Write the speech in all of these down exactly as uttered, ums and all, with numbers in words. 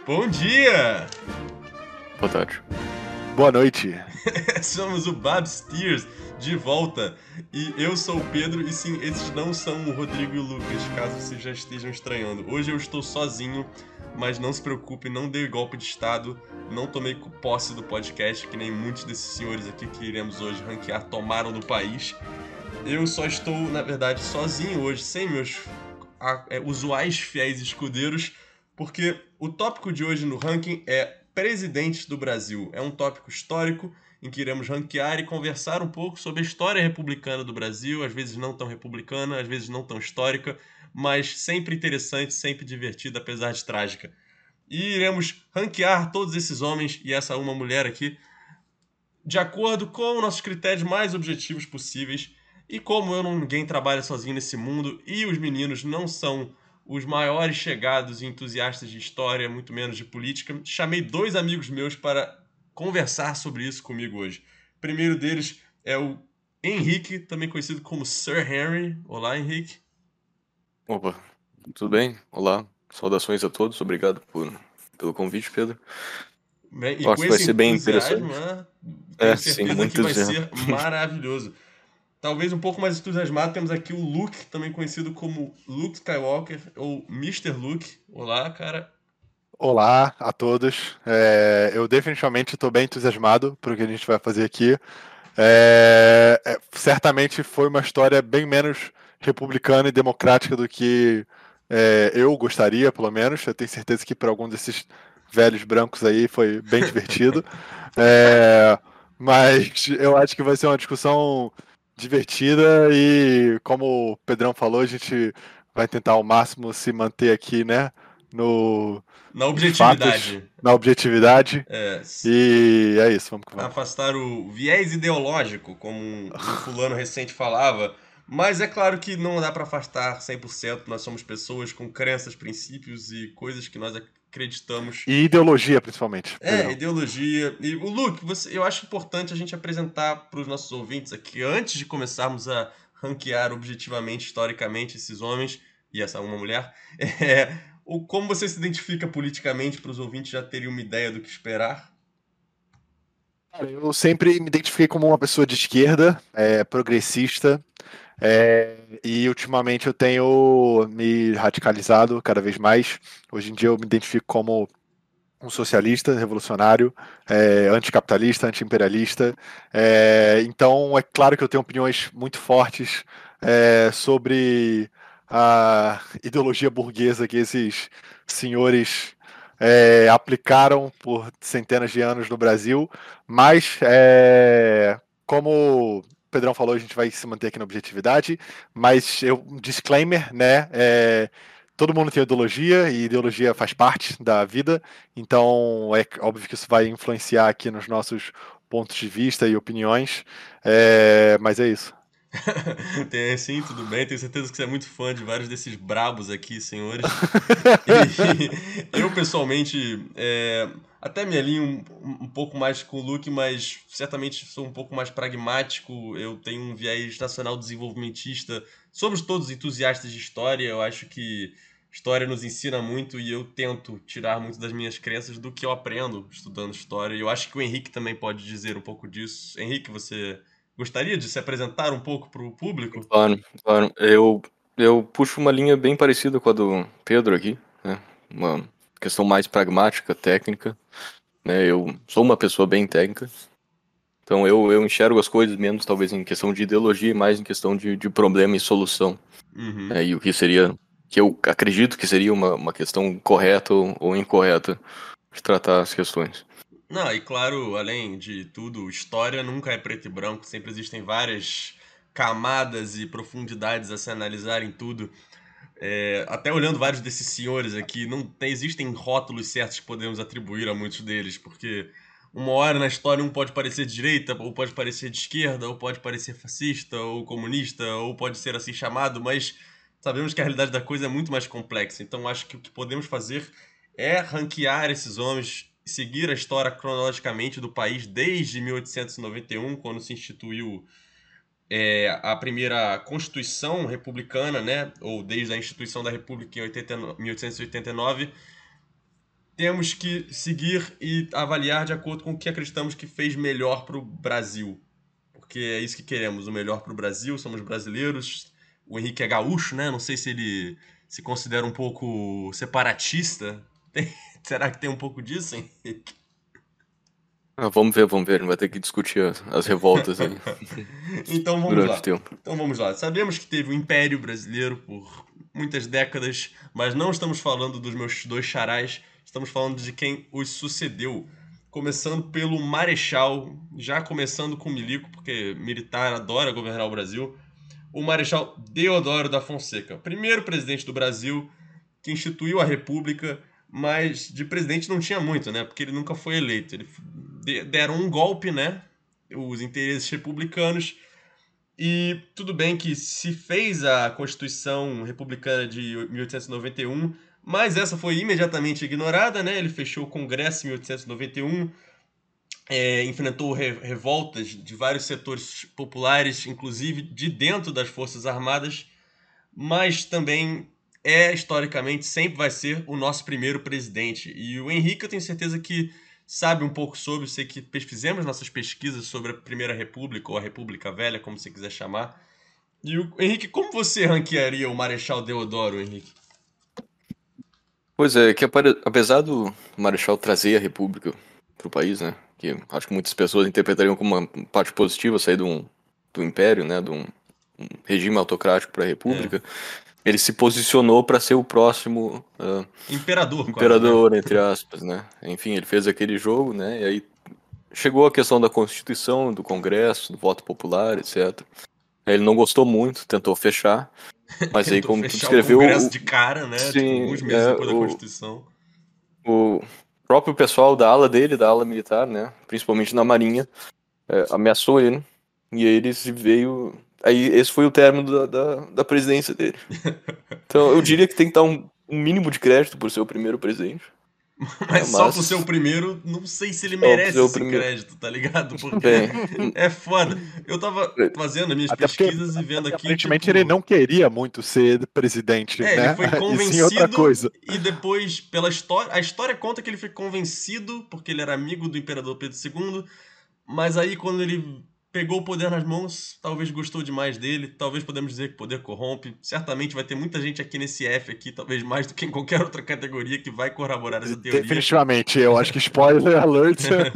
Bom dia! Boa tarde. Boa noite. Somos o Babsteers de volta. E eu sou o Pedro, e sim, esses não são o Rodrigo e o Lucas, caso vocês já estejam estranhando. Hoje eu estou sozinho, mas não se preocupe, não dei golpe de estado, não tomei posse do podcast, que nem muitos desses senhores aqui que iremos hoje ranquear tomaram do país. Eu só estou, na verdade, sozinho hoje, sem meus a, é, usuais fiéis escudeiros, porque o tópico de hoje no ranking é presidentes do Brasil. É um tópico histórico em que iremos ranquear e conversar um pouco sobre a história republicana do Brasil, às vezes não tão republicana, às vezes não tão histórica, mas sempre interessante, sempre divertida, apesar de trágica. E iremos ranquear todos esses homens e essa uma mulher aqui de acordo com nossos critérios mais objetivos possíveis. E como eu não, ninguém trabalha sozinho nesse mundo e os meninos não são os maiores chegados e entusiastas de história, muito menos de política, chamei dois amigos meus para conversar sobre isso comigo hoje. O primeiro deles é o Henrique, também conhecido como Sir Henry. Olá, Henrique. Opa, tudo bem? Olá, saudações a todos, obrigado por, pelo convite, Pedro. Bem, e Acho com que vai esse ser bem entusiasmo, interessante. né, tenho É, sim, certeza muito que vai entusiasmo. ser maravilhoso. Talvez um pouco mais entusiasmado, temos aqui o Luke, também conhecido como Luke Skywalker, ou mister Luke. Olá, cara. Olá a todos. É, eu definitivamente estou bem entusiasmado para o que a gente vai fazer aqui. É, é, certamente foi uma história bem menos republicana e democrática do que é, eu gostaria, pelo menos. Eu tenho certeza que para algum desses velhos brancos aí foi bem divertido. É, mas eu acho que vai ser uma discussão divertida e, como o Pedrão falou, a gente vai tentar ao máximo se manter aqui, né, no, Na nos fatos, objetividade. na objetividade. É, E é isso, vamos que vamos. afastar o viés ideológico, como um, um fulano recente falava. Mas é claro que não dá para afastar cem por cento. Nós somos pessoas com crenças, princípios e coisas que nós acreditamos. E ideologia, principalmente, É, Pedrão. ideologia. E o Luke, você, eu acho importante a gente apresentar para os nossos ouvintes aqui, antes de começarmos a ranquear objetivamente, historicamente, esses homens e essa uma mulher, é, o, como você se identifica politicamente para os ouvintes já terem uma ideia do que esperar. Eu sempre me identifiquei como uma pessoa de esquerda, é, progressista, é, e ultimamente eu tenho me radicalizado cada vez mais. Hoje em dia eu me identifico como um socialista, revolucionário, é, anticapitalista, antiimperialista. É, então é claro que eu tenho opiniões muito fortes é, sobre a ideologia burguesa que esses senhores é, aplicaram por centenas de anos no Brasil, mas é, como o Pedrão falou, a gente vai se manter aqui na objetividade, mas eu, um disclaimer, né? É, todo mundo tem ideologia e ideologia faz parte da vida, então é óbvio que isso vai influenciar aqui nos nossos pontos de vista e opiniões, é, mas é isso. Tem, sim, tudo bem. Tenho certeza que você é muito fã de vários desses brabos aqui, senhores. E eu, pessoalmente, é, até me alinho um, um pouco mais com o Luke, mas certamente sou um pouco mais pragmático. Eu tenho um viés nacional desenvolvimentista. Somos todos entusiastas de história. Eu acho que história nos ensina muito e eu tento tirar muito das minhas crenças do que eu aprendo estudando história. E eu acho que o Henrique também pode dizer um pouco disso. Henrique, você gostaria de se apresentar um pouco para o público? Claro, claro. Eu, eu puxo uma linha bem parecida com a do Pedro aqui, né? Uma questão mais pragmática, técnica, né? Eu sou uma pessoa bem técnica, então eu, eu enxergo as coisas menos talvez em questão de ideologia e mais em questão de, de problema e solução. Uhum. Né? E o que seria, que eu acredito que seria uma, uma questão correta ou, ou incorreta de tratar as questões. Não, e claro, além de tudo, história nunca é preto e branco, sempre existem várias camadas e profundidades a se analisar em tudo. É, até olhando vários desses senhores aqui, não tem- existem rótulos certos que podemos atribuir a muitos deles, porque uma hora na história um pode parecer de direita, ou pode parecer de esquerda, ou pode parecer fascista, ou comunista, ou pode ser assim chamado, mas sabemos que a realidade da coisa é muito mais complexa. Então acho que o que podemos fazer é ranquear esses homens, seguir a história cronologicamente do país desde mil oitocentos e noventa e um, quando se instituiu é, a primeira Constituição republicana, né? Ou desde a instituição da República em oitenta, mil oitocentos e oitenta e nove, temos que seguir e avaliar de acordo com o que acreditamos que fez melhor para o Brasil. Porque é isso que queremos, o melhor para o Brasil, somos brasileiros. O Henrique é gaúcho, né? Não sei se ele se considera um pouco separatista. Tem- será que tem um pouco disso, Henrique? Ah, vamos ver, vamos ver. A gente vai ter que discutir as, as revoltas aí Então vamos durante lá. o tempo. Então vamos lá. Sabemos que teve o Império Brasileiro por muitas décadas, mas não estamos falando dos meus dois xarás, estamos falando de quem os sucedeu. Começando pelo Marechal, já começando com Milico, porque militar adora governar o Brasil. O Marechal Deodoro da Fonseca, primeiro presidente do Brasil que instituiu a República, mas de presidente não tinha muito, né? Porque ele nunca foi eleito. Ele de- deram um golpe, né? Os interesses republicanos. E tudo bem que se fez a Constituição Republicana de mil oitocentos e noventa e um, mas essa foi imediatamente ignorada, né? Ele fechou o Congresso em mil oitocentos e noventa e um, é, enfrentou re- revoltas de vários setores populares, inclusive de dentro das Forças Armadas, mas também é, historicamente, sempre vai ser o nosso primeiro presidente. E o Henrique, eu tenho certeza que sabe um pouco sobre, sei que fizemos nossas pesquisas sobre a Primeira República, ou a República Velha, como você quiser chamar. E o Henrique, como você ranquearia o Marechal Deodoro, Henrique? Pois é, que apare- apesar do Marechal trazer a República pro país, né? Que acho que muitas pessoas interpretariam como uma parte positiva sair de um, do Império, né? De um, um regime autocrático para a República. Ele se posicionou para ser o próximo ah, Imperador, quase, né? imperador, entre aspas, né? Enfim, ele fez aquele jogo, né? E aí chegou a questão da Constituição, do Congresso, do voto popular, etcétera. Ele não gostou muito, tentou fechar, mas aí, Tentou como tu fechar o descreveu, Congresso o, de cara, né? Tipo, sim, alguns meses é, depois da o, Constituição. o próprio pessoal da ala dele, da ala militar, né? Principalmente na Marinha, é, ameaçou ele. E aí ele se veio. Aí esse foi o término da, da, da presidência dele. Então eu diria que tem que dar um, um mínimo de crédito por ser o primeiro presidente. É, Mas só por ser o mas primeiro, não sei se ele só por ser merece o esse primeiro. crédito, tá ligado? Porque Bem, é foda. Eu tava fazendo as minhas Até porque, pesquisas e vendo porque aqui, aparentemente tipo. ele não queria muito ser presidente, É, ele né? foi E sim outra convencido coisa. e depois, pela história. A história conta que ele foi convencido porque ele era amigo do imperador Pedro segundo, mas aí quando ele pegou o poder nas mãos, talvez gostou demais dele, talvez podemos dizer que o poder corrompe. Certamente vai ter muita gente aqui nesse F aqui, talvez mais do que em qualquer outra categoria, que vai corroborar essa teoria. Definitivamente, eu acho que spoiler alert.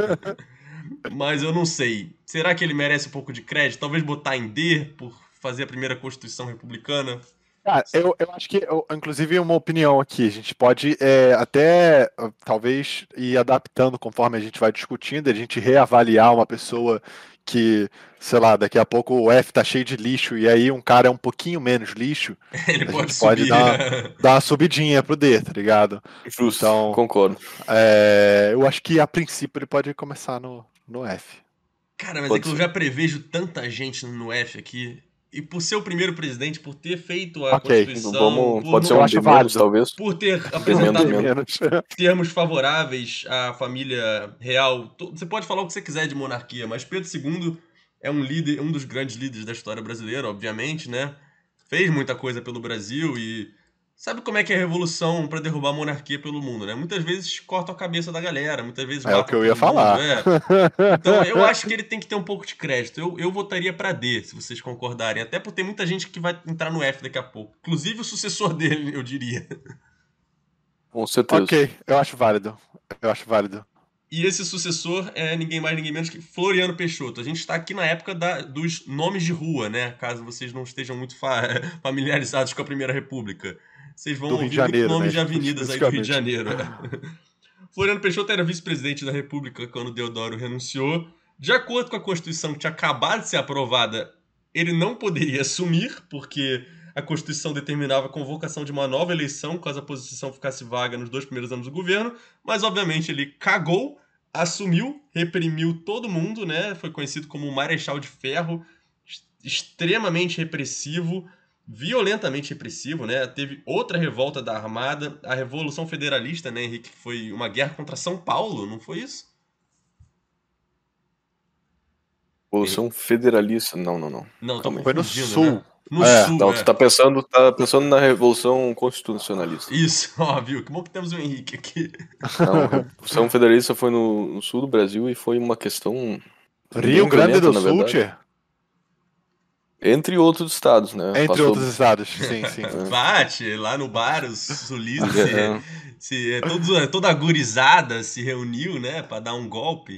Mas eu não sei. Será que ele merece um pouco de crédito? Talvez botar em D por fazer a primeira Constituição Republicana? Cara, eu, eu acho que, eu- inclusive, uma opinião aqui. A gente pode é, até, uh, talvez, ir adaptando conforme a gente vai discutindo, a gente reavaliar uma pessoa que, sei lá, daqui a pouco o F tá cheio de lixo e aí um cara é um pouquinho menos lixo, Ele a pode gente pode subir. dar, dar uma subidinha pro D, tá ligado? justo, Então, concordo. é, eu acho que a princípio ele pode começar no, no F. Cara, mas é Pode que eu ser. já prevejo tanta gente no F aqui. E por ser o primeiro presidente, por ter feito a Ok, Constituição, Vamos, por, pode ser não- Eu um acho D menos, válido. talvez. por ter menos, apresentado menos. Menos. termos favoráveis à família real. To- Você pode falar o que você quiser de monarquia, mas Pedro segundo é um líder, um dos grandes líderes da história brasileira, obviamente, né? Fez muita coisa pelo Brasil e sabe como é que é a revolução pra derrubar a monarquia pelo mundo, né? Muitas vezes cortam a cabeça da galera, muitas vezes É o matam que eu ia todo mundo, falar. é. Então eu acho que ele tem que ter um pouco de crédito. Eu, eu votaria pra D, se vocês concordarem. Até por ter muita gente que vai entrar no F daqui a pouco. Inclusive o sucessor dele, eu diria. Com certeza. Ok, eu acho válido. Eu acho válido. E esse sucessor é ninguém mais, ninguém menos que Floriano Peixoto. A gente está aqui na época da- dos nomes de rua, né? Caso vocês não estejam muito fa- familiarizados com a Primeira República. Vocês vão Do Rio ouvir de Janeiro, muitos nomes né, de avenidas aí do Rio de Janeiro. especificamente. Floriano Peixoto era vice-presidente da República quando Deodoro renunciou. De acordo com a Constituição que tinha acabado de ser aprovada, ele não poderia assumir, porque a Constituição determinava a convocação de uma nova eleição caso a posição ficasse vaga nos dois primeiros anos do governo, mas obviamente ele cagou, assumiu, reprimiu todo mundo, né? Foi conhecido como o Marechal de Ferro, extremamente repressivo, violentamente repressivo, né? Teve outra revolta da Armada, a Revolução Federalista, né, Henrique? Que foi uma guerra contra São Paulo, não foi isso? Revolução Federalista. Não, não, não. Não, tô Calma aí. Foi no confundindo, sul. né? No É. sul, Não, é. tu tá pensando, tá pensando na Revolução Constitucionalista. Isso, ó, viu? Que bom que temos o Henrique aqui. Não, a Revolução Federalista foi no, no sul do Brasil e foi uma questão Rio bem Grande violenta, do na Sul, verdade. tchê. Entre outros estados, né? Entre Passou- outros estados, sim, sim. Bate lá no bar, os sulistas, É. se, se, é, todos- toda a gurizada se reuniu, né, pra dar um golpe.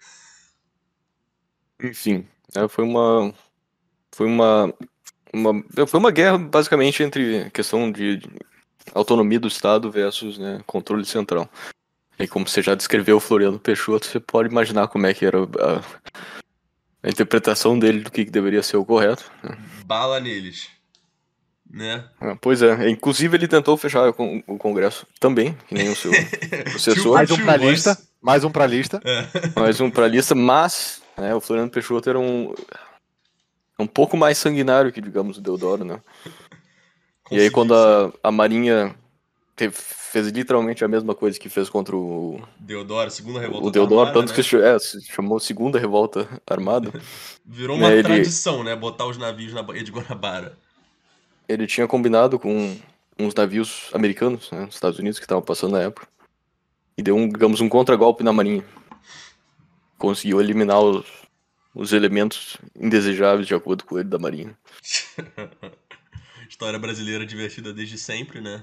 Enfim, é, foi uma. Foi uma, uma. Foi uma guerra basicamente entre questão de autonomia do Estado versus, né, controle central. E como você já descreveu o Floriano Peixoto, você pode imaginar como é que era a, a interpretação dele do que que deveria ser o correto. Bala neles, né? Ah, Pois é, inclusive ele tentou fechar com o Congresso também, que nem o seu sucessor. Mais um Tio, pra mas- lista. Mais um pra lista. É. Mais um pra lista, mas né, o Floriano Peixoto era um, um pouco mais sanguinário que, digamos, o Deodoro, né? E aí Conseguiu quando ser. a, a Marinha te- fez literalmente a mesma coisa que fez contra o, Deodoro, segunda revolta o Deodoro, armada, tanto né? que se, é, se chamou Segunda Revolta Armada, Virou uma né, ele- tradição, né? Botar os navios na Baía de Guanabara. ele tinha combinado com uns navios americanos, né, dos Estados Unidos, que estavam passando na época, e deu, um, digamos, um contragolpe na Marinha. Conseguiu eliminar os, os elementos indesejáveis, de acordo com ele, da Marinha. História brasileira divertida desde sempre, né?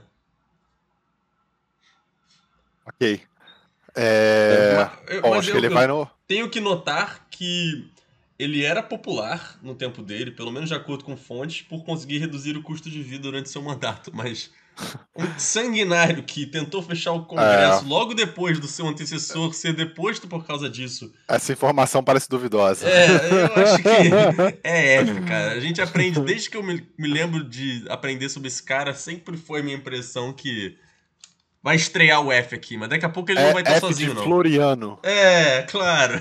Ok. É... Ma- eu- Bom, mas acho eu- que ele eu vai no. Tenho que notar que ele era popular no tempo dele, pelo menos de acordo com fontes, por conseguir reduzir o custo de vida durante seu mandato. Mas um sanguinário que tentou fechar o Congresso É. logo depois do seu antecessor ser deposto por causa disso. Essa informação parece duvidosa. É, eu acho que é F, cara. A gente aprende, desde que eu me, me lembro de aprender sobre esse cara, sempre foi a minha impressão que vai estrear o F aqui, mas daqui a pouco ele não É vai estar F sozinho, de não. Floriano. É, claro.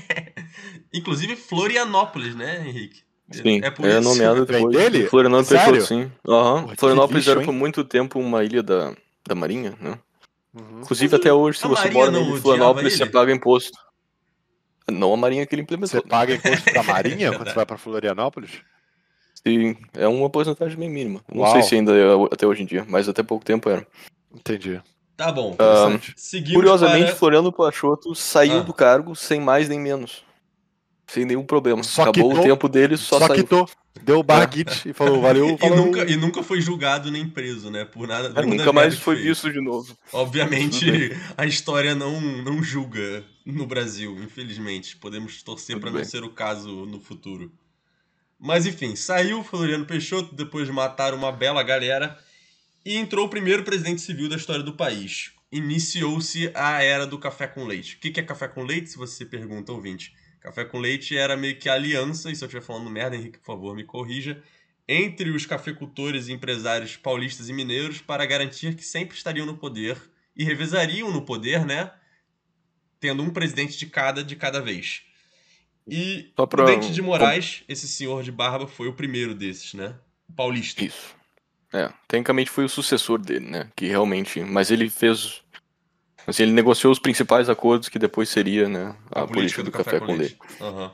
Inclusive Florianópolis, né, Henrique? Sim, é por é isso. nomeado Vem depois dele? de Floriano Sério? Peixoto, sim. Aham. Pô, que Florianópolis lixo, era hein? por muito tempo uma ilha da, da Marinha, né? Uhum. Inclusive Mas até o- hoje, se a você Marinha mora não nele, odiava Florianópolis, você ele? paga imposto. Não a Marinha que ele implementou. Você paga imposto pra Marinha quando Verdade. você vai pra Florianópolis? Sim, é uma porcentagem bem mínima. Não Uau. sei se ainda é até hoje em dia, mas até pouco tempo era. Entendi. Tá bom. Interessante. Seguimos Curiosamente, para... Floriano Peixoto saiu Ah. do cargo sem mais nem menos. Sem nenhum problema. Só Acabou quitou- o tempo dele, só, Só saiu. quitou. Deu o barguite e falou, valeu, E falou. nunca, e nunca foi julgado nem preso, né? Por nada. É, nenhuma nunca das mais merdas que foi fez. visto de novo. Obviamente, Tudo a história não, não julga no Brasil, infelizmente. Podemos torcer Tudo para não bem. ser o caso no futuro. Mas enfim, saiu Floriano Peixoto depois de matar uma bela galera e entrou o primeiro presidente civil da história do país. Iniciou-se a era do café com leite. O que é café com leite, se você pergunta, ouvinte? Café com leite era meio que a aliança, e se eu estiver falando merda, Henrique, por favor, me corrija, entre os cafeicultores e empresários paulistas e mineiros para garantir que sempre estariam no poder e revezariam no poder, né? Tendo um presidente de cada de cada vez. E Só pra- Prudente de Moraes, esse senhor de barba, foi o primeiro desses, né? O paulista. Isso. É, tecnicamente foi o sucessor dele, né? Que realmente. Mas ele fez. Assim, ele negociou os principais acordos que depois seria, né? A, política do, café, com leite. Aham.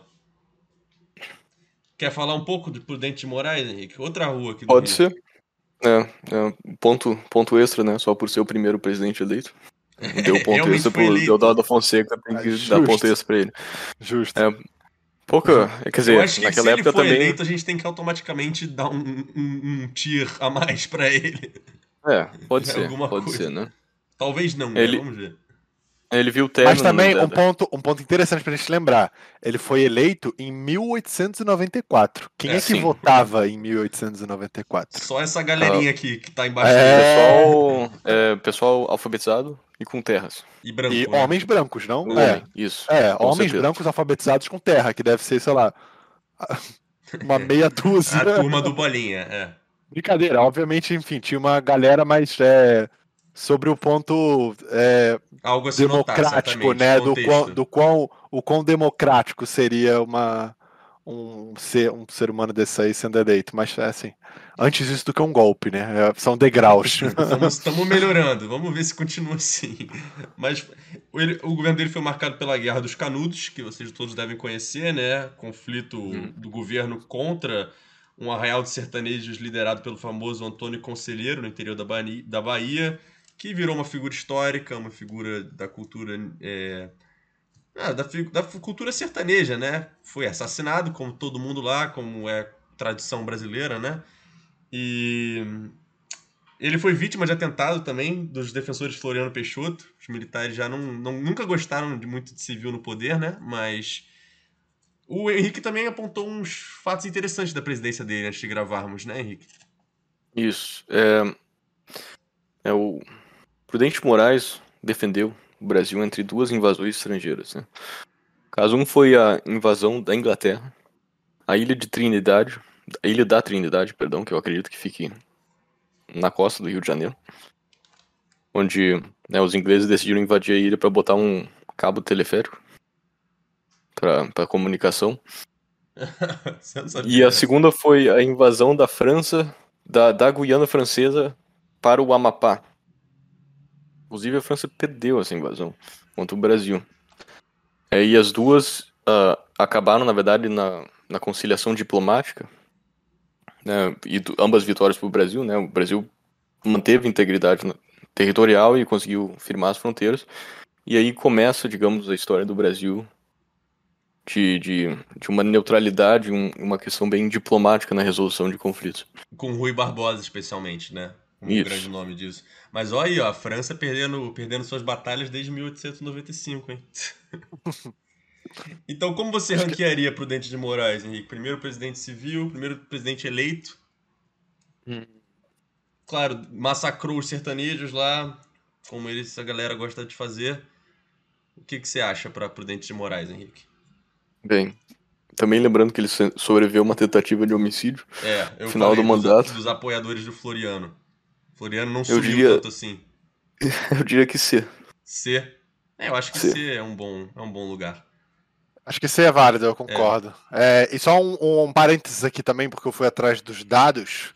Quer falar um pouco de Prudente de Moraes, Henrique? Outra rua aqui do Pode Rio. ser. É, é, ponto, ponto extra, né? Só por ser o primeiro presidente eleito. Deu ponto Realmente extra foi pro eleito. Deodoro da Fonseca, tem que É dar justo. ponto extra pra ele. Justo. É, pouca. Quer dizer, Eu acho que naquela se ele época for também. eleito, a gente tem que automaticamente dar um, um, um tier a mais pra ele. É, pode É ser, alguma pode coisa. ser, né? Talvez não, né? Ele- Vamos ver. Ele viu o término. Mas também da- um ponto, um ponto interessante pra gente lembrar. Ele foi eleito em mil oitocentos e noventa e quatro. Quem É, é, que sim. votava em mil oitocentos e noventa e quatro? Só essa galerinha aqui que tá embaixo É. dele. Pessoal, é, pessoal alfabetizado e com terras. E branco, E né? homens brancos, não? O É, homem, isso. é com homens certeza. brancos alfabetizados com terra, que deve ser, sei lá, uma meia dúzia. A turma do Bolinha, é. Brincadeira, obviamente, enfim, tinha uma galera mais é, sobre o ponto é, Algo a se notar, democrático, certamente. né? Do Contexto. quão, do quão o quão democrático seria uma, um, ser, um ser humano desse aí sendo eleito. Mas é assim, antes isso do que um golpe, né? É, são degraus. Estamos melhorando, vamos ver se continua assim. Mas ele- o governo dele foi marcado pela Guerra dos Canudos, que vocês todos devem conhecer, né? Conflito Uhum. do governo contra um arraial de sertanejos liderado pelo famoso Antônio Conselheiro, no interior da Bahia, da Bahia, que virou uma figura histórica, uma figura da cultura, é, ah, da, fi- da cultura sertaneja, né? Foi assassinado, como todo mundo lá, como é tradição brasileira, né? E ele foi vítima de atentado também dos defensores de Floriano Peixoto. Os militares já não, não- nunca gostaram de muito de civil no poder, né? Mas o Henrique também apontou uns fatos interessantes da presidência dele antes de gravarmos, né, Henrique? Isso. É, é o Prudente Moraes defendeu o Brasil entre duas invasões estrangeiras, né? Caso um foi a invasão da Inglaterra, a ilha de Trinidade, a ilha da Trindade, perdão, que eu acredito que fique na costa do Rio de Janeiro, onde, né, os ingleses decidiram invadir a ilha para botar um cabo teleférico para comunicação. Você não sabia E a dessa. segunda foi a invasão da França, da, da Guiana Francesa para o Amapá. Inclusive a França perdeu essa invasão contra o Brasil. É, e as duas ah, acabaram, na verdade, na, na conciliação diplomática, né, e do- ambas vitórias para o Brasil, né? O Brasil manteve integridade na- territorial e conseguiu firmar as fronteiras. E aí começa, digamos, a história do Brasil de, de, de uma neutralidade, um- uma questão bem diplomática na resolução de conflitos. Com Rui Barbosa, especialmente, né? Como um grande Isso. nome disso. Mas olha aí, ó, a França perdendo, perdendo suas batalhas desde mil oitocentos e noventa e cinco, hein? Então, como você Acho que ranquearia Prudente de Moraes, Henrique? Primeiro presidente civil, primeiro presidente eleito. Hum. Claro, massacrou os sertanejos lá, como eles, a galera gosta de fazer. O que, que você acha para Prudente de Moraes, Henrique? Bem, também lembrando que ele so- sobreviveu a uma tentativa de homicídio É, no eu final do falei dos, a- mandato. dos apoiadores do Floriano. Floriano não Eu sumiu diria, tanto assim. eu diria que C. C. É, eu acho que C. C é um bom, é um bom lugar. Acho que isso aí é válido, eu É. concordo. É, e só um, um parênteses aqui também, porque eu fui atrás dos dados.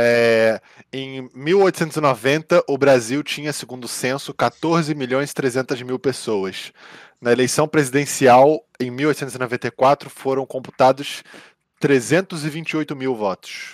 É, em mil oitocentos e noventa, o Brasil tinha, segundo o censo, quatorze milhões e trezentas mil pessoas. Na eleição presidencial, em mil oitocentos e noventa e quatro, foram computados trezentos e vinte e oito mil votos.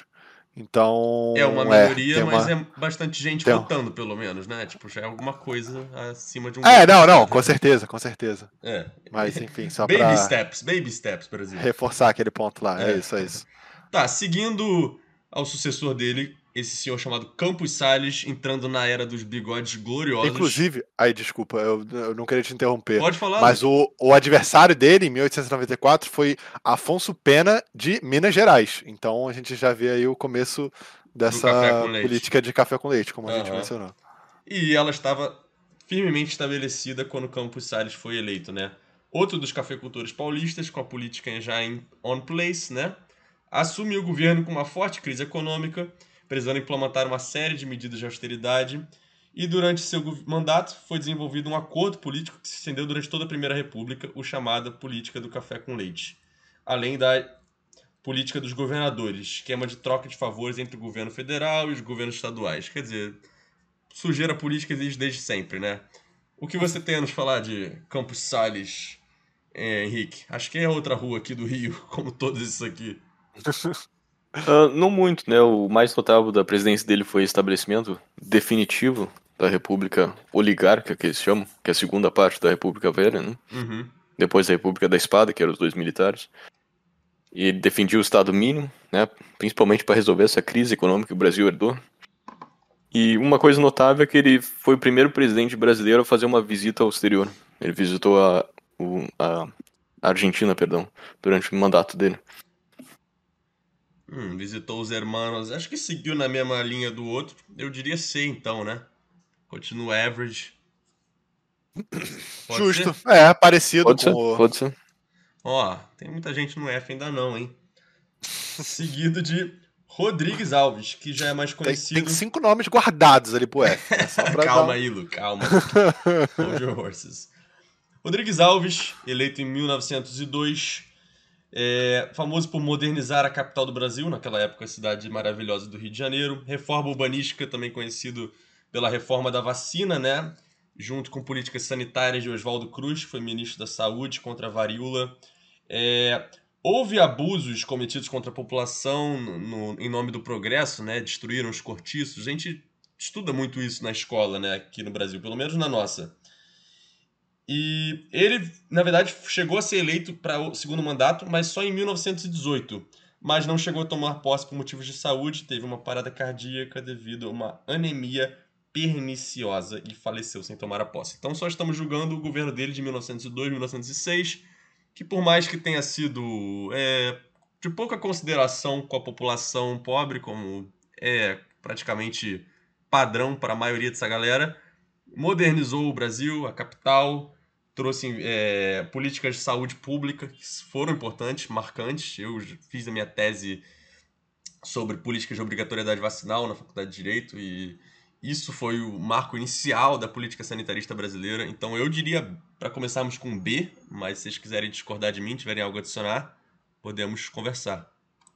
Então, É uma é, minoria, tem mas uma. é bastante gente Tem um- votando, pelo menos, né? Tipo, já é alguma coisa acima de um É, gosto não, não, culposo. com certeza, com certeza. É. Mas, enfim, só Baby pra steps, baby steps, Brasil. reforçar aquele ponto lá. É É. isso, é isso. Tá, seguindo ao sucessor dele, esse senhor chamado Campos Salles, entrando na era dos bigodes gloriosos. Inclusive, aí desculpa, eu, eu não queria te interromper, Pode falar, mas Luke. o, o adversário dele, em mil oitocentos e noventa e quatro, foi Afonso Pena, de Minas Gerais. Então a gente já vê aí o começo Do café dessa com leite. política de café com leite, como a gente Aham. mencionou. E ela estava firmemente estabelecida quando Campos Salles foi eleito, né? Outro dos cafeicultores paulistas, com a política já em on place, né? Assumiu o governo com uma forte crise econômica, precisando implementar uma série de medidas de austeridade. E durante seu mandato foi desenvolvido um acordo político que se estendeu durante toda a Primeira República, o chamado Política do Café com Leite. Além da política dos governadores, esquema de troca de favores entre o governo federal e os governos estaduais. Quer dizer, sujeira política existe desde sempre, né? O que você tem a nos falar de Campos Salles, é, Henrique? Acho que é outra rua aqui do Rio, como todos esses aqui. Ah, não muito, né? O mais notável da presidência dele foi o estabelecimento definitivo da República Oligárquica, que eles chamam, que é a segunda parte da República Velha, né? Uhum. Depois da República da Espada, que eram os dois militares. E ele defendia o Estado mínimo, né? Principalmente para resolver essa crise econômica que o Brasil herdou. E uma coisa notável é que ele foi o primeiro presidente brasileiro a fazer uma visita ao exterior. Ele visitou a, o- a Argentina, perdão, durante o mandato dele. Hum, visitou os hermanos. Acho que seguiu na mesma linha do outro. Eu diria C, então, né? Continua average. Pode Justo. ser? É, parecido Pode com ser, o. pode ser. Ó, tem muita gente no F ainda não, hein? Seguido de Rodrigues Alves, que já é mais Tem, conhecido... tem cinco nomes guardados ali pro F, né? Só pra Calma dar... aí, Lu, calma. Hold your horses. Rodrigues Alves, eleito em mil novecentos e dois, é famoso por modernizar a capital do Brasil, naquela época a cidade maravilhosa do Rio de Janeiro. Reforma urbanística, também conhecido pela reforma da vacina, né? junto com políticas sanitárias de Oswaldo Cruz, que foi ministro da Saúde, contra a varíola. É, houve abusos cometidos contra a população no, no, em nome do progresso, né? Destruíram os cortiços. A gente estuda muito isso na escola, né? Aqui no Brasil, pelo menos na nossa. E ele, na verdade, chegou a ser eleito para o segundo mandato, mas só em mil novecentos e dezoito. Mas não chegou a tomar posse por motivos de saúde, teve uma parada cardíaca devido a uma anemia perniciosa e faleceu sem tomar a posse. Então só estamos julgando o governo dele de mil novecentos e dois, mil novecentos e seis, que por mais que tenha sido é, de pouca consideração com a população pobre, como é praticamente padrão para a maioria dessa galera, modernizou o Brasil, a capital, trouxe é, políticas de saúde pública que foram importantes, marcantes. Eu fiz a minha tese sobre políticas de obrigatoriedade vacinal na Faculdade de Direito e isso foi o marco inicial da política sanitarista brasileira. Então eu diria, para começarmos com B, mas se vocês quiserem discordar de mim, tiverem algo a adicionar, podemos conversar.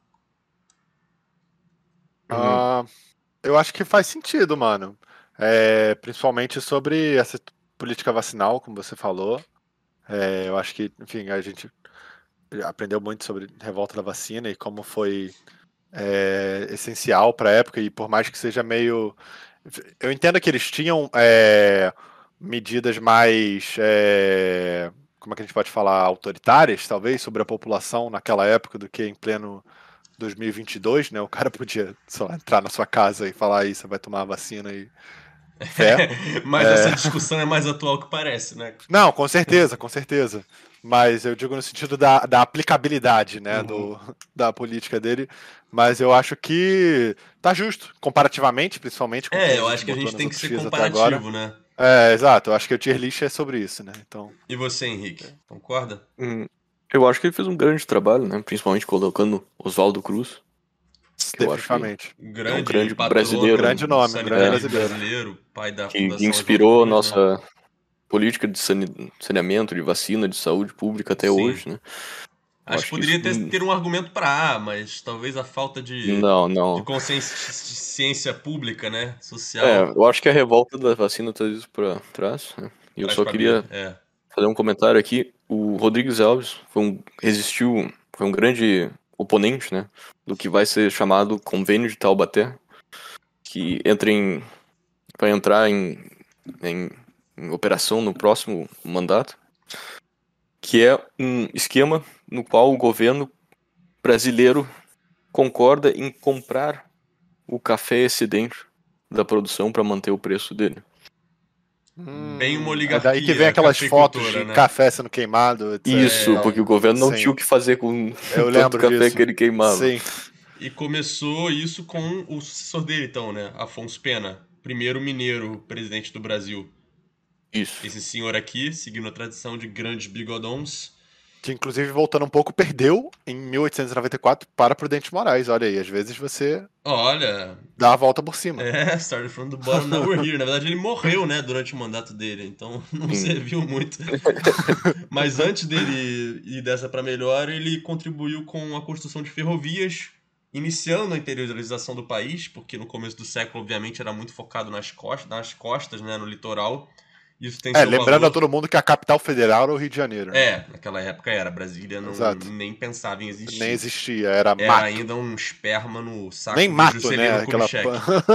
Ah, eu acho que faz sentido, mano. É, principalmente sobre essa política vacinal, como você falou. É, eu acho que, enfim, a gente aprendeu muito sobre revolta da vacina e como foi é, essencial para a época, e por mais que seja meio. Eu entendo que eles tinham é, medidas mais. É, como é que a gente pode falar? Autoritárias, talvez, sobre a população naquela época do que em pleno dois mil e vinte e dois, né? O cara podia, sei lá, entrar na sua casa e falar aí, você vai tomar a vacina e. Fé. Mas É... essa discussão é mais atual que parece, né? Não, com certeza, com certeza. Mas eu digo no sentido da, da aplicabilidade, né, Uhum. do, da política dele. Mas eu acho que tá justo, comparativamente, principalmente com o que É, a eu gente acho que a botou gente nas tem que outras ser tiers até agora. comparativo, né? É, exato. Eu acho que o tier list é sobre isso, né? Então, E você, Henrique, concorda? Hum, eu acho que ele fez um grande trabalho, né? Principalmente colocando Oswaldo Cruz, que eu acho que definitivamente. é um Grande grande patrono brasileiro, Grande nome, um grande sanitarista brasileiro. brasileiro, pai da que Fundação inspirou a Oswaldo Cruz, né? nossa política de sane- saneamento, de vacina, de saúde pública até Sim. hoje, né? Eu Acho que acho que poderia isso... ter, hum, ter um argumento para A, mas talvez a falta de, Não, de não. consciência pública, né? É, Social, eu acho que a revolta da vacina traz isso pra trás, né? E eu traz só pra B. queria É. fazer um comentário aqui. O Rodrigues Alves foi um, resistiu, foi um grande oponente, né? Do que vai ser chamado Convênio de Taubaté, que entra em, vai entrar em, em, em operação no próximo mandato, que é um esquema no qual o governo brasileiro concorda em comprar o café excedente da produção para manter o preço dele. Bem uma Hum, é daí que vem oligarquia aquelas fotos cafeicultora, de né? café sendo queimado, etcétera. Isso, Então, porque o governo não sim, tinha o que fazer com eu tanto lembro café disso. que ele queimava. Sim. E começou isso com o sucessor dele, então, né? Afonso Pena, primeiro mineiro presidente do Brasil. Isso. Esse senhor aqui, seguindo a tradição de grandes bigodões, Que inclusive, voltando um pouco, perdeu em mil oitocentos e noventa e quatro para Prudente Moraes. Olha aí, às vezes você olha, dá a volta por cima. é, started from the bottom, now we're here. Na verdade, ele morreu, né, durante o mandato dele, então não Sim. serviu muito. Mas antes dele ir dessa pra melhor, ele contribuiu com a construção de ferrovias, iniciando a interiorização do país, porque no começo do século, obviamente, era muito focado nas costas, nas costas, né, no litoral. Isso tem É, seu lembrando a valor. todo mundo que a capital federal era o Rio de Janeiro. Né? É, naquela época era. Brasília não, Exato. nem pensava em existir. Nem existia, era, Era mato. ainda um esperma no saco Nem do mato, Juscelino né? Aquela... Kubitschek.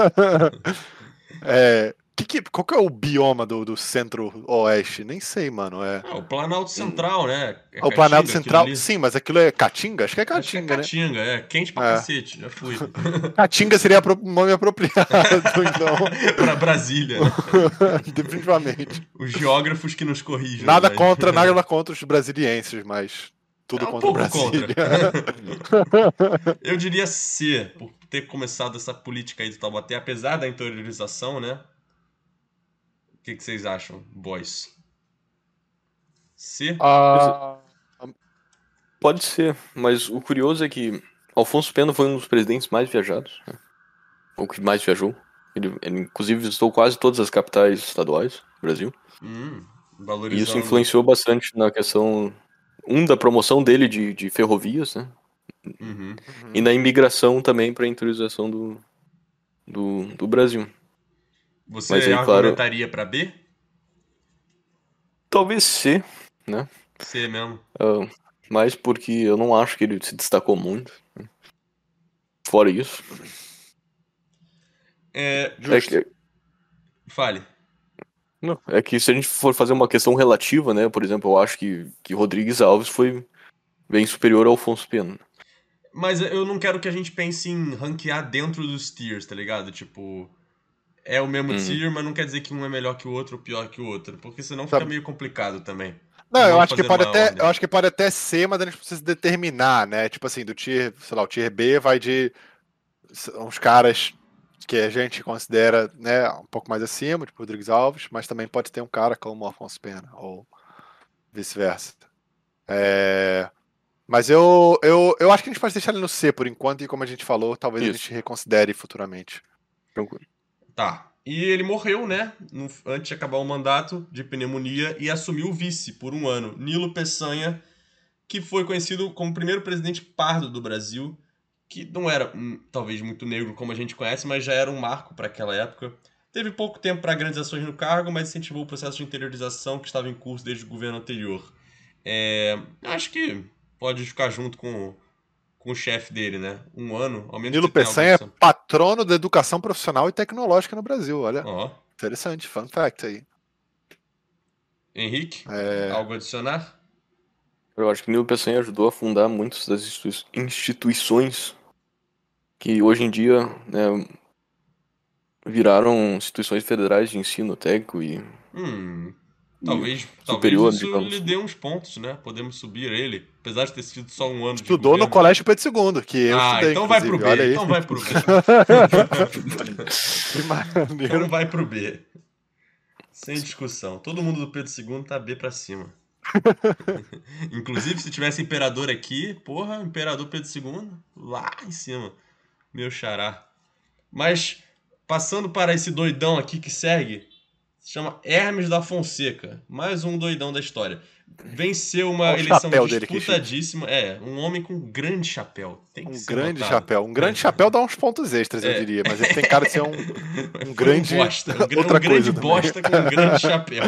é, que que, qual que é o bioma do, do centro-oeste? Nem sei, mano. É... Ah, o Planalto Central, né? É o Planalto Caatinga, Central, aquilo ali. sim, mas aquilo é Caatinga? Acho que é Acho que é Caatinga, né? Caatinga, é. Quente pra É. cacete, já fui. Caatinga seria o nome apropriado, então. Pra Brasília, né? Definitivamente. Os geógrafos que nos corrijam. Nada mas- contra, nada contra os brasilienses, mas tudo É um contra o pouco Brasília. Eu diria C, por ter começado essa política aí do Taubaté, apesar da interiorização, né? O que, que vocês acham, boys? C? Ah, Pode ser, mas o curioso é que Alfonso Pena foi um dos presidentes mais viajados, né? O que mais viajou. Ele, ele inclusive visitou quase todas as capitais estaduais do Brasil. Hum, E valorizando. isso influenciou bastante na questão, um, da promoção dele de, de ferrovias, né? Uhum. E na imigração também para a interiorização do, do, do Brasil. Você Mas aí, claro- argumentaria pra B? talvez C, né? C mesmo. Uh, mas porque eu não acho que ele se destacou muito. Né? Fora isso. É, É que, fale. não, é que se a gente for fazer uma questão relativa, né? Por exemplo, eu acho que, que Rodrigues Alves foi bem superior ao Afonso Pena. Mas eu não quero que a gente pense em ranquear dentro dos tiers, tá ligado? Tipo, é o mesmo Uhum. tier, mas não quer dizer que um é melhor que o outro ou pior que o outro. Porque senão Tá. fica meio complicado também. Não, eu Vamos acho que fazer pode uma até, ordem. eu acho que pode até ser, mas a gente precisa determinar, né? Tipo assim, do tier, sei lá, o tier B vai de s- uns caras que a gente considera, né, um pouco mais acima, tipo Rodrigues Alves, mas também pode ter um cara como o Afonso Pena, ou vice-versa. É, Mas eu, eu, eu acho que a gente pode deixar ele no C por enquanto, e como a gente falou, talvez a Isso. gente reconsidere futuramente. Tranquilo. Tá. E ele morreu, né? no- antes de acabar o mandato, de pneumonia, e assumiu o vice por um ano, Nilo Peçanha, que foi conhecido como o primeiro presidente pardo do Brasil, que não era hum, talvez muito negro como a gente conhece, mas já era um marco para aquela época. Teve pouco tempo para grandes ações no cargo, mas incentivou o processo de interiorização que estava em curso desde o governo anterior. É, acho que pode ficar junto com, com o chefe dele, né? Um ano, ao menos que Nilo você tenha algo Peçanha é assim. patrono da educação profissional e tecnológica no Brasil, olha. Ó, Interessante, fun fact aí. Henrique, É, algo a adicionar? Eu acho que Nilo Peçanha ajudou a fundar muitas das institui- instituições que hoje em dia, né, viraram instituições federais de ensino técnico e, Hum, e talvez, talvez superior, isso lhe digamos. dê uns pontos, né? Podemos subir ele, apesar de ter sido só um ano de estudou no governo. Colégio Pedro segundo, que eu Ah, estudei, então vai pro inclusive, olha B, aí. então vai pro B. Que maneiro. Então vai pro B. Sem discussão. Todo mundo do Pedro segundo tá B pra cima. Inclusive, se tivesse imperador aqui, porra, imperador Pedro segundo, lá em cima. Meu xará. Mas, passando para esse doidão aqui que segue, se chama Hermes da Fonseca. Mais um doidão da história. Venceu uma Olha o eleição chapéu dele, que chique. disputadíssima. É, um homem com um grande chapéu. Tem que Um ser grande notado. chapéu. Um grande chapéu dá uns pontos extras, eu É. diria, mas ele tem cara de ser um, um Foi grande. um bosta. Um, gra- outra um grande coisa também. bosta com um grande chapéu.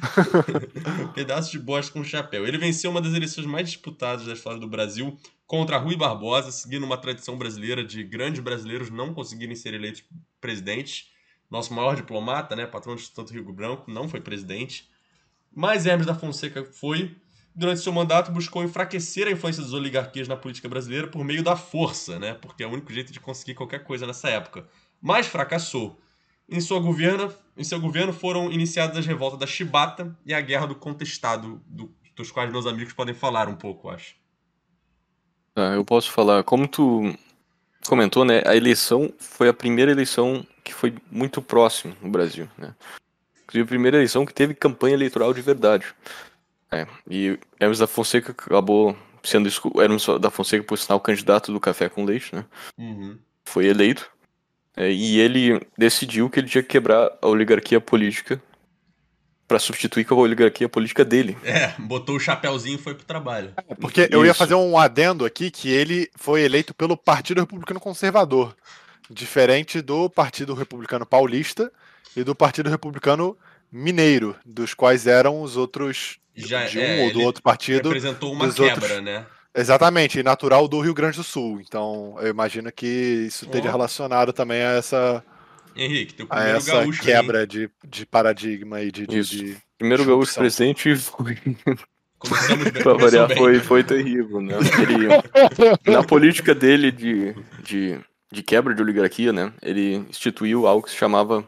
Um pedaço de bosta com chapéu. Ele venceu uma das eleições mais disputadas da história do Brasil contra Rui Barbosa, seguindo uma tradição brasileira de grandes brasileiros não conseguirem ser eleitos presidentes. Nosso maior diplomata, né, patrão do Santo Rio Branco, não foi presidente. Mas Hermes da Fonseca foi. Durante seu mandato, buscou enfraquecer a influência das oligarquias na política brasileira por meio da força, né? Porque é o único jeito de conseguir qualquer coisa nessa época. Mas fracassou. Em, sua governo, em seu governo foram iniciadas as revoltas da Chibata e a Guerra do Contestado, do, dos quais meus amigos podem falar um pouco, eu acho. Tá, eu posso falar, como tu comentou, né, a eleição foi a primeira eleição que foi muito próxima no Brasil, né? Inclusive a primeira eleição que teve campanha eleitoral de verdade. É, e Hermes da Fonseca acabou sendo esco- Hermes da Fonseca, por sinal, candidato do Café com Leite, né? Uhum. Foi eleito. É, e ele decidiu que ele tinha que quebrar a oligarquia política para substituir com a oligarquia política dele. É, botou o chapéuzinho e foi pro trabalho. Porque eu ia Isso. fazer um adendo aqui que ele foi eleito pelo Partido Republicano Conservador, diferente do Partido Republicano Paulista e do Partido Republicano Mineiro, dos quais eram os outros Já, de um é, ou do ele outro partido. representou uma dos quebra, outros. né? Exatamente, natural do Rio Grande do Sul. Então, eu imagino que isso esteja Ó. relacionado também a essa, Henrique, teu a primeiro essa gaúcho aí, hein? quebra de, de paradigma e de, de, Isso. de Primeiro gaúcho disrupção. presidente foi, Começamos bem, pra começou variar, bem. foi, foi terrível, né? Ele, na política dele de, de, de quebra de oligarquia, né? Ele instituiu algo que se chamava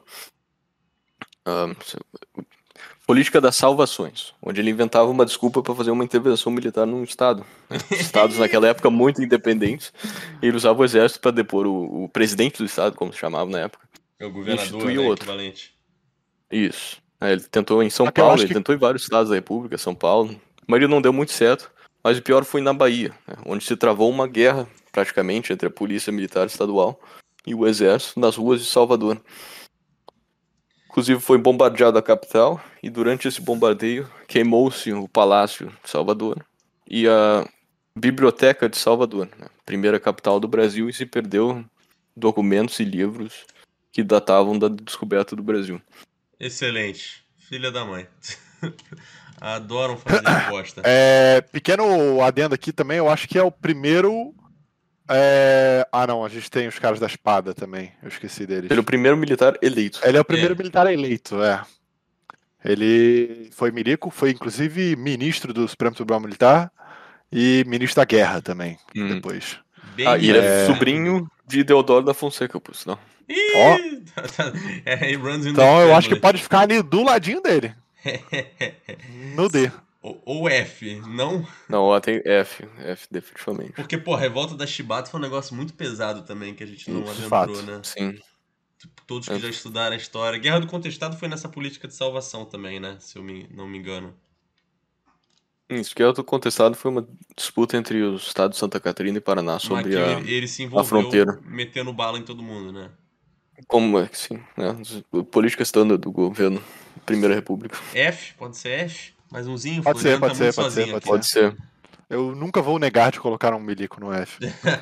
ah, política das salvações, onde ele inventava uma desculpa para fazer uma intervenção militar num estado. Né? Estados naquela época muito independentes, e ele usava o exército para depor o, o presidente do estado, como se chamava na época. É o E governador, instituiu né? outro. Equivalente. Isso. Aí ele tentou em São Só que eu Paulo, acho ele que- tentou em vários estados da República, São Paulo, mas ele não deu muito certo. Mas o pior foi na Bahia, né? Onde se travou uma guerra, praticamente, entre a Polícia Militar Estadual e o Exército nas ruas de Salvador. Inclusive foi bombardeada a capital e durante esse bombardeio queimou-se o Palácio de Salvador e a Biblioteca de Salvador, né? Primeira capital do Brasil, e se perdeu documentos e livros que datavam da descoberta do Brasil. Excelente. Filha da mãe. Adoram fazer aposta. É, pequeno adendo aqui também, eu acho que é o primeiro. É... Ah, não, a gente tem os caras da espada também. Eu esqueci deles. Ele é o primeiro militar eleito. Ele é o primeiro É. militar eleito, é. Ele foi milico, foi inclusive ministro do Supremo Tribunal Militar e ministro da Guerra também, Hum. depois. Bem Ah, e ele é, é... sobrinho de Deodoro da Fonseca, por sinal. Ó. Ih, tá- tá- é, he runs in Então the eu acho que family. pode ficar ali do ladinho dele. No D. Ou, ou F, não? Não, lá tem F. F, definitivamente. Porque, pô, a revolta da Shibata foi um negócio muito pesado também, que a gente não De adentrou, fato. né? Sim. Tipo, todos que É. já estudaram a história. Guerra do Contestado foi nessa política de salvação também, né? Se eu me, não me engano. Isso que é outro contestado foi uma disputa entre os estados de Santa Catarina e Paraná Mas sobre que a, ele, ele se a envolveu fronteira. metendo bala em todo mundo, né? Como é que sim, né? Política standard do governo Primeira República. F, pode ser F? Mais umzinho? Pode ser, Floriano pode tá ser, muito pode ser, sozinho pode aqui. Pode ser. Eu nunca vou negar de colocar um milico no F.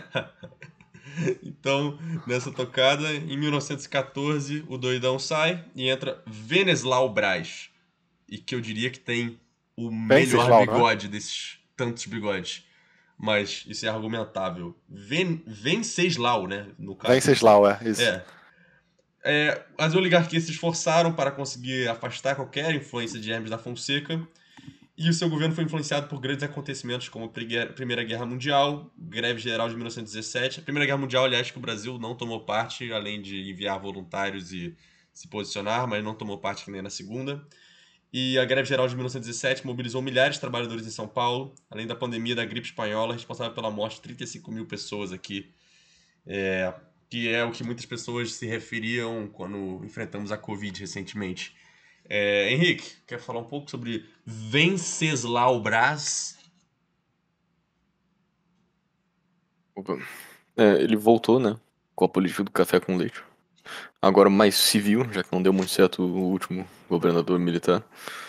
Então, nessa tocada, em mil novecentos e quatorze, o doidão sai e entra Venceslau Braz. E que eu diria que tem o melhor Venceslau, não é? bigode desses tantos bigodes. Mas isso é argumentável. Ven Venceslau, né? No caso. Venceslau, é. Isso. É. É, as oligarquias se esforçaram para conseguir afastar qualquer influência de Hermes da Fonseca. E o seu governo foi influenciado por grandes acontecimentos como a Primeira Guerra Mundial, Greve Geral de mil novecentos e dezessete. A Primeira Guerra Mundial, aliás, que o Brasil não tomou parte, além de enviar voluntários e se posicionar, mas não tomou parte que nem na Segunda. E a Greve Geral de mil novecentos e dezessete mobilizou milhares de trabalhadores em São Paulo, além da pandemia da gripe espanhola, responsável pela morte de trinta e cinco mil pessoas aqui. É, que é o que muitas pessoas se referiam quando enfrentamos a Covid recentemente. É, Henrique, quer falar um pouco sobre Venceslau Braz? Opa. É, ele voltou, né? Com a política do café com leite. Agora mais civil, já que não deu muito certo o último governador militar.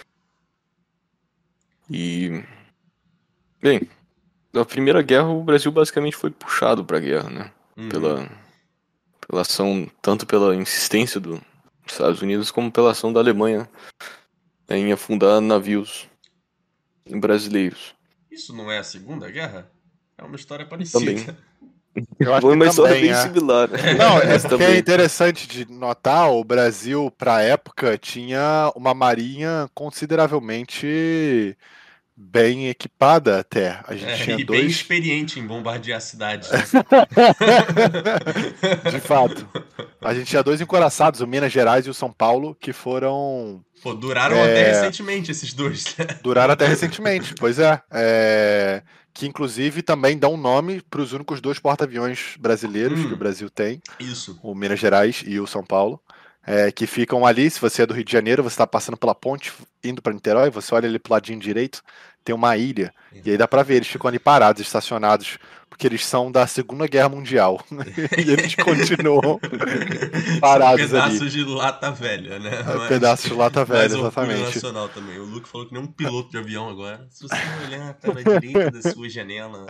E. Bem, na Primeira Guerra o Brasil basicamente foi puxado pra guerra, né? Uhum. Pela, pela ação, tanto pela insistência dos Estados Unidos como pela ação da Alemanha em afundar navios brasileiros. Isso não é a Segunda Guerra? É uma história parecida. Também. Eu acho Foi que uma história também, bem é. similar. Não, é Mas porque é também. interessante de notar, o Brasil, pra época, tinha uma marinha consideravelmente bem equipada até. A gente É, tinha e bem dois. experiente em bombardear cidades. Né? De fato. A gente tinha dois encoraçados, o Minas Gerais e o São Paulo, que foram. Pô, duraram É. até recentemente esses dois. Duraram até recentemente, pois é. É, que inclusive também dão nome para os únicos dois porta-aviões brasileiros Hum. que o Brasil tem, Isso. o Minas Gerais e o São Paulo, é, que ficam ali. Se você é do Rio de Janeiro, você está passando pela ponte, indo para Niterói, você olha ali pro ladinho direito, tem uma ilha, e aí dá para ver, eles ficam ali parados, estacionados, porque eles são da Segunda Guerra Mundial, e eles continuam parados São pedaços ali. de lata velha, né? É, pedaços de lata velha, mais orgulho exatamente. nacional também. O Luke falou que nem um piloto de avião agora. Se você olhar pela direita da sua janela...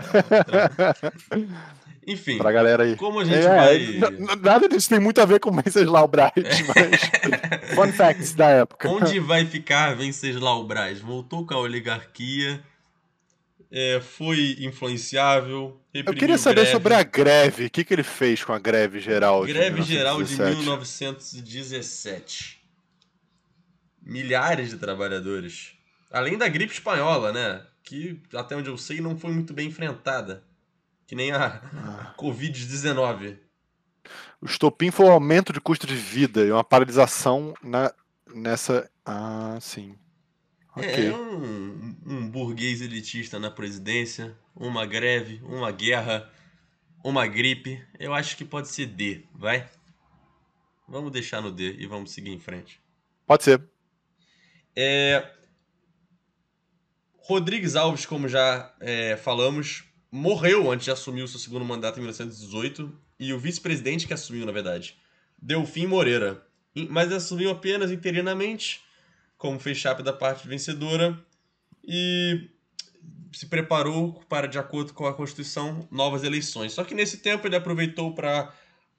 Enfim, Pra galera aí. como a gente É, vai... n- n- Nada disso tem muito a ver com o Venceslau Braz, mas. Fun facts da época. Onde vai ficar Venceslau Braz? Voltou com a oligarquia, é, foi influenciável, Eu reprimiu queria saber greve. sobre a greve. O que, que ele fez com a greve geral de Greve geral de mil mil novecentos e novecentos e dezessete. Milhares de trabalhadores. Além da gripe espanhola, né? Que, até onde eu sei, não foi muito bem enfrentada. Que nem a Ah. covid dezenove. O estopim foi um aumento de custo de vida e uma paralisação na, nessa. Ah, sim. Ok. É um, um burguês elitista na presidência, uma greve, uma guerra, uma gripe. Eu acho que pode ser D, vai? Vamos deixar no D e vamos seguir em frente. Pode ser. É... Rodrigues Alves, como já é, falamos, morreu antes de assumir o seu segundo mandato em mil novecentos e dezoito, e o vice-presidente que assumiu, na verdade, Delfim Moreira. Mas assumiu apenas interinamente, como fez chapa da parte vencedora, e se preparou para, de acordo com a Constituição, novas eleições. Só que nesse tempo ele aproveitou para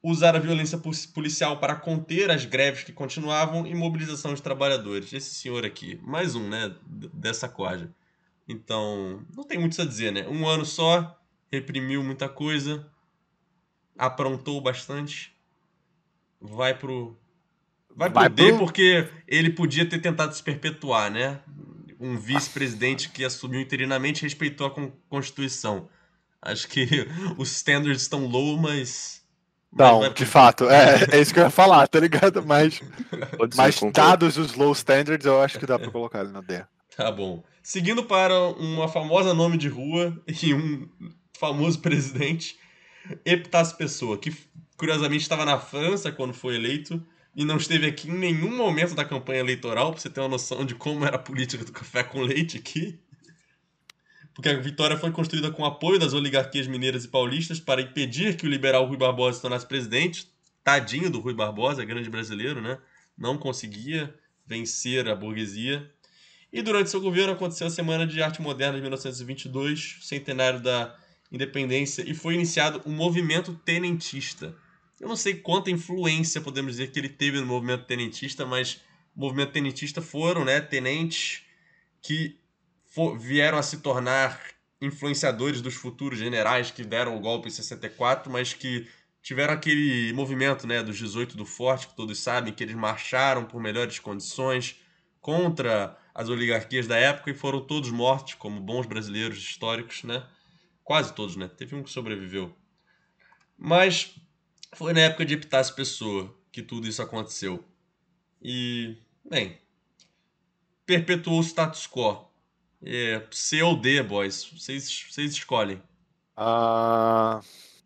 usar a violência policial para conter as greves que continuavam e mobilização de trabalhadores. Esse senhor aqui, mais um, né, dessa corja. Então, não tem muito a dizer, né? Um ano só, reprimiu muita coisa, aprontou bastante, vai pro... Vai pro Vai D pro- porque ele podia ter tentado se perpetuar, né? Um vice-presidente que assumiu interinamente e respeitou a con- Constituição. Acho que os standards estão low, mas... mas vai Não, pro de D. fato, é, é isso que eu ia falar, tá ligado? Mas, Pode ser, mas concordo. dados os low standards, eu acho que dá pra colocar ele no D. Tá bom. Seguindo para uma famosa nome de rua e um famoso presidente, Epitácio Pessoa, que curiosamente estava na França quando foi eleito e não esteve aqui em nenhum momento da campanha eleitoral, pra você ter uma noção de como era a política do café com leite aqui. Porque a vitória foi construída com o apoio das oligarquias mineiras e paulistas para impedir que o liberal Rui Barbosa se tornasse presidente. Tadinho do Rui Barbosa, grande brasileiro, né? Não conseguia vencer a burguesia. E durante seu governo aconteceu a Semana de Arte Moderna de mil novecentos e vinte e dois, centenário da independência, e foi iniciado o movimento tenentista. Eu não sei quanta influência podemos dizer que ele teve no movimento tenentista, mas o movimento tenentista foram, né, tenentes que for, vieram a se tornar influenciadores dos futuros generais que deram o golpe em sessenta e quatro, mas que tiveram aquele movimento, né, dos dezoito do Forte, que todos sabem, que eles marcharam por melhores condições contra as oligarquias da época e foram todos mortos como bons brasileiros históricos, né? Quase todos, né? Teve um que sobreviveu. Mas foi na época de Epitácio Pessoa que tudo isso aconteceu. E, bem, perpetuou o status quo. É, C ou D, boys. Vocês, vocês escolhem. Ah,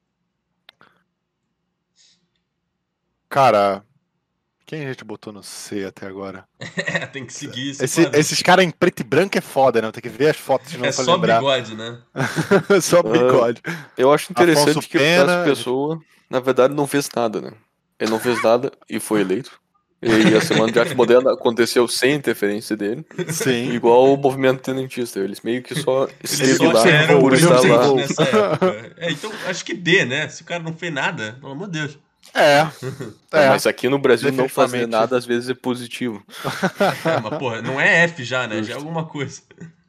cara, quem a gente botou no C até agora? É, tem que seguir esse, Esse- quadro. esses caras em preto e branco é foda, né? Tem que ver as fotos de novo É pra só lembrar. bigode, né? Só bigode. Eu acho interessante Afonso que o Pena, Epitácio Pessoa, na verdade, não fez nada, né? Ele não fez nada e foi eleito. E a Semana de Arte Moderna aconteceu sem interferência dele. sim. Igual o movimento tenentista. Eles meio que só Ele esteve só lá era por o estar presidente lá. nessa época. É, então acho que D, né? Se o cara não fez nada, pelo amor de Deus. É. É, é. mas aqui no Brasil não fazer definitivamente. nada às vezes é positivo. É, mas porra, não é F já, né? Já é alguma coisa.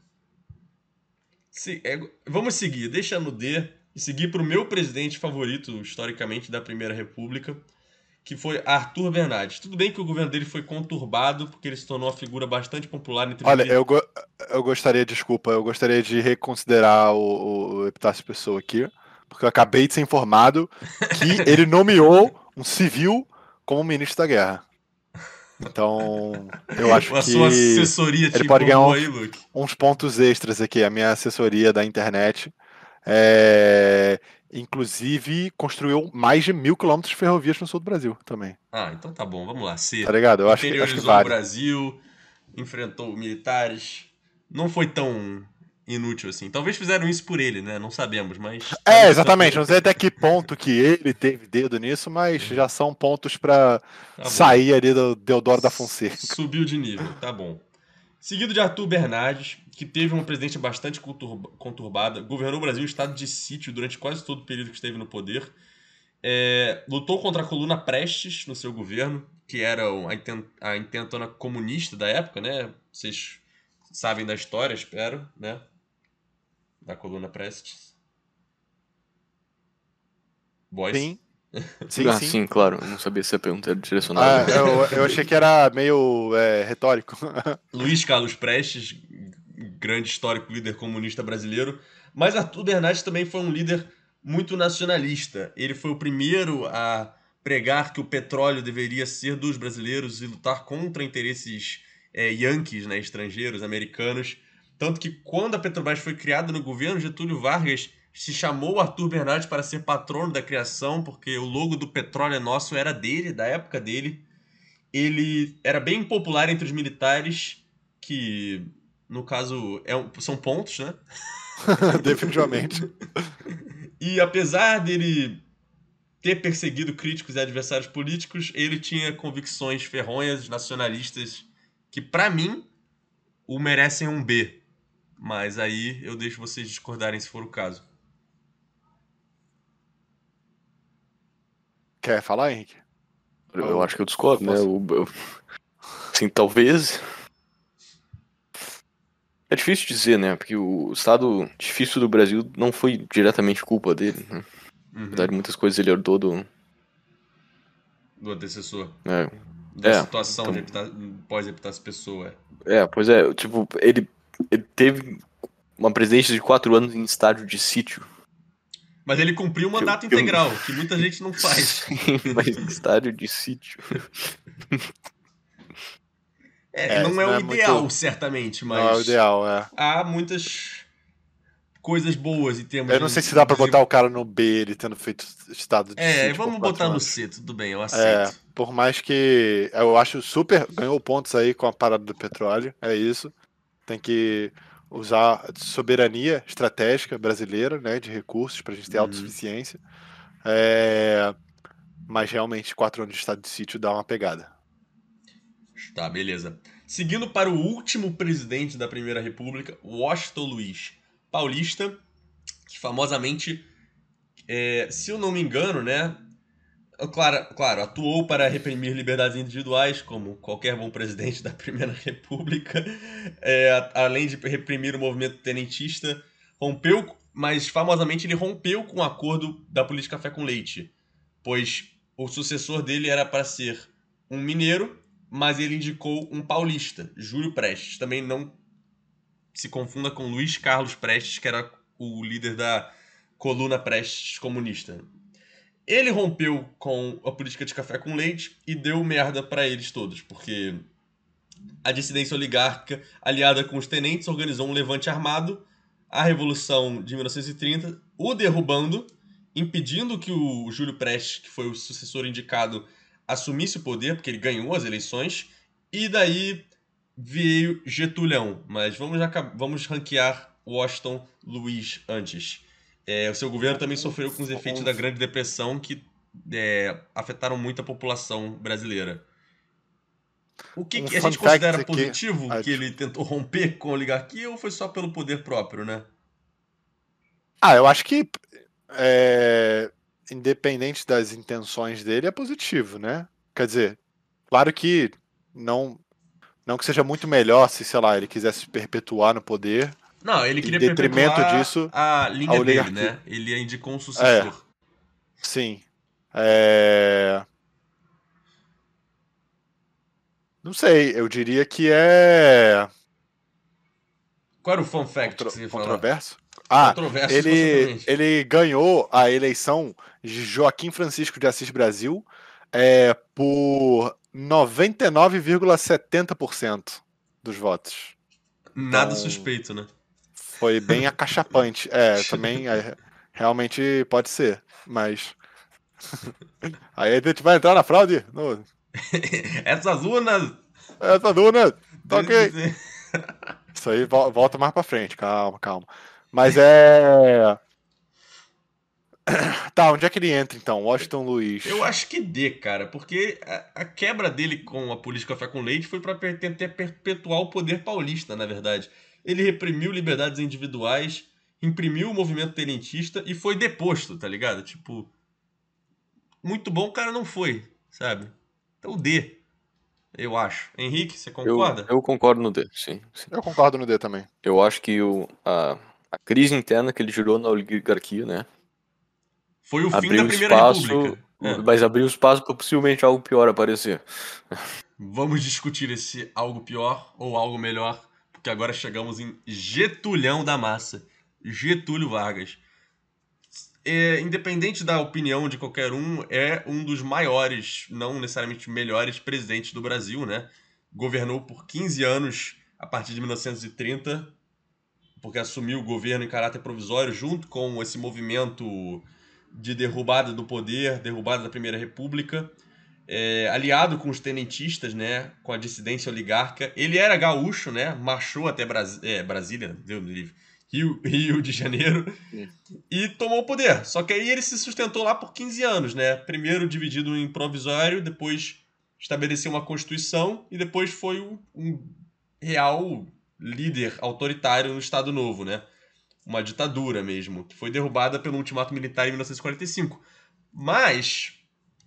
Se- é, vamos seguir, deixa no D e seguir pro meu presidente favorito, historicamente, da Primeira República, que foi Arthur Bernardes. Tudo bem que o governo dele foi conturbado, porque ele se tornou uma figura bastante popular entre os Olha, mili- eu, go- eu gostaria, desculpa, eu gostaria de reconsiderar o, o, o Epitácio Pessoa aqui, porque eu acabei de ser informado que ele nomeou um civil como ministro da guerra. Então, eu acho a que sua assessoria te ele pode ganhar informou uns, aí, Luke. uns pontos extras aqui, a minha assessoria da internet. É, inclusive, construiu mais de mil quilômetros de ferrovias no sul do Brasil também. Ah, então tá bom, vamos lá. C. Tá ligado? Eu acho que, acho que Interiorizou o vale. Brasil, enfrentou militares. Não foi tão inútil assim. Talvez fizeram isso por ele, né? Não sabemos, mas. É, exatamente. Não sei até que ponto que ele teve dedo nisso, mas já são pontos pra Tá bom. sair ali do Deodoro da Fonseca. Subiu de nível, tá bom. Seguido de Arthur Bernardes, que teve uma presidência bastante conturba- conturbada, governou o Brasil em estado de sítio durante quase todo o período que esteve no poder. É, lutou contra a coluna Prestes no seu governo, que era o- a, inten- a intentona comunista da época, né? Vocês sabem da história, espero, né? Da coluna Prestes. Boys. Sim. Sim, ah, sim. sim, claro. Eu não sabia se a pergunta era direcionada. Ah, eu, eu achei que era meio é, retórico. Luiz Carlos Prestes, grande histórico líder comunista brasileiro. Mas Arthur Bernardes também foi um líder muito nacionalista. Ele foi o primeiro a pregar que o petróleo deveria ser dos brasileiros e lutar contra interesses é, yankees, né, estrangeiros, americanos. Tanto que quando a Petrobras foi criada no governo Getúlio Vargas, se chamou Arthur Bernardes para ser patrono da criação, porque o logo do petróleo é nosso era dele, da época dele. Ele era bem popular entre os militares, que, no caso, é um- são pontos, né? Definitivamente. E apesar dele ter perseguido críticos e adversários políticos, ele tinha convicções ferronhas, nacionalistas, que, pra mim, o merecem um B. Mas aí eu deixo vocês discordarem se for o caso. Quer falar, Henrique? Eu, Oh, eu acho que eu discordo, né? posso... Eu, eu, assim, talvez... É difícil dizer, né? Porque o estado difícil do Brasil não foi diretamente culpa dele, né? Na verdade, Uhum. muitas coisas ele herdou do... Do antecessor. É, Da é situação então, de epitácio, pós-epitácio Pessoa. é, pois é, tipo, ele, ele teve uma presidência de quatro anos em estádio de sítio. Mas ele cumpriu o Que eu- mandato que eu- integral, que muita gente não faz. Sim, mas em estádio de sítio. É, É, não isso é não o é ideal, muito... certamente, Não é o mas ideal, é. há muitas coisas boas em termos Eu de... não sei se dá pra de- botar o cara no B, ele tendo feito estado de É, sítio por vamos quatro botar no anos. C, tudo bem, eu É, aceito. por mais que eu acho super. Ganhou pontos aí com a parada do petróleo, é isso. Tem que usar soberania estratégica brasileira, né, de recursos pra gente ter Uhum. autossuficiência. É, mas realmente, quatro anos de estado de sítio dá uma pegada. Tá, beleza. Seguindo para o último presidente da Primeira República, Washington Luiz Paulista, que famosamente, é, se eu não me engano, né, claro, claro, atuou para reprimir liberdades individuais, como qualquer bom presidente da Primeira República, é, a- além de reprimir o movimento tenentista, rompeu, mas famosamente ele rompeu com o acordo da política café com leite, pois o sucessor dele era para ser um mineiro, mas ele indicou um paulista, Júlio Prestes. Também não se confunda com Luiz Carlos Prestes, que era o líder da coluna Prestes comunista. Ele rompeu com a política de café com leite e deu merda pra eles todos, porque a dissidência oligárquica, aliada com os tenentes, organizou um levante armado, a Revolução de mil novecentos e trinta, o derrubando, impedindo que o Júlio Prestes, que foi o sucessor indicado, assumisse o poder, porque ele ganhou as eleições, e daí veio Getulhão. Mas vamos, vamos ranquear Washington Luiz antes. É, o seu governo também sofreu com os efeitos da Grande Depressão, que é, afetaram muito a população brasileira. O que, Um que a fun gente considera fact aqui. positivo Ah, que ele tentou romper com a oligarquia ou foi só pelo poder próprio, né? Ah, eu acho que é, independente das intenções dele, é positivo, né? Quer dizer, claro que não, não que seja muito melhor se, sei lá, ele quisesse se perpetuar no poder, Não, ele em queria detrimento perpetuar disso, a a linha dele, oligarquia. né? Ele indicou um É, sucessor. sim. É... Não sei, eu diria que é Qual era o fun fact contro- que você ia falar? controverso. Ah, Controverso ele, completamente. ele ganhou a eleição de Joaquim Francisco de Assis Brasil é, por noventa e nove vírgula setenta por cento dos votos. Nada Então, suspeito, né? foi bem acachapante. É, também é, realmente pode ser, mas aí a gente vai entrar na fraude. No, Essas urnas. essa duna, tá ok. Isso aí vol- volta mais pra frente, calma, calma. Mas é. Tá, onde é que ele entra então? Washington Luiz. Eu acho que dê, cara, porque a, a quebra dele com a política café com leite foi pra per- tentar perpetuar o poder paulista, na verdade. Ele reprimiu liberdades individuais, imprimiu o movimento tenentista e foi deposto, tá ligado? Tipo, muito bom o cara não foi, sabe? Então dê, eu acho. Henrique, você Eu, concorda? eu concordo no D, sim, sim. Eu concordo no D também. Eu acho que o, a, a crise interna que ele gerou na oligarquia, né? Foi o fim da Abriu Primeira espaço, República. É. mas abriu espaço para possivelmente algo pior aparecer. Vamos discutir esse algo pior ou algo melhor, porque agora chegamos em Getulhão da Massa. Getúlio Vargas. É, independente da opinião de qualquer um, é um dos maiores, não necessariamente melhores presidentes do Brasil, né? Governou por quinze anos a partir de mil novecentos e trinta, porque assumiu o governo em caráter provisório junto com esse movimento de derrubada do poder, derrubada da Primeira República, é, aliado com os tenentistas, né? Com a dissidência oligarca. Ele era gaúcho, né? Marchou até Bras... é, Brasília, Deus me livre. Rio, Rio de Janeiro, e tomou o poder. Só que aí ele se sustentou lá por quinze anos, né? Primeiro dividido em provisório, depois estabeleceu uma constituição e depois foi um, um real líder autoritário no Estado Novo, né? Uma ditadura mesmo, que foi derrubada pelo ultimato militar em mil novecentos e quarenta e cinco. Mas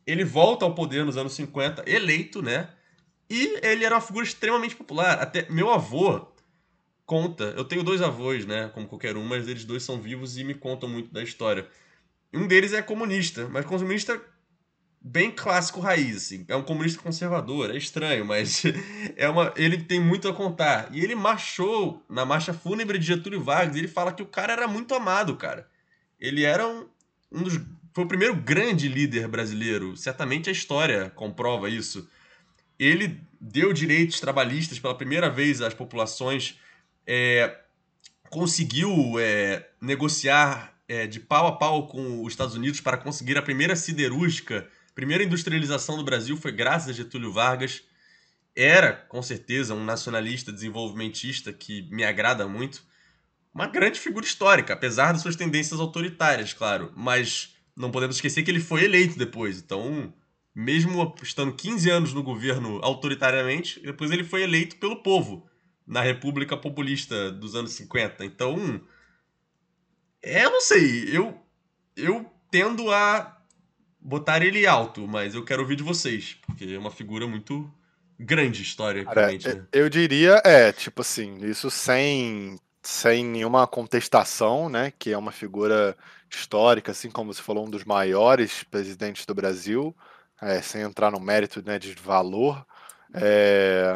ele volta ao poder nos anos cinquenta, eleito, né? E ele era uma figura extremamente popular. Até meu avô conta, eu tenho dois avós, né? Como qualquer um, mas eles dois são vivos e me contam muito da história. Um deles é comunista, mas comunista bem clássico raiz, assim. É um comunista conservador, é estranho, mas é uma, ele tem muito a contar. E ele marchou na marcha fúnebre de Getúlio Vargas, e ele fala que o cara era muito amado, cara. Ele era um, um dos... Foi o primeiro grande líder brasileiro. Certamente a história comprova isso. Ele deu direitos trabalhistas pela primeira vez às populações, é, conseguiu é, negociar é, de pau a pau com os Estados Unidos para conseguir a primeira siderúrgica. A primeira industrialização do Brasil foi graças a Getúlio Vargas. Era, com certeza, um nacionalista desenvolvimentista que me agrada muito. Uma grande figura histórica, apesar das suas tendências autoritárias, claro. Mas não podemos esquecer que ele foi eleito depois. Então, mesmo estando quinze anos no governo autoritariamente, depois ele foi eleito pelo povo na República Populista dos anos cinquenta. Então, é, eu não sei. Eu, eu tendo a botar ele alto, mas eu quero ouvir de vocês, porque é uma figura muito grande Cara, historicamente, e- né? eu diria, é, tipo assim, isso sem, sem nenhuma contestação, né? Que é uma figura histórica, assim como você falou, um dos maiores presidentes do Brasil, é, sem entrar no mérito, né, de valor. É,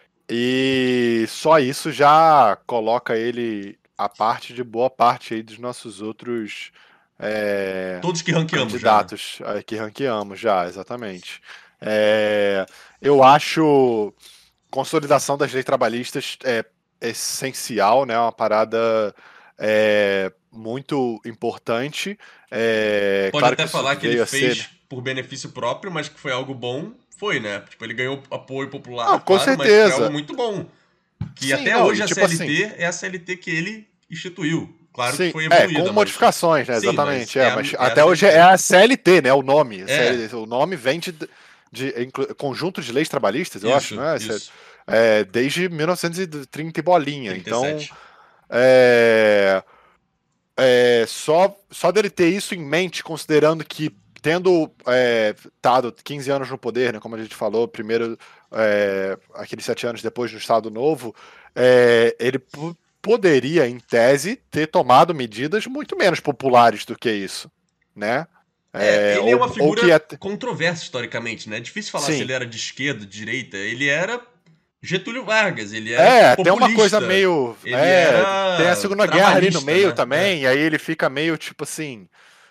e só isso já coloca ele à parte de boa parte aí dos nossos outros é, Todos que ranqueamos já, né? candidatos é, que ranqueamos já, exatamente. É, eu acho consolidação das leis trabalhistas é essencial, né? Uma parada é, muito importante. É, Pode claro que até isso falar que ele veio a ser. fez por benefício próprio, mas que foi algo bom, foi, né? Tipo, ele ganhou apoio Não, popular, com claro, mas foi algo certeza. muito bom. Que Sim, até não, e hoje a tipo assim, C L T é a C L T que ele instituiu. Claro que sim, foi é, com evoluída, mas... modificações, né? Sim, mas Exatamente. é É, a, mas é a até hoje é C L T. a C L T, né? O nome. A É, C L T, o nome vem de, de inclu- conjunto de leis trabalhistas, eu acho, isso, não é? isso. É, desde mil novecentos e trinta e bolinha. Então, trinta e sete. é, é, só, só dele ter isso em mente, considerando que, tendo é, estado quinze anos no poder, né, como a gente falou, primeiro, é, aqueles sete anos depois no Estado Novo, é, ele p- poderia, em tese, ter tomado medidas muito menos populares do que isso, né? É, É, ele é ou, uma ou que figura até. controversa historicamente, né? É difícil falar se Sim. ele era de esquerda, de direita. Ele era Getúlio Vargas, ele era É, tem uma coisa populista, meio. ele É, tem a era Segunda Guerra ali no trabalhista, meio né? É. também, e aí ele fica meio tipo assim.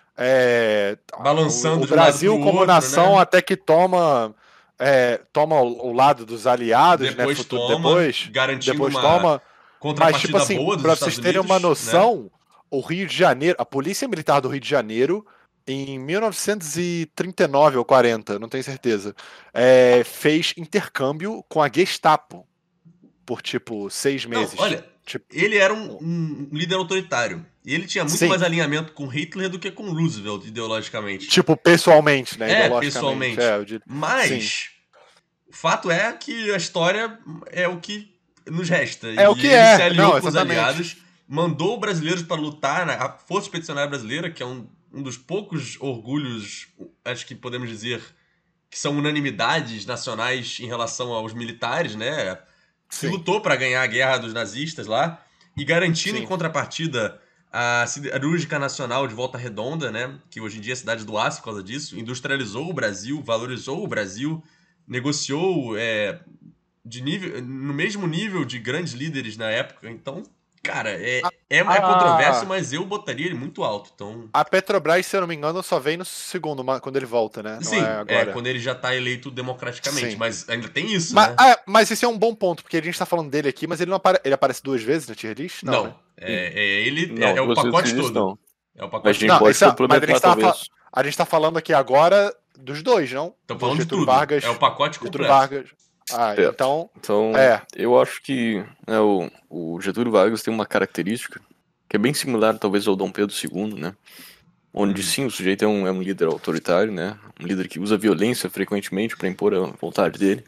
É, o, o Balançando de um lado para Brasil o como outro, nação né? até que toma é, toma o, o lado dos aliados, né? Depois Futuro toma, depois, garantindo depois uma toma. Mas tipo contrapartida assim, boa dos para vocês Estados terem uma Unidos, né? noção, o Rio de Janeiro, a Polícia Militar do Rio de Janeiro, em mil novecentos e trinta e nove ou quarenta, não tenho certeza, é, fez intercâmbio com a Gestapo por tipo seis Não, meses. olha, Tipo, ele era um, um líder autoritário. E ele tinha muito sim, mais alinhamento com Hitler do que com Roosevelt, ideologicamente. tipo pessoalmente, né? É, Ideologicamente, é, pessoalmente. eu diria- sim. Mas o fato é que a história é o que nos resta. É o E que ele se é, aliou não, com os exatamente. aliados, mandou brasileiros para lutar na a Força Expedicionária Brasileira, que é um, um dos poucos orgulhos, acho que podemos dizer, que são unanimidades nacionais em relação aos militares, né? Que Sim, lutou para ganhar a guerra dos nazistas lá e garantindo em sim. contrapartida a Siderúrgica Nacional de Volta Redonda, né? Que hoje em dia é a cidade do aço por causa disso, industrializou o Brasil, valorizou o Brasil, negociou é, de nível, no mesmo nível de grandes líderes na época. Então, cara, é, é, é controverso, A, mas eu botaria ele muito alto. Então, a Petrobras, se eu não me engano, só vem no segundo, ma- quando ele volta, né? Não é sim, é agora. quando ele já tá eleito democraticamente, Sim. mas ainda tem isso, Mas, né? ah, mas esse é um bom ponto, porque a gente tá falando dele aqui, mas ele não apare... ele aparece duas vezes na tier list? Não, né? Não, é, é ele, é, Não, é o duas vezes pacote isso todo. não. É o Mas a pacote gente Não, todo. pode esse é- mas a complementar, gente, tá, fa- talvez. a gente tá falando aqui agora dos dois, não? Tô Do falando de Getúlio tudo. Vargas. É o pacote Getúlio completo. Vargas. Ah, Certo. então. Então, É. eu acho que né, o, o Getúlio Vargas tem uma característica que é bem similar, talvez, ao Dom Pedro segundo, né? Onde, Hum. sim, o sujeito é um, é um líder autoritário, né? Um líder que usa violência frequentemente para impor a vontade dele.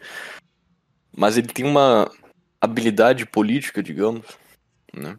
Mas ele tem uma habilidade política, digamos, né?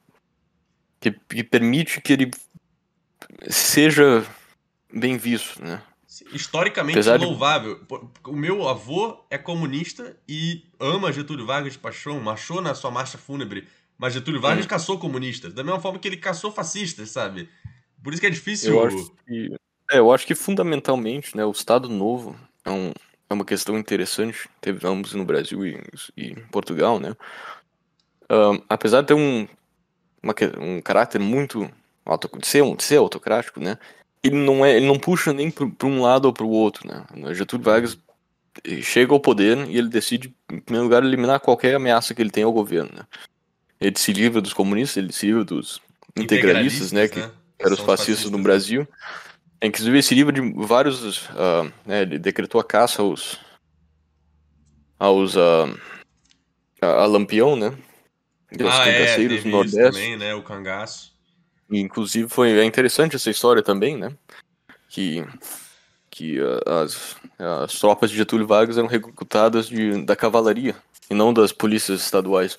Que, que permite que ele seja bem visto, né? Historicamente Apesar de- louvável. Pô, o meu avô é comunista e ama Getúlio Vargas de paixão, marchou na sua marcha fúnebre, mas Getúlio Vargas Hum. caçou comunistas, da mesma forma que ele caçou fascistas, sabe? Por isso que é difícil. Eu acho que, é, eu acho que fundamentalmente, né, o Estado Novo é, um, é uma questão interessante. Teve ambos no Brasil e, e em Portugal, né? Ahn, apesar de ter um, uma que- um caráter muito auto, de ser, um- de ser autocrático, né? Ele não é, ele não puxa nem para um lado ou para o outro, né? Getúlio Vargas eh, chega ao poder e ele decide, em primeiro lugar, eliminar qualquer ameaça que ele tem ao governo, né? Ele se livra dos comunistas, ele se livra dos integralistas, né? Que né? eram os São fascistas no né? Brasil. Inclusive, ele se livra de vários. ah, né, ele decretou a caça aos. aos. ah, a, a Lampião, né? E aos Ah, é, cangaceiros no teve isso Nordeste. também, né? O cangaço. E, inclusive, foi é interessante essa história também, né? Que, que ah, as, as tropas de Getúlio Vargas eram recrutadas de, da cavalaria e não das polícias estaduais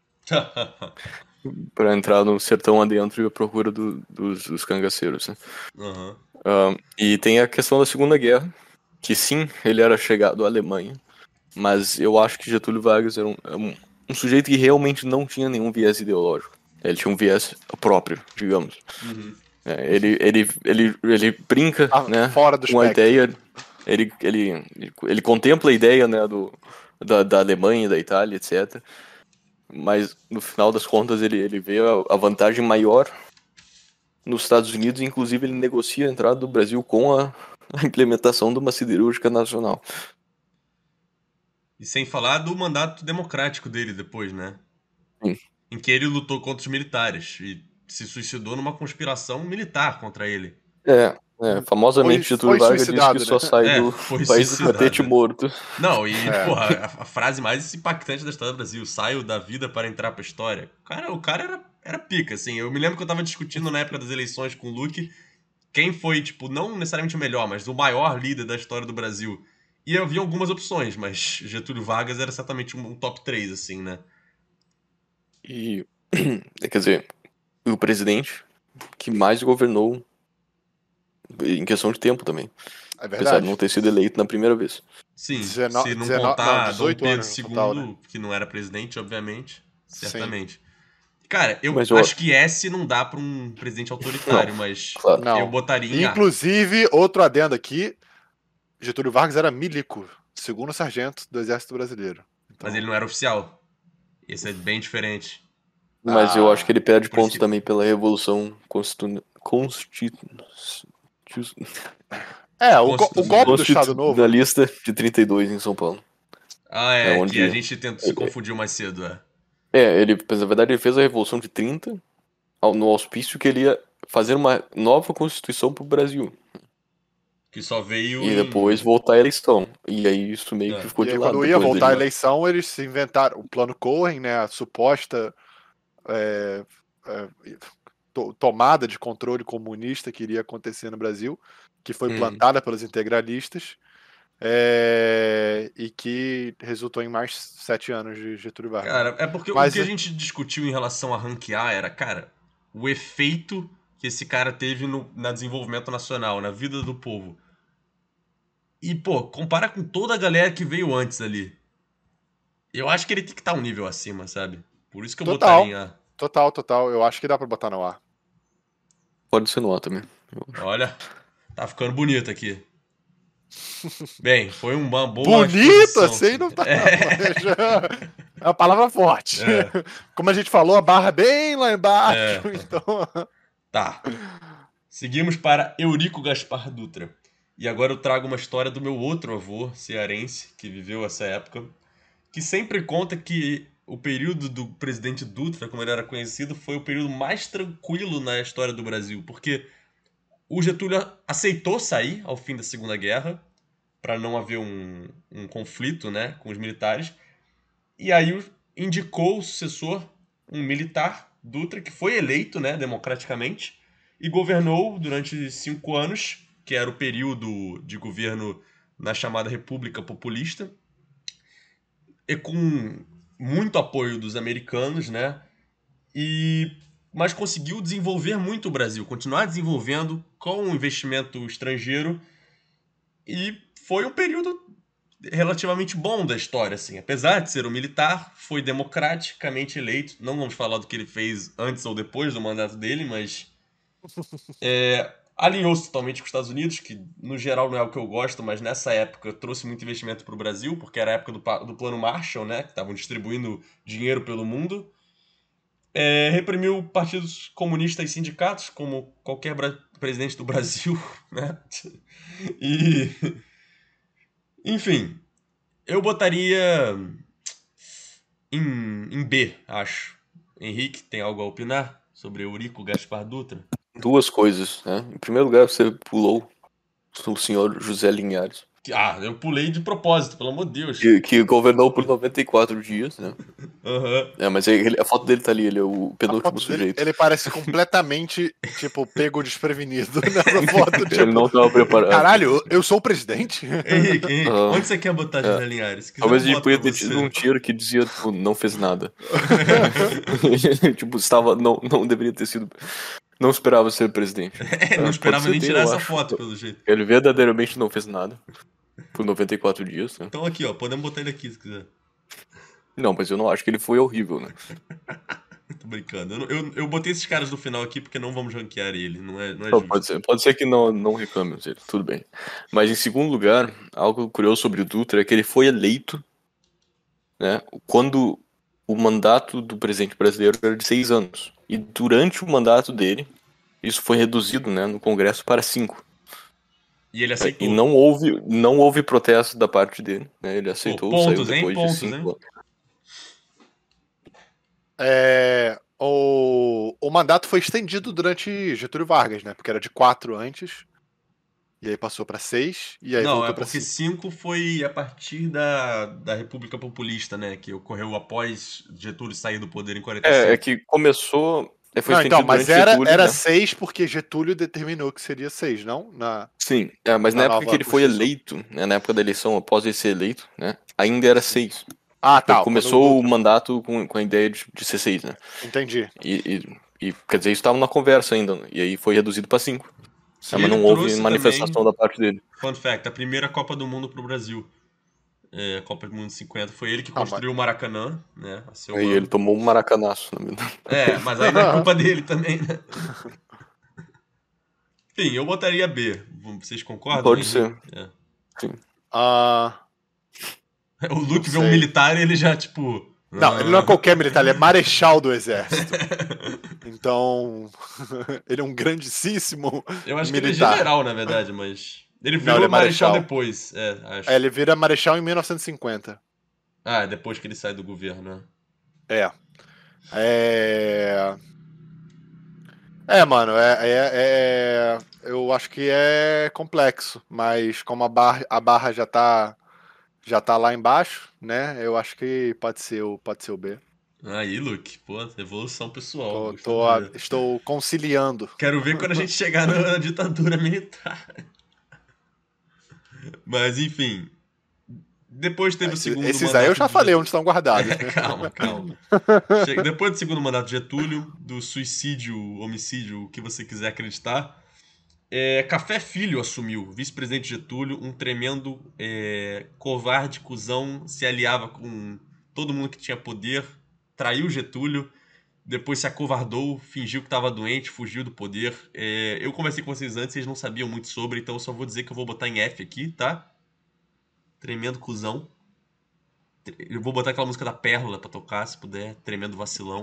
para entrar no sertão adentro e à procura do, dos, dos cangaceiros, né? Uhum. Ah, e tem a questão da Segunda Guerra, que sim, ele era chegado à Alemanha, mas eu acho que Getúlio Vargas era um, um, um sujeito que realmente não tinha nenhum viés ideológico. Ele tinha um viés próprio, digamos. Uhum. É, ele, ele, ele, ele brinca, Ah, né, fora do com a espectro. ideia, ele, ele, ele contempla a ideia, né, do, da, da Alemanha, da Itália, etcétera. Mas no final das contas ele, ele vê a, a vantagem maior nos Estados Unidos, e inclusive ele negocia a entrada do Brasil com a, a implementação de uma siderúrgica nacional. E sem falar do mandato democrático dele depois, né? Sim. Em que ele lutou contra os militares e se suicidou numa conspiração militar contra ele. É, é famosamente Foi- Getúlio foi Vargas disse que suicidado, só né? sai É, do foi país do suicidado. catete morto. Não, e, É. porra, a, a frase mais impactante da história do Brasil, saio da vida para entrar pra história. Cara, o cara era, era pica, assim. Eu me lembro que eu tava discutindo na época das eleições com o Luke quem foi, tipo, não necessariamente o melhor, mas o maior líder da história do Brasil. E eu vi algumas opções, mas Getúlio Vargas era certamente um, um top três, assim, né? E, quer dizer, o presidente que mais governou em questão de tempo também. É Apesar verdade. de não ter sido eleito na primeira vez. Sim, Dezeno- se não dezeno- contar não, Dom dezoito Pedro anos no segundo, total, né? que não era presidente, obviamente, Sim. certamente. Cara, eu Mas eu- acho que S não dá pra um presidente autoritário, Não, mas claro. Não. eu botaria em A. Inclusive, outro adendo aqui, Getúlio Vargas era milico, segundo sargento do Exército Brasileiro. Então, Mas ele não era oficial. Esse é bem diferente. Mas eu Ah, acho que ele perde por isso pontos que- também pela Revolução Constitu... Constitu... É, o, go- Constitu- o golpe do Estado Novo. Constitucionalista de trinta e dois em São Paulo. Ah, é, É onde- que a gente tentou, se confundiu mais cedo, é. É, ele, na verdade, ele fez a Revolução de trinta ao- no auspício que ele ia fazer uma nova Constituição pro Brasil. Que só veio E em- depois voltar à eleição. E aí isso meio É. que ficou E de aí, lado. quando ia depois voltar à dele. eleição, eles se inventaram o plano Cohen, né, a suposta é, é, to- tomada de controle comunista que iria acontecer no Brasil, que foi Hum. plantada pelos integralistas, é, e que resultou em mais sete anos de Getúlio Vargas. Cara, é porque Mas o que a é- gente discutiu em relação a ranquear era, cara, o efeito que esse cara teve no na desenvolvimento nacional, na vida do povo. E, pô, compara com toda a galera que veio antes ali. Eu acho que ele tem que estar um nível acima, sabe? Por isso que eu Total. botaria em A. Total, total. Eu acho que dá pra botar no ar. Pode ser no A também. Olha, tá ficando bonito aqui. Bem, foi uma boa Bonito exposição, assim não tá. É. Mas, é uma palavra forte. É. Como a gente falou, a barra bem lá embaixo. É. Então. Tá. Seguimos para Eurico Gaspar Dutra. E agora eu trago uma história do meu outro avô, cearense, que viveu essa época, que sempre conta que o período do presidente Dutra, como ele era conhecido, foi o período mais tranquilo na história do Brasil, porque o Getúlio aceitou sair ao fim da Segunda Guerra, para não haver um, um conflito, né, com os militares, e aí indicou o sucessor, um militar, Dutra, que foi eleito, né, democraticamente, e governou durante cinco anos, que era o período de governo na chamada República Populista, e com muito apoio dos americanos, né? E mas conseguiu desenvolver muito o Brasil, continuar desenvolvendo com o investimento estrangeiro E foi um período relativamente bom da história, assim. Apesar de ser um militar, foi democraticamente eleito. Não vamos falar do que ele fez antes ou depois do mandato dele, mas... É, alinhou-se totalmente com os Estados Unidos, que no geral não é o que eu gosto, mas nessa época trouxe muito investimento para o Brasil, porque era a época do, do Plano Marshall, né? Que estavam distribuindo dinheiro pelo mundo. É, reprimiu partidos comunistas e sindicatos, como qualquer presidente do Brasil, né? E... Enfim, eu botaria em, em B, acho. Henrique, tem algo a opinar sobre Eurico Gaspar Dutra? Duas coisas, né? Em primeiro lugar, você pulou o senhor José Linhares. Ah, eu pulei de propósito, pelo amor de Deus. Que, que governou por noventa e quatro dias, né? Uhum. É, mas ele, a foto dele tá ali, ele é o penúltimo sujeito. Dele, ele parece completamente, tipo, pego desprevenido nessa foto. Tipo, ele não tava preparado. Caralho, eu sou o presidente? Henrique, Henrique, Ah, onde você quer botar José é. Linhares? Talvez ele podia ter tido um tiro que dizia, tipo, não fez nada. Tipo, estava, não, não deveria ter sido... Não esperava ser presidente. É, não esperava Pode nem ser tirar bem, eu essa acho. foto, pelo jeito. Ele verdadeiramente não fez nada. Por noventa e quatro dias, né? Então aqui, ó, podemos botar ele aqui se quiser. Não, mas eu não acho que ele foi horrível, né? Tô brincando. Eu, eu, eu botei esses caras no final aqui porque não vamos ranquear ele. Não é, não é Não, justo. pode ser, pode ser que não, não reclamemos ele, tudo bem. Mas em segundo lugar, algo curioso sobre o Dutra é que ele foi eleito, né, quando o mandato do presidente brasileiro era de seis anos. E durante o mandato dele, isso foi reduzido, né, no Congresso para cinco. E ele aceitou. E não houve, não houve protesto da parte dele, né? Ele aceitou, Pô, pontos, saiu hein? depois Pontos, de cinco hein? anos. É, o, o mandato foi estendido durante Getúlio Vargas, né? Porque era de quatro antes. E aí passou pra seis. E aí Não, voltou é pra porque cinco. cinco foi a partir da, da República Populista, né? Que ocorreu após Getúlio sair do poder em quarenta e cinco. É, é que começou... é, Foi Não, estendido então, mas durante era, Getúlio, era né? seis porque Getúlio determinou que seria seis, não? Na... Sim, é, mas Na na época nova que ele foi Constituição. eleito, né, na época da eleição, após ele ser eleito, né, ainda era seis. Ah, tá. Ele começou quando o Dutra- mandato com, com a ideia de, de ser seis, né? Entendi. E, e, e, quer dizer, isso estava na conversa ainda, né? E aí foi reduzido para cinco. E É, mas ele não houve trouxe manifestação também, da parte dele. fun fact, a primeira Copa do Mundo pro Brasil. É, a Copa do Mundo de cinquenta. Foi ele que Ah, construiu o Maracanã, né? A seu Aí mano. ele tomou um maracanaço. Né? É, mas aí não é culpa dele também, né? Enfim, eu botaria B. Vocês concordam? Pode Henrique? ser. É. Sim. Ah, O Luke vê Não um sei. militar e ele já, tipo... não, ele não é qualquer militar, ele é marechal do exército. Então, ele é um grandíssimo Eu acho que ele é militar. general, na verdade, mas... Ele Não, virou ele é marechal. marechal. depois, é, acho. É, ele vira marechal em mil novecentos e cinquenta. Ah, depois que ele sai do governo, né? É. É. É, mano, é, é- é- eu acho que é complexo, mas como a barra, a barra já tá, já tá lá embaixo, né? Eu acho que pode ser o, pode ser o B. Aí, Luke, pô, evolução pessoal. Tô, gostei tô a- de ver. estou conciliando. Quero ver quando a gente chegar na, na ditadura militar. Mas, enfim. Depois teve o Esse- segundo Esses mandato aí eu já de falei Getúlio. onde estão guardados. É, calma, calma. Chega- Depois do segundo mandato de Getúlio, do suicídio, homicídio, o que você quiser acreditar, é, Café Filho assumiu, vice-presidente Getúlio, um tremendo é, covarde, cuzão, se aliava com todo mundo que tinha poder, traiu Getúlio, depois se acovardou, fingiu que estava doente, fugiu do poder. É, eu conversei com vocês antes, vocês não sabiam muito sobre, então eu só vou dizer que eu vou botar em F aqui, tá? Tremendo cuzão. Eu vou botar aquela música da Pérola pra tocar, se puder. Tremendo vacilão.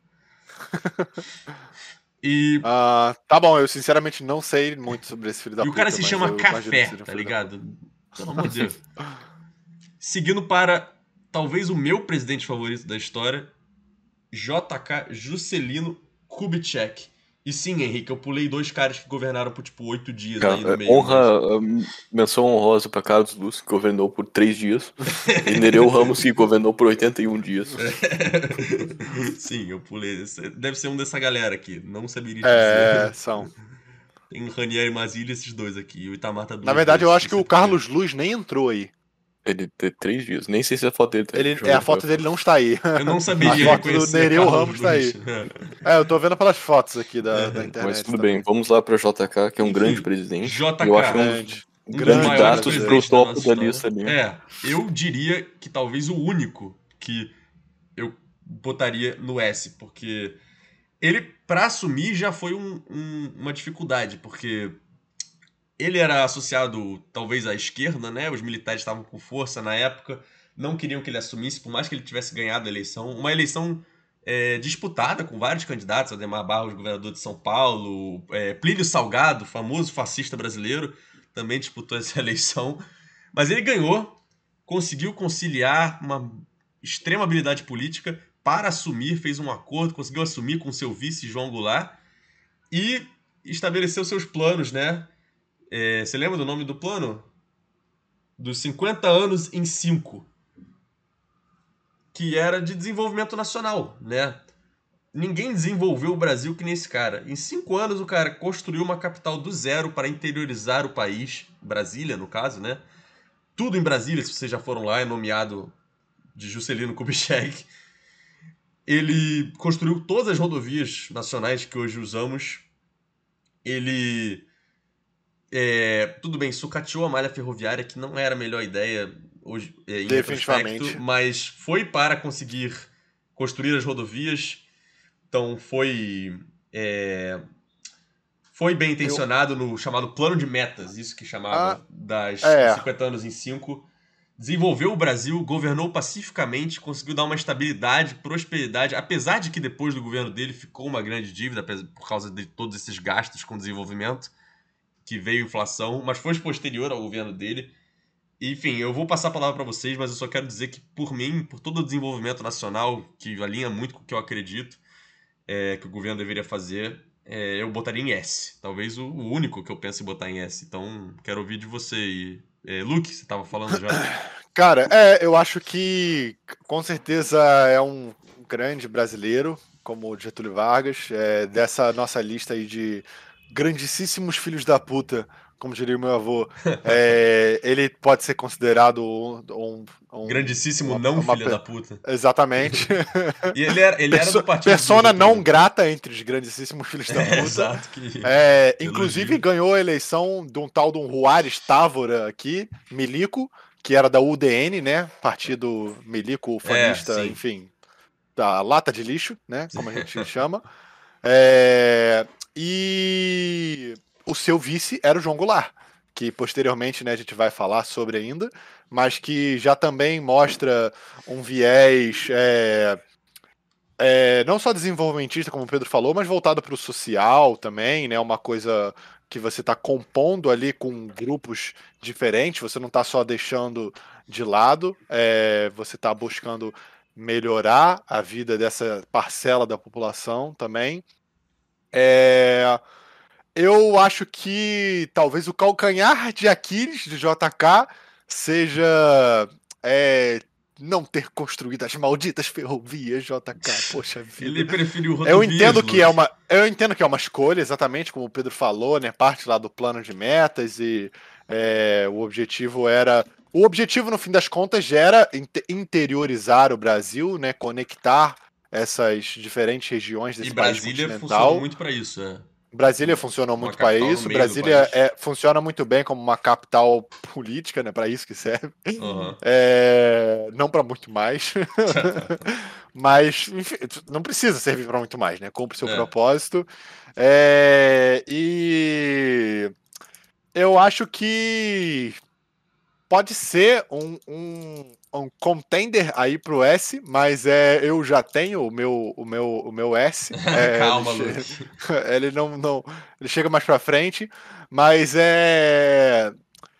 E, Ah, tá bom, eu sinceramente não sei muito sobre esse filho da e puta. o cara se mas chama eu imagino que Café, seja um tá filho da ligado? Pelo amor de Deus. Seguindo para talvez o meu presidente favorito da história, J K Juscelino Kubitschek. E sim, Henrique, eu pulei dois caras que governaram por tipo oito dias aí no meio. Honra, um, menção honrosa para Carlos Luz, que governou por três dias. E Nereu Ramos, que governou por oitenta e um dias. Sim, eu pulei. Esse- Deve ser um dessa galera aqui. Não saberia É, dizer. são. Tem Ranieri e Mazzilli, esses dois aqui. E o Itamar tá Na duas verdade, eu vezes, acho que não o sei por quê. Carlos Luz nem entrou aí. Ele teve três dias. Nem sei se a foto dele tá aí. Ele, Deixa eu é, a ver. foto dele não está aí. Eu não saberia A foto do reconhecer Nereu Carlos Ramos tá aí. Luz. É, eu tô vendo pelas fotos aqui da, da internet. Mas tudo também. bem, vamos lá para J K, que é um Enfim, grande presidente. J K. Eu acho que é um, Grande. um Grande dos maiores dados presentes pro da topo nossa da história. lista ali. É, eu diria que talvez o único que eu botaria no S, porque ele, pra assumir, já foi um, um, uma dificuldade, porque ele era associado, talvez, à esquerda, né? Os militares estavam com força na época, não queriam que ele assumisse, por mais que ele tivesse ganhado a eleição. Uma eleição é, disputada com vários candidatos, Ademar Barros, governador de São Paulo, é, Plínio Salgado, famoso fascista brasileiro, também disputou essa eleição. Mas ele ganhou, conseguiu conciliar uma extrema habilidade política para assumir, fez um acordo, conseguiu assumir com seu vice, João Goulart, e estabeleceu seus planos, né? É, você lembra do nome do plano? Dos cinquenta anos em cinco. Que era de desenvolvimento nacional, né? Ninguém desenvolveu o Brasil que nem esse cara. Em cinco anos o cara construiu uma capital do zero para interiorizar o país. Brasília, no caso, né? Tudo em Brasília, se vocês já foram lá, é nomeado de Juscelino Kubitschek. Ele construiu todas as rodovias nacionais que hoje usamos. Ele... É, tudo bem, sucateou a malha ferroviária, que não era a melhor ideia hoje, é, em retrospecto, mas foi para conseguir construir as rodovias. Então foi é, foi bem intencionado Eu... no chamado plano de metas, isso que chamava ah, das é. cinquenta anos em cinco. Desenvolveu o Brasil, governou pacificamente, conseguiu dar uma estabilidade, prosperidade, apesar de que depois do governo dele ficou uma grande dívida por causa de todos esses gastos com desenvolvimento, que veio inflação, mas foi posterior ao governo dele. Enfim, eu vou passar a palavra para vocês, mas eu só quero dizer que, por mim, por todo o desenvolvimento nacional, que alinha muito com o que eu acredito é, que o governo deveria fazer, é, eu botaria em S. Talvez o, o único que eu penso em botar em S. Então, quero ouvir de você. E, é, Luke, você estava falando já? Cara, é, eu acho que, com certeza, é um grande brasileiro, como o Getúlio Vargas, é, dessa nossa lista aí de grandíssimos filhos da puta, como diria o meu avô, é, ele pode ser considerado um... um grandíssimo uma, não uma, filha uma, da puta. Exatamente. E ele era, ele Perso, era do partido persona do não grata entre os grandíssimos filhos da puta. É, exato. Que é, inclusive ganhou a eleição de um tal de um Juarez Távora aqui, Milico, que era da U D N, né? Partido Milico, ufanista, é, enfim, da lata de lixo, né? Como a gente chama. É... E o seu vice era o João Goulart, que posteriormente, né, a gente vai falar sobre ainda, mas que já também mostra um viés é, é, não só desenvolvimentista, como o Pedro falou, mas voltado para o social também, né, uma coisa que você está compondo ali com grupos diferentes, você não está só deixando de lado, é, você está buscando melhorar a vida dessa parcela da população também. É, eu acho que talvez o calcanhar de Aquiles de J K seja é, não ter construído as malditas ferrovias, J K. Poxa vida. Ele preferiu rodovias. Eu entendo que é uma, eu entendo que é uma escolha, exatamente como o Pedro falou, né? Parte lá do plano de metas e é, o objetivo era, o objetivo no fim das contas era interiorizar o Brasil, né? Conectar essas diferentes regiões desse e país Brasília continental. funcionou muito para isso, é. Brasília funcionou muito para isso. Brasília é, funciona muito bem como uma capital política, né? Para isso que serve. Uhum. É, não para muito mais. Mas, enfim, não precisa servir para muito mais, né? Cumpre seu é. propósito. É, e eu acho que pode ser um, um, um contender aí pro S, mas é, eu já tenho o meu, o meu, o meu S. É, Calma, ele, Luke. ele não, não, ele chega mais pra frente, mas é,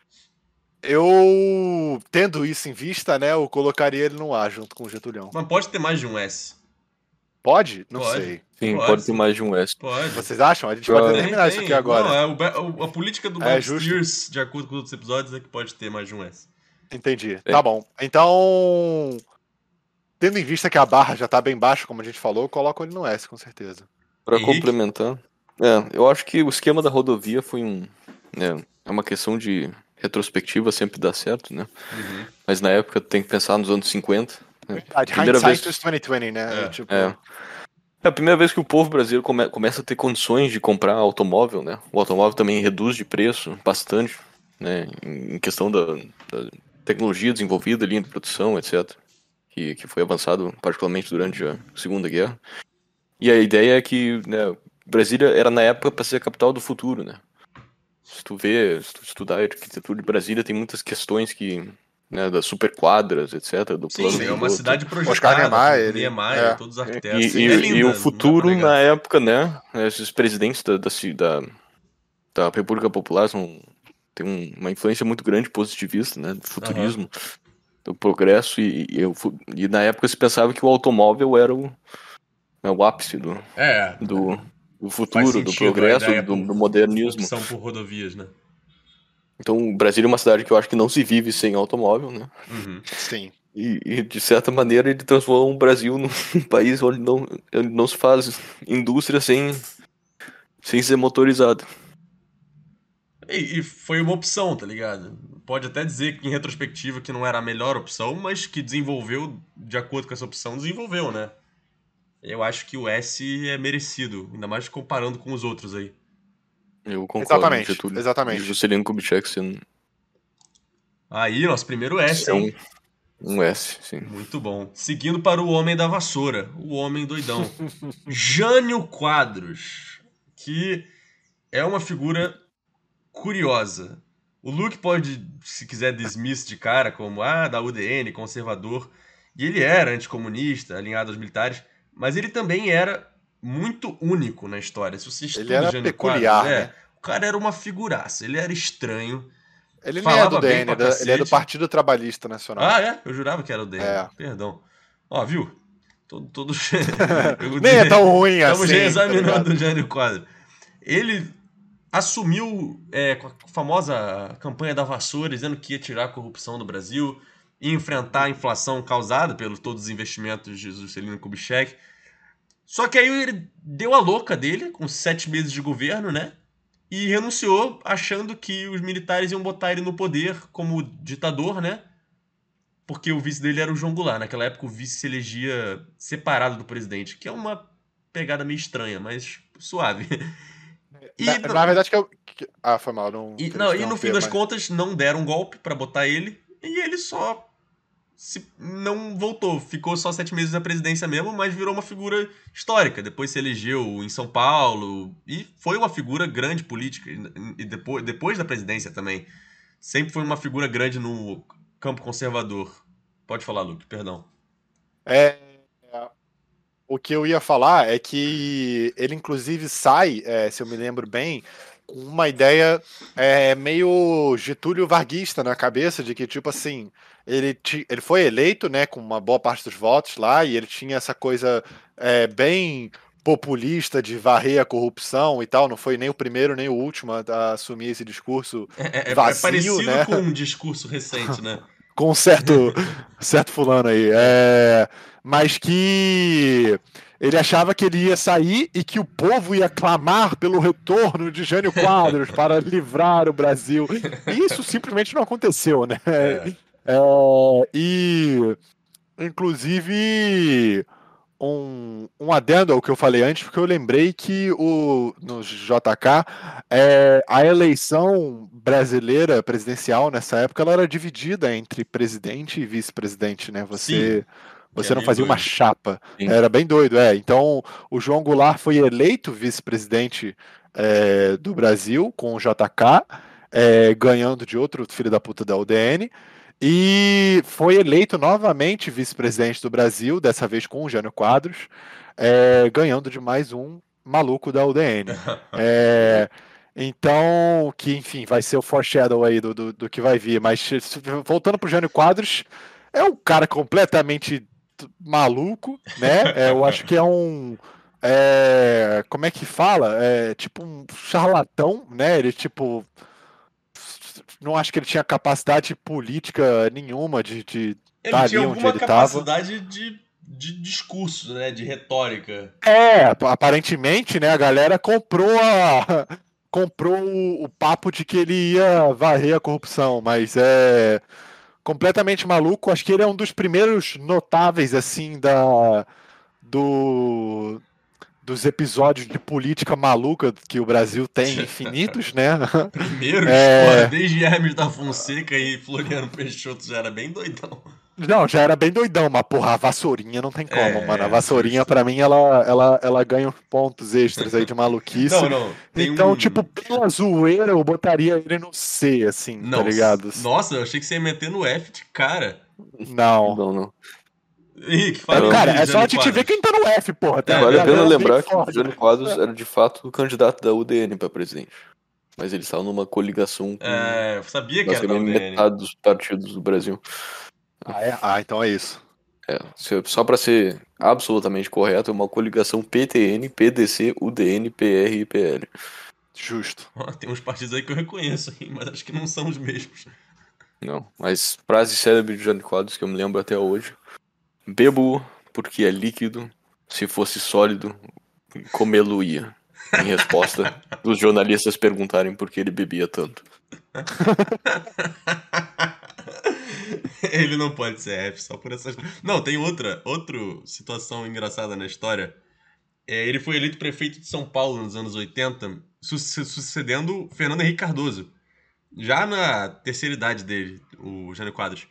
eu tendo isso em vista, né, eu colocaria ele no A junto com o Getulhão. Mas pode ter mais de um S. Pode? Não pode. sei. Sim, pode, pode sim. ter mais de um S. Pode. Vocês acham? A gente pode tem, terminar tem. isso aqui agora. Não, é o, a, a política do Bob é Steers, de acordo com os outros episódios, é que pode ter mais de um S. Entendi. É. Tá bom. Então, tendo em vista que a barra já tá bem baixa, como a gente falou, eu coloco ele no S, com certeza. Para complementar, é, eu acho que o esquema da rodovia foi um... É, é uma questão de retrospectiva, sempre dá certo, né? Uhum. Mas na época tem que pensar nos anos cinquenta. Né? A primeira vez que... vinte vinte, né? É. Tipo... É. É a primeira vez que o povo brasileiro come, começa a ter condições de comprar automóvel, né? O automóvel também reduz de preço bastante. né, em questão da, da tecnologia desenvolvida, linha de produção, etcétera, que, que foi avançado particularmente durante a Segunda Guerra. E a ideia é que, né, Brasília era na época para ser a capital do futuro, né? Se tu vê, se tu estudar a arquitetura de Brasília, tem muitas questões que, né, das superquadras, etcétera, do plano Sim, é uma piloto. cidade Oscar projetada Niemeyer, por ele- Niemeyer, é. todos os E, arquitetos. Sim, e- é e linda, o não dá futuro, pra negar. na época, né, esses presidentes da, da, ci- da, da República Popular são, tem um- uma influência muito grande positivista, né, do futurismo, do progresso, e, e, eu fu- e na época se pensava que o automóvel era o, né, o ápice do, É, do, do faz futuro, do sentido a progresso, ideia do, por do modernismo. opção por rodovias, né? Então, Brasília é uma cidade que eu acho que não se vive sem automóvel, né? Uhum. Sim. E, e, de certa maneira, ele transforma o Brasil num país onde não, onde não se faz indústria sem, sem ser motorizado. E, e foi uma opção, tá ligado? Pode até dizer que em retrospectiva que não era a melhor opção, mas que desenvolveu, de acordo com essa opção, desenvolveu, né? Eu acho que o S é merecido, ainda mais comparando com os outros aí. Eu concordo, Exatamente, Getúlio. exatamente. E Juscelino Kubitschek sendo Aí, nosso primeiro S, é hein? um, um S, sim. Muito bom. Seguindo para o Homem da Vassoura, o Homem Doidão. Jânio Quadros, que é uma figura curiosa. O Luke pode, se quiser, dismiss de cara como, ah, da U D N, conservador. E ele era anticomunista, alinhado aos militares, mas ele também era muito único na história. Se você Ele estuda era Jânio Quadros, peculiar, é, né? o cara era uma figuraça, ele era estranho, Ele nem é do falava bem D N, pra ele é- ele é do cacete. Partido Trabalhista Nacional. Ah, é? Eu jurava que era o D N. É. Perdão. Ó, viu? Todo, todo... Nem é tão ruim Estamos assim, reexaminando tá o Jânio Quadros. Ele assumiu é, com a famosa campanha da vassoura, dizendo que ia tirar a corrupção do Brasil e enfrentar a inflação causada pelos todos os investimentos de Juscelino Kubitschek. Só que aí ele deu a louca dele, com sete meses de governo, né? E renunciou, achando que os militares iam botar ele no poder como ditador, né? Porque o vice dele era o João Goulart. Naquela época o vice se elegia separado do presidente, que é uma pegada meio estranha, mas suave. E, Na, na verdade que eu... que- Ah, foi mal, não e, queria não, te e no fim interromper, das mas- contas não deram um golpe pra botar ele, e ele só se, não voltou. Ficou só sete meses na presidência mesmo, mas virou uma figura histórica. Depois se elegeu em São Paulo, e foi uma figura grande política. E depois, depois da presidência também. Sempre foi uma figura grande no campo conservador. Pode falar, Luke, perdão. É, o que eu ia falar é que ele inclusive sai, é, se eu me lembro bem, com uma ideia é, meio Getúlio varguista na cabeça, de que tipo assim, ele, ti- ele foi eleito, né, com uma boa parte dos votos lá, e ele tinha essa coisa é, bem populista de varrer a corrupção e tal, não foi nem o primeiro nem o último a, a assumir esse discurso É, é- é vazio, parecido né? com um discurso recente, né? Com um certo, certo fulano aí. É, mas que ele achava que ele ia sair e que o povo ia clamar pelo retorno de Jânio Quadros para livrar o Brasil. E isso simplesmente não aconteceu, né? É. É, e, inclusive, um, um adendo ao que eu falei antes, porque eu lembrei que o, no J K, é, a eleição brasileira presidencial nessa época ela era dividida entre presidente e vice-presidente, né? Você, Sim, você é não meio fazia uma doido. chapa. Sim. Era bem doido, é. Então, o João Goulart foi eleito vice-presidente é, do Brasil com o J K, é, ganhando de outro filho da puta da U D N. E foi eleito novamente vice-presidente do Brasil, dessa vez com o Jânio Quadros, é, ganhando de mais um maluco da U D N. É, então, que enfim, vai ser o foreshadow aí do, do, do que vai vir. Mas voltando pro Jânio Quadros, é um cara completamente maluco, né? É, eu acho que é um. É, como é que fala? É tipo um charlatão, né? Ele tipo. Não acho que ele tinha capacidade política nenhuma de estar Ele tá tinha ali onde alguma ele estava. capacidade de, de discurso, né? De retórica. É, aparentemente, né? A galera comprou a comprou o, o papo de que ele ia varrer a corrupção, mas é completamente maluco. Acho que ele é um dos primeiros notáveis assim da do dos episódios de política maluca que o Brasil tem infinitos, né? Primeiro, É. história, desde Hermes da Fonseca e Floriano Peixoto já era bem doidão. Não, já era bem doidão, mas porra, a vassourinha não tem como, É, mano. A vassourinha, justo. pra mim, ela, ela, ela ganha uns pontos extras aí de maluquice. Não, não. Tem Então, um... tipo, pela zoeira, eu botaria ele no C, assim, Não, tá ligado? Nossa, eu achei que você ia meter no F de cara. Não. Não, não. Henrique, fala Cara, de é só a Jânio gente ver Quadros. quem tá no F, porra. Tem É, uma Vale a pena galera bem lembrar que o forte. Jânio Quadros era de fato o candidato da U D N pra presidente. Mas ele estava numa coligação com É, eu sabia que era da U basicamente D N. metade dos partidos do Brasil. Ah, é? Ah, então é isso. É, se- só pra ser absolutamente correto, é uma coligação P T N, P D C, U D N, P R e P L. Justo. Ó, tem uns partidos aí que eu reconheço, hein, mas acho que não são os mesmos. Não, mas frase célebre de Jânio Quadros que eu me lembro até hoje. Bebo porque é líquido, se fosse sólido, comê-lo-ia. Em resposta, os jornalistas perguntarem por que ele bebia tanto. Ele não pode ser F só por essas. Não, tem outra, outra situação engraçada na história. É, ele foi eleito prefeito de São Paulo nos anos oitenta, su- sucedendo Fernando Henrique Cardoso. Já na terceira idade dele, o Jânio Quadros.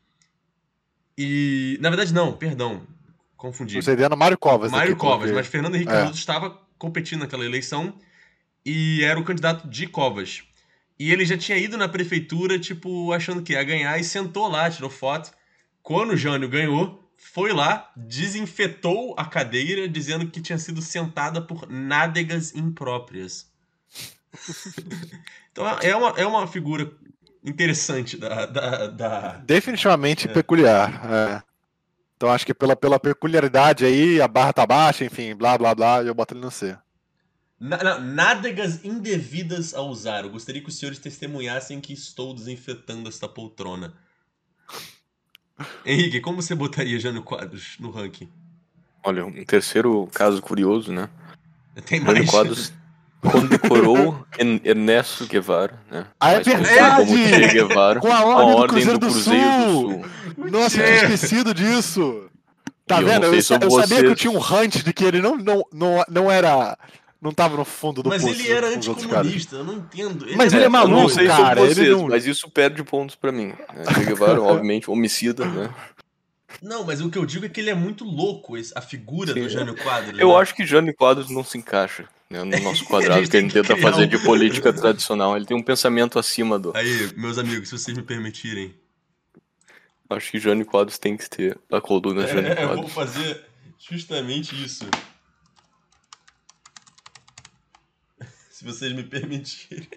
E. Na verdade, não, perdão. Confundi. Sucedendo Mário Covas. Mário aqui, Covas, porque- mas Fernando Henrique É. Cardoso estava competindo naquela eleição e era o candidato de Covas. E ele já tinha ido na prefeitura, tipo, achando que ia ganhar e sentou lá, tirou foto. Quando o Jânio ganhou, foi lá, desinfetou a cadeira, dizendo que tinha sido sentada por nádegas impróprias. Então é uma, é uma figura interessante da... da, da... Definitivamente É. peculiar. é. Então acho que pela, pela peculiaridade aí, a barra tá baixa, enfim, blá blá blá, eu boto ele no C. Na- na- nádegas indevidas a usar. Eu gostaria que os senhores testemunhassem que estou desinfetando esta poltrona. Henrique, como você botaria Jânio Quadros no ranking? Olha, um terceiro caso curioso, né? Tem mais? Jânio Quadros condecorou En- Ernesto Guevara, né? Ah, é mais conhecido verdade! como Che Guevara, Com a com a ordem, do ordem Cruzeiro do do, Cruzeiro do Sul! Sul. Nossa, eu tinha esquecido disso! Tá E eu não vendo? Eu, sei sa- sobre eu sabia que eu vocês. tinha um hunch de que ele não, não, não, não era. Não tava no fundo do Mas poço ele era com os outros caras. anticomunista, eu não entendo. Mas ele é eu maluco, não sei cara, sobre ele vocês, não- mas isso perde pontos pra mim. né? Che Guevara, obviamente, homicida, né? Não, mas o que eu digo é que ele é muito louco, esse- a figura Sim, do Jânio Quadros. Eu né? acho que Jânio Quadros não se encaixa né, no nosso A quadrado gente que a tem gente que tenta criar fazer um- de política tradicional. Ele tem um pensamento acima do... Aí, meus amigos, se vocês me permitirem. Acho que Jânio Quadros tem que ter a coluna Jânio É, eu vou Quadros. fazer justamente isso. Se vocês me permitirem.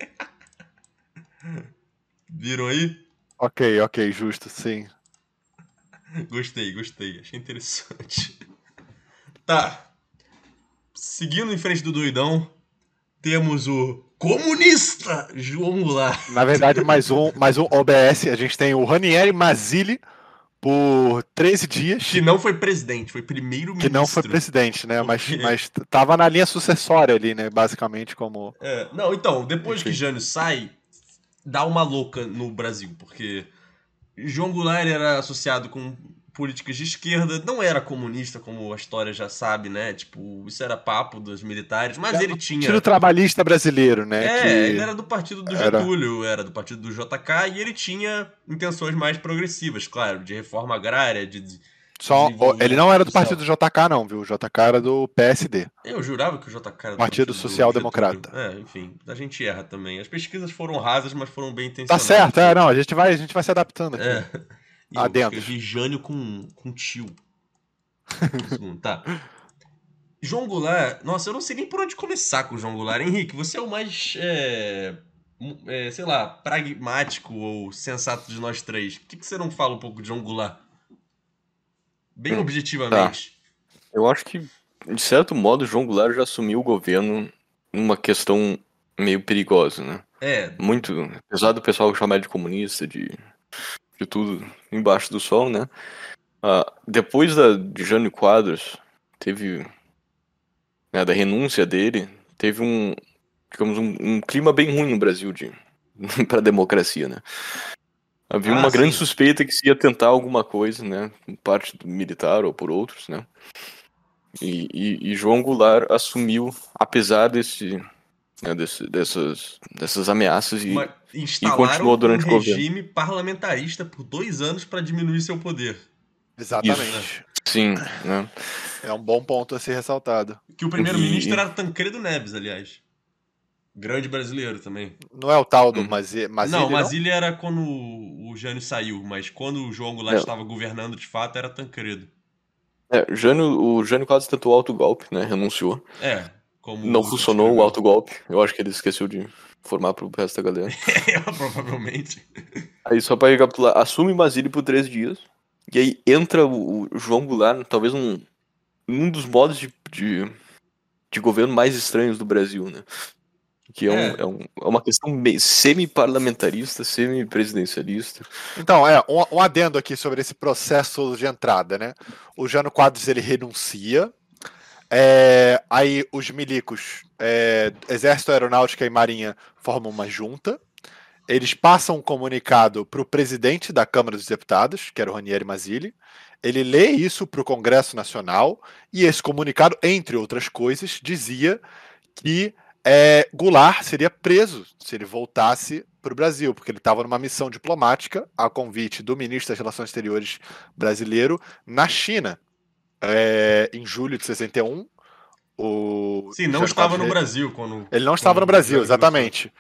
Viram aí? Ok, ok, justo, sim. Gostei, gostei. Achei interessante. Tá. Seguindo em frente do doidão, temos o comunista João Goulart. Na verdade, mais um, mais um O B S. A gente tem o Ranieri Mazzilli por treze dias. Que não foi presidente, foi primeiro-ministro. Que não foi presidente, né? Mas, Porque- mas tava na linha sucessória ali, né? Basicamente, como. É, não, então, depois que Enfim. Jânio sai, dá uma louca no Brasil, porque João Goulart era associado com políticas de esquerda, não era comunista, como a história já sabe, né? Tipo, isso era papo dos militares, mas ele tinha... Tiro trabalhista brasileiro, né? É, que... ele era do partido do era- Getúlio, era do partido do J K, e ele tinha intenções mais progressivas, claro, de reforma agrária, de... de- Só, desenvolvimento ele não era do social. partido do J K, não, viu? O J K era do P S D. Eu jurava que o J K era do Partido do Social Democrata. Getúlio. É, enfim, a gente erra também. As pesquisas foram rasas, mas foram bem Tá intencionadas. certo, é, não, a gente vai, a gente vai se adaptando aqui. É. E eu Adendos. escrevi Jânio com, com tio. Um segundo, tá. João Goulart, nossa, eu não sei nem por onde começar com o João Goulart. Henrique, você é o mais, é, mu- é, sei lá, pragmático ou sensato de nós três. Por que, que você não fala um pouco de João Goulart? Bem Hum, objetivamente. Eu acho que, de certo modo, João Goulart já assumiu o governo numa questão meio perigosa, né? É, Muito, apesar do pessoal chamar de comunista, de, de tudo embaixo do sol, né? Ah, depois da, de Jânio Quadros, teve, né, da renúncia dele, teve um, digamos, um, um clima bem ruim no Brasil de para democracia, né? Havia Ah, uma grande sim. suspeita que se ia tentar alguma coisa, né? Por parte do militar ou por outros, né? E, e, e João Goulart assumiu, apesar desse, né, desse, dessas, dessas ameaças, e, Mas e instalaram continuou um durante o governo. regime parlamentarista por dois anos para diminuir seu poder. Exatamente. Sim, né? É um bom ponto a ser ressaltado. Que o primeiro-ministro E- era Tancredo Neves, aliás. Grande brasileiro também. Não é o tal do Hum. Mazi- não, Mazili, não? Mazili era quando o Jânio saiu, mas quando o João Goulart É. estava governando de fato era Tancredo. É, Jânio, o Jânio quase tentou autogolpe, né? Renunciou. É, como Não o Luca funcionou o descreveu. autogolpe. Eu acho que ele esqueceu de informar pro resto da galera. É, provavelmente. Aí, só pra recapitular, assume Basílio por três dias. E aí entra o, o João Goulart, talvez um, um dos modos de, de, de governo mais estranhos do Brasil, né? Que é, um, É. é, um, é uma questão meio semi-parlamentarista, semi-presidencialista. Então, é, um, um adendo aqui sobre esse processo de entrada, né? O Jânio Quadros, ele renuncia. É, aí os milicos, é, Exército, Aeronáutica e Marinha, formam uma junta. Eles passam um comunicado para o presidente da Câmara dos Deputados, que era o Ranieri Mazzilli. Ele lê isso para o Congresso Nacional e esse comunicado, entre outras coisas, dizia que é, Goulart seria preso se ele voltasse para o Brasil, porque ele estava numa missão diplomática a convite do ministro das Relações Exteriores brasileiro na China. É, em julho de sessenta e um, o Sim, não Jânio estava Quadros no re- Brasil quando. Ele não estava quando no Brasil, o Jânio exatamente.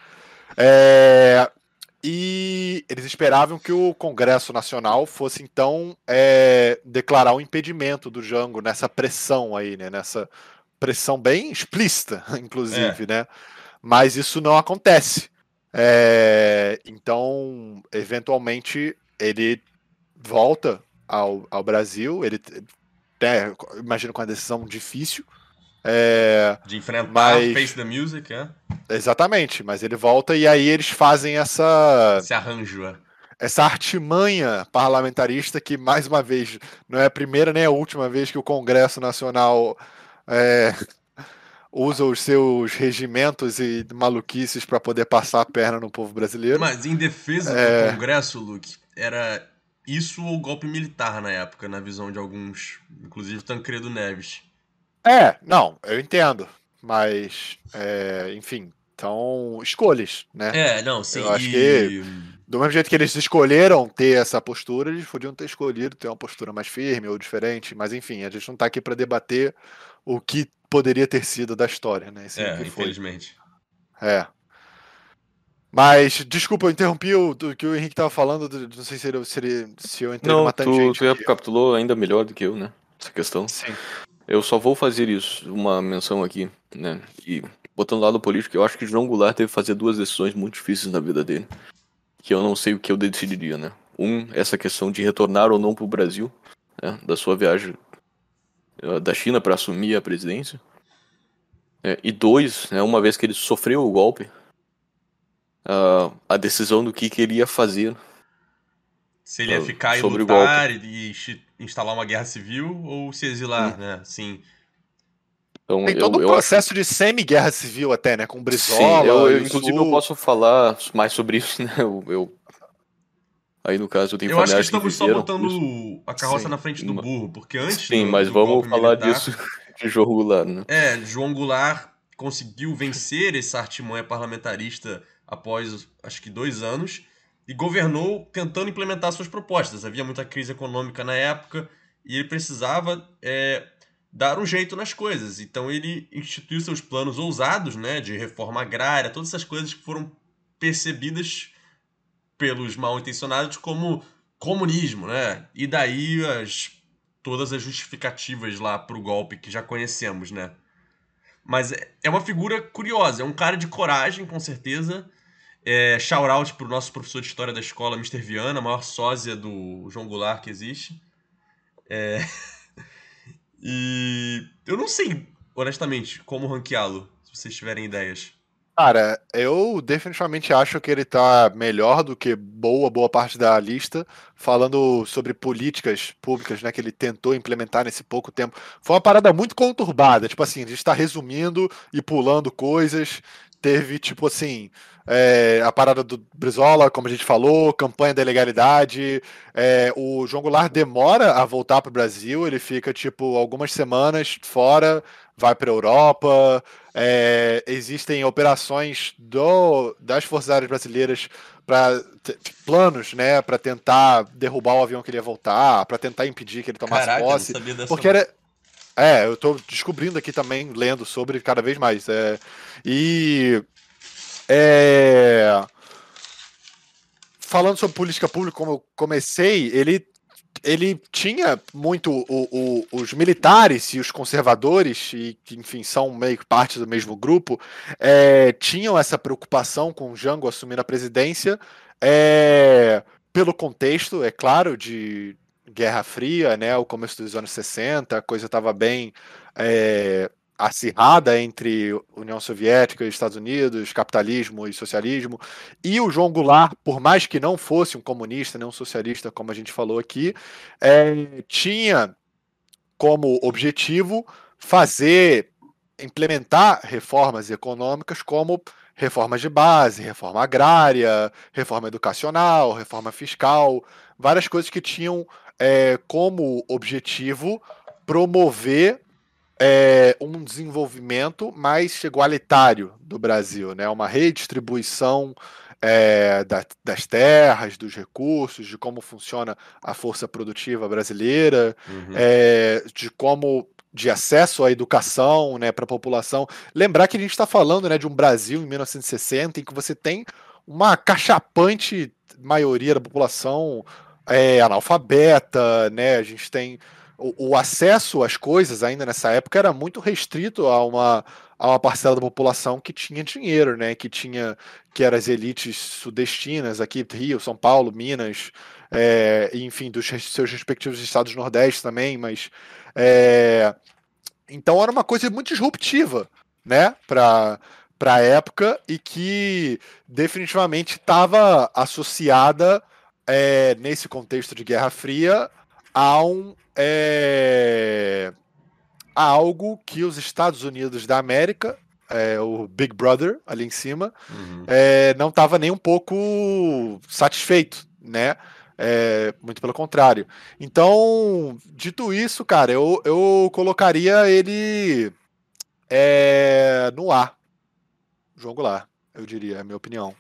É, e eles esperavam que o Congresso Nacional fosse então é, declarar o impedimento do Jango nessa pressão aí, né? Nessa pressão bem explícita, inclusive, né? Mas isso não acontece. É, então, eventualmente, ele volta ao, ao Brasil. Ele, né, imagino com uma decisão difícil. É, De enfrentar mas- Face the Music, é? exatamente, mas ele volta e aí eles fazem essa, Esse arranjo, é. essa artimanha parlamentarista que, mais uma vez, não é a primeira nem a última vez que o Congresso Nacional é, usa os seus regimentos e maluquices para poder passar a perna no povo brasileiro. Mas em defesa É. do Congresso, Luke, era isso ou golpe militar na época, na visão de alguns, inclusive Tancredo Neves. É, não, eu entendo, mas, é, enfim, são escolhas, né? É, não, sim. Eu acho e... que- Do mesmo jeito que eles escolheram ter essa postura, eles podiam ter escolhido ter uma postura mais firme ou diferente, mas enfim, a gente não tá aqui para debater o que poderia ter sido da história, né? Esse É, que foi. infelizmente. É. Mas, desculpa, eu interrompi o do que o Henrique tava falando, do- não sei se, ele, se, ele, se eu entrei Não, numa tu, tangente tu aqui. recapitulou ainda melhor do que eu, né? Essa questão. Sim. Eu só vou fazer isso, uma menção aqui, né? E botando do lado político, eu acho que João Goulart teve que fazer duas decisões muito difíceis na vida dele. Que eu não sei o que eu decidiria, né? Um, essa questão de retornar ou não pro Brasil, né? Da sua viagem eh, da China para assumir a presidência. É, e dois, né, uma vez que ele sofreu o golpe, a, a decisão do que queria fazer. Se ele ia Ah, ficar e sobre o lutar e, e instalar uma guerra civil ou se exilar, né? Sim. Então, Tem eu, todo um eu acho- processo de semi-guerra civil até, né? Com Sim, Brizola, eu, eu, e o inclusive Sul. eu posso falar mais sobre isso, né? Eu, eu- aí no caso eu tenho Eu acho que familiares estamos só viveram botando isso. a carroça Sim. na frente do Ma- burro, porque antes Sim, do, mas do vamos golpe falar militar, disso de João Goulart, né? É, João Goulart conseguiu vencer essa artimanha parlamentarista após, acho que, dois anos e governou tentando implementar suas propostas. Havia muita crise econômica na época e ele precisava é, dar um jeito nas coisas. Então ele instituiu seus planos ousados, né, de reforma agrária, todas essas coisas que foram percebidas pelos mal-intencionados como comunismo, né? E daí as, todas as justificativas lá pro golpe que já conhecemos, né? Mas é é uma figura curiosa, é um cara de coragem, com certeza. É, shout out pro nosso professor de história da escola, mister Viana, a maior sósia do João Goulart que existe. É... E eu não sei, honestamente, como ranqueá-lo, se vocês tiverem ideias. Cara, eu definitivamente acho que ele tá melhor do que boa, boa parte da lista, falando sobre políticas públicas, né, que ele tentou implementar nesse pouco tempo. Foi uma parada muito conturbada, tipo assim, a gente tá resumindo e pulando coisas. Teve, tipo assim, é, a parada do Brizola, como a gente falou, campanha da ilegalidade. É, o João Goulart demora a voltar para o Brasil, ele fica tipo algumas semanas fora, vai para a Europa. É, existem operações do, das Forças Aéreas Brasileiras para planos, né, para tentar derrubar o avião que ele ia voltar, para tentar impedir que ele tomasse Caraca, posse, não sabia dessa porque era é, eu tô descobrindo aqui também, lendo sobre cada vez mais. É, e. É, falando sobre política pública, como eu comecei, ele, ele tinha muito. O, o, os militares e os conservadores, e que, enfim, são meio que parte do mesmo grupo, é, tinham essa preocupação com o Jango assumindo a presidência, é, pelo contexto, é claro, de Guerra Fria, né, o começo dos anos sessenta, a coisa estava bem é, acirrada entre União Soviética e Estados Unidos, capitalismo e socialismo, e o João Goulart, por mais que não fosse um comunista, nem um socialista, como a gente falou aqui, é, tinha como objetivo fazer, implementar reformas econômicas como reformas de base, reforma agrária, reforma educacional, reforma fiscal, várias coisas que tinham é, como objetivo promover é, um desenvolvimento mais igualitário do Brasil, né? Uma redistribuição é, da, das terras, dos recursos, de como funciona a força produtiva brasileira, Uhum. é, de como de acesso à educação, né, para a população. Lembrar que a gente está falando, né, de um Brasil em mil novecentos e sessenta em que você tem uma cachapante maioria da população é, analfabeta, né? A gente tem o, o acesso às coisas ainda nessa época era muito restrito a uma, a uma parcela da população que tinha dinheiro, né? Que tinha que eram as elites sudestinas aqui, Rio, São Paulo, Minas, é, enfim, dos seus respectivos estados do Nordeste também, mas é, então era uma coisa muito disruptiva, né? Para para a época e que definitivamente estava associada é, nesse contexto de Guerra Fria a um é, a algo que os Estados Unidos da América, é, o Big Brother ali em cima, Uhum. é, não estava nem um pouco satisfeito, né? É, muito pelo contrário. Então, dito isso, cara, eu, eu colocaria ele é, no ar. João Goulart, eu diria, é a minha opinião.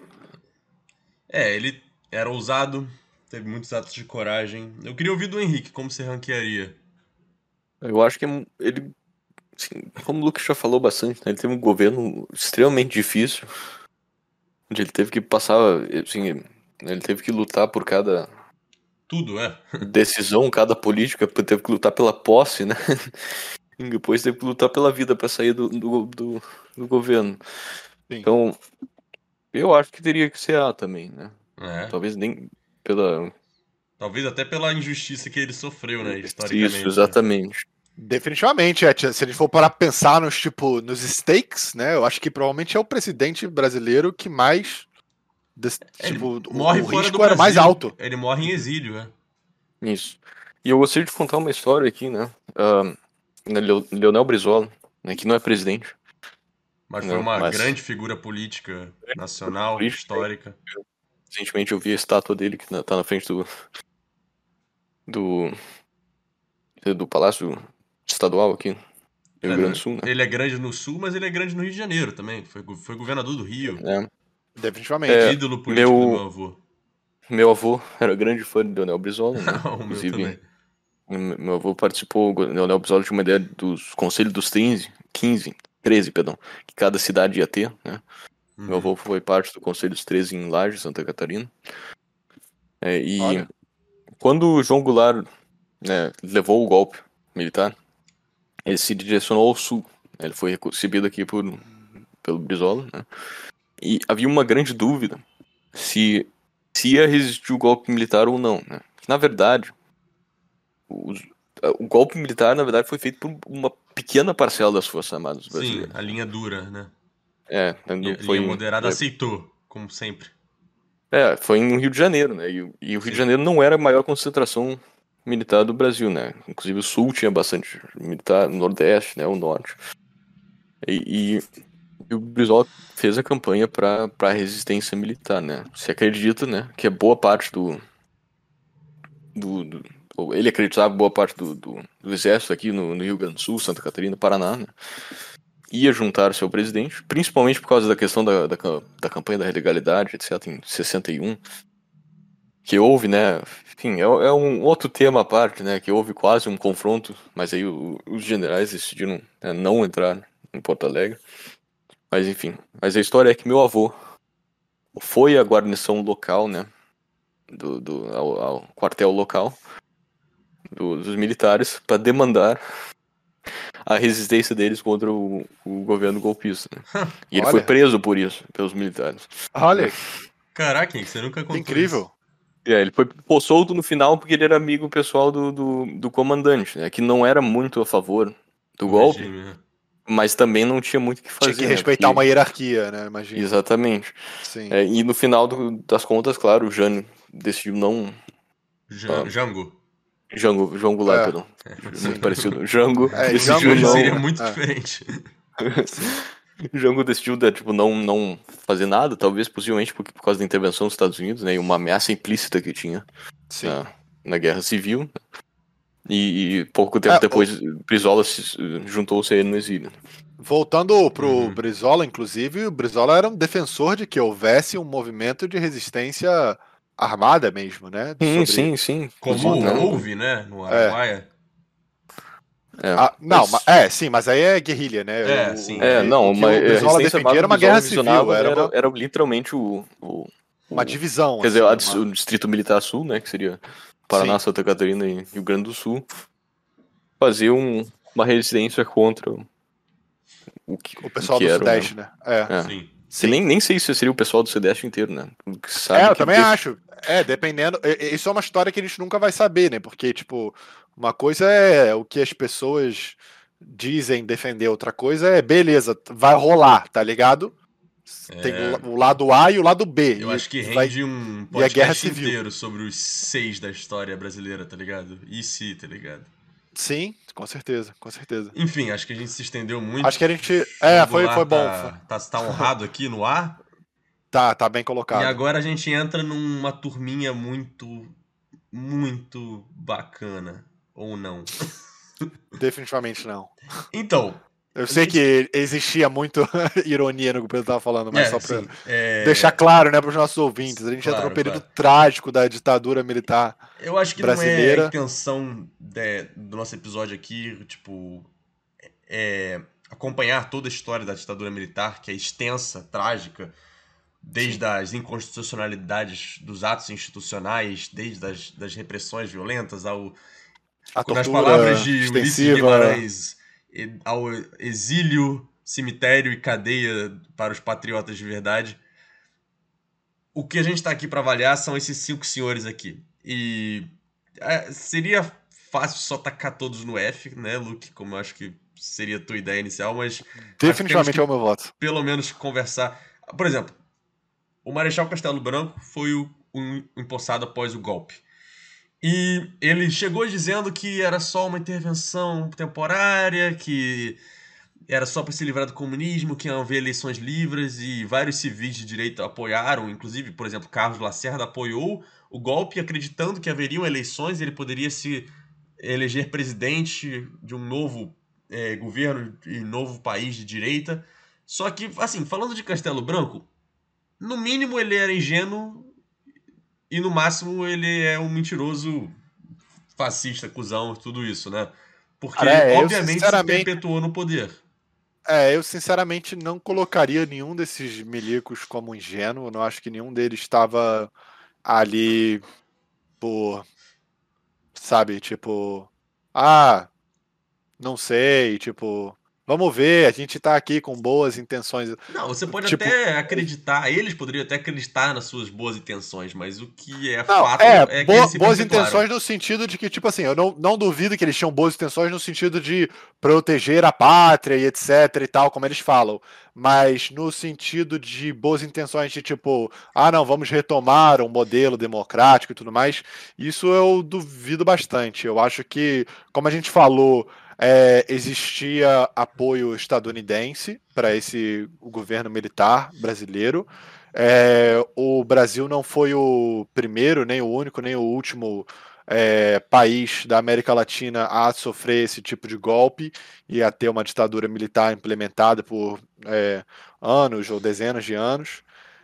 É, ele era ousado, teve muitos atos de coragem. Eu queria ouvir do Henrique, como você ranquearia? Eu acho que é ele, assim, como o Lucas já falou bastante, né, ele teve um governo extremamente difícil, onde ele teve que passar, assim, ele teve que lutar por cada Tudo, é. decisão, cada política, teve que lutar pela posse, né? E depois teve que lutar pela vida para sair do, do, do, do governo. Sim. Então, eu acho que teria que ser A também, né? É. Talvez nem pela... Talvez até pela injustiça que ele sofreu, né, historicamente. Isso, exatamente. Definitivamente, é, se a gente for parar pra pensar nos, tipo, nos stakes, né? Eu acho que provavelmente é o presidente brasileiro que mais. des- Ele tipo, o, morre o fora risco do era mais Brasil. alto. Ele morre em exílio, né? Isso. E eu gostaria de contar uma história aqui, né? Uh, Leonel Brizola, né, que não é presidente. Mas Não, foi uma mas- grande figura política, nacional, política. histórica. Recentemente eu vi a estátua dele que na- tá na frente do. do. do Palácio Estadual aqui no Rio É, Grande do Sul, né? Ele é grande no Sul, mas ele é grande no Rio de Janeiro também. Foi, go- foi governador do Rio. É. Definitivamente. É, Ídolo político meu- do meu avô. Meu avô era grande fã de Leonel Brizola, né? o meu Inclusive, também. meu avô participou, o Leonel Brizola tinha uma ideia dos conselhos dos quinze, quinze, treze, perdão, que cada cidade ia ter, né? Uhum. Meu avô foi parte do Conselho dos treze em Lages, Santa Catarina. É, e Olha. quando o João Goulart, né, levou o golpe militar, ele se direcionou ao sul. Ele foi recebido aqui por, pelo Brizola, né? E havia uma grande dúvida se, se ia resistir o golpe militar ou não, né? Na verdade, os, o golpe militar, na verdade, foi feito por uma pequena parcela das Forças Armadas Sim, brasileiras. a linha dura, né? É, E não a foi, linha moderada é, aceitou, como sempre. É, foi no Rio de Janeiro, né? E, o- e o Rio Sim. de Janeiro não era a maior concentração militar do Brasil, né? Inclusive o Sul tinha bastante militar, o Nordeste, né? O Norte. E, e E o Brizola fez a campanha para a resistência militar, né? Se acredita, né, que é boa parte do, do, do ou ele acreditava boa parte do, do, do exército aqui no, no Rio Grande do Sul, Santa Catarina, Paraná, né, ia juntar-se ao presidente, principalmente por causa da questão da, da, da campanha da legalidade, etcétera, em sessenta e um, que houve, né, enfim, é, é um outro tema à parte, né, que houve quase um confronto, mas aí o, os generais decidiram, né, não entrar em Porto Alegre. Mas enfim, mas a história é que meu avô foi à guarnição local, né, do, do, ao, ao quartel local do, dos militares para demandar a resistência deles contra o, o governo golpista, né? E ele Olha. foi preso por isso, pelos militares. Olha, Caraca, Henrique, você nunca contou incrível. isso. É, ele foi pô, solto no final porque ele era amigo pessoal do, do, do comandante, né, que não era muito a favor do O golpe, regime, né? mas também não tinha muito o que fazer. Tinha que né, respeitar porque- uma hierarquia, né? Imagina. Exatamente. Sim. É, e no final do- das contas, claro, o Jânio decidiu não... Ja- Ah. Jango. Jango, João Goulart, É. perdão. Muito parecido. Jango É, Esse decidiu Jango não... seria muito É. diferente. Jango decidiu, né, tipo, não, não fazer nada, talvez, possivelmente, porque, por causa da intervenção dos Estados Unidos, né, e uma ameaça implícita que tinha Sim. na, na Guerra Civil. E, e pouco tempo É, depois, Brizola se- juntou-se a ele no exílio. Voltando pro Uhum. Brizola, inclusive, o Brizola era um defensor de que houvesse um movimento de resistência armada mesmo, né? Sim, Sobre- sim, sim. Como Né? houve, né, no Araguaia. É, Ah, não, mas- mas, é, sim, mas aí é guerrilha, né? É, O- sim. o- É, não, o que mas o a Brizola resistência defendia era uma armada guerra que o Brizola civil, visionava era uma, era, era literalmente o... o, uma o- divisão. Quer dizer, assim, a- uma- o Distrito Militar Sul, né, que seria Paraná, Santa Catarina e Rio Grande do Sul, fazer um, uma resistência contra o, o que, o pessoal que do era, Sudeste, né? É. É. Sim. Que Sim. nem, nem sei se seria o pessoal do Sudeste inteiro, né? Que sabe É, eu que também def- acho. É, dependendo. e- e- Isso é uma história que a gente nunca vai saber, né? Porque, tipo, uma coisa é o que as pessoas dizem defender, outra coisa é, beleza, vai rolar, tá ligado? Tem É. o lado A e o lado B. Eu e acho que vai- rende um e a guerra podcast civil. inteiro sobre os seis da história brasileira, tá ligado? E se, tá ligado? Sim, com certeza, com certeza. Enfim, acho que a gente se estendeu muito. Acho que a gente. É, O foi, Goulart foi bom. Tá, tá, tá honrado aqui no ar. Tá, tá bem colocado. E agora a gente entra numa turminha muito, muito bacana. Ou não. Definitivamente não. Então. Eu sei que existia muito ironia no que o Pedro tava falando, mas é, só pra sim, é, deixar claro, né, para os nossos ouvintes. A gente Claro, entra num período claro. trágico da ditadura militar. Eu acho que não é brasileira. a intenção de- do nosso episódio aqui, tipo, é acompanhar toda a história da ditadura militar, que é extensa, trágica, desde as inconstitucionalidades dos atos institucionais, desde as das repressões violentas ao A nas tortura palavras de Ulisses extensiva. Guimarães, e- ao exílio, cemitério e cadeia para os patriotas de verdade. O que a gente está aqui para avaliar são esses cinco senhores aqui. E é, seria fácil só tacar todos no F, né, Luke? Como eu acho que seria a tua ideia inicial, mas Definitivamente que- é o meu voto. pelo menos conversar. Por exemplo, o Marechal Castelo Branco foi o, o empossado após o golpe. E ele chegou dizendo que era só uma intervenção temporária, que era só para se livrar do comunismo, que iam haver eleições livres, e vários civis de direita apoiaram, inclusive, por exemplo, Carlos Lacerda apoiou o golpe, acreditando que haveriam eleições, ele poderia se eleger presidente de um novo é, governo e novo país de direita. Só que, assim, falando de Castelo Branco, no mínimo ele era ingênuo e no máximo ele é um mentiroso fascista, cuzão, tudo isso, né? Porque, Cara, é, eu obviamente, se sinceramente- perpetuou no poder. É, eu sinceramente não colocaria nenhum desses milicos como ingênuo. Eu não acho que nenhum deles estava ali por, sabe, tipo, ah, não sei, tipo, vamos ver, a gente tá aqui com boas intenções. Não, você pode Tipo- até acreditar, eles poderiam até acreditar nas suas boas intenções, mas o que é Não, fato é, é que boa- eles se boas perpetuaram. intenções no sentido de que, tipo assim, eu não, não duvido que eles tinham boas intenções no sentido de proteger a pátria e etc e tal, como eles falam, mas no sentido de boas intenções de tipo, ah não, vamos retomar um modelo democrático e tudo mais, isso eu duvido bastante. Eu acho que, como a gente falou, é, existia apoio estadunidense para esse o governo militar brasileiro. É, o Brasil não foi o primeiro, nem o único, nem o último é, país da América Latina a sofrer esse tipo de golpe e a ter uma ditadura militar implementada por é, anos ou dezenas de anos.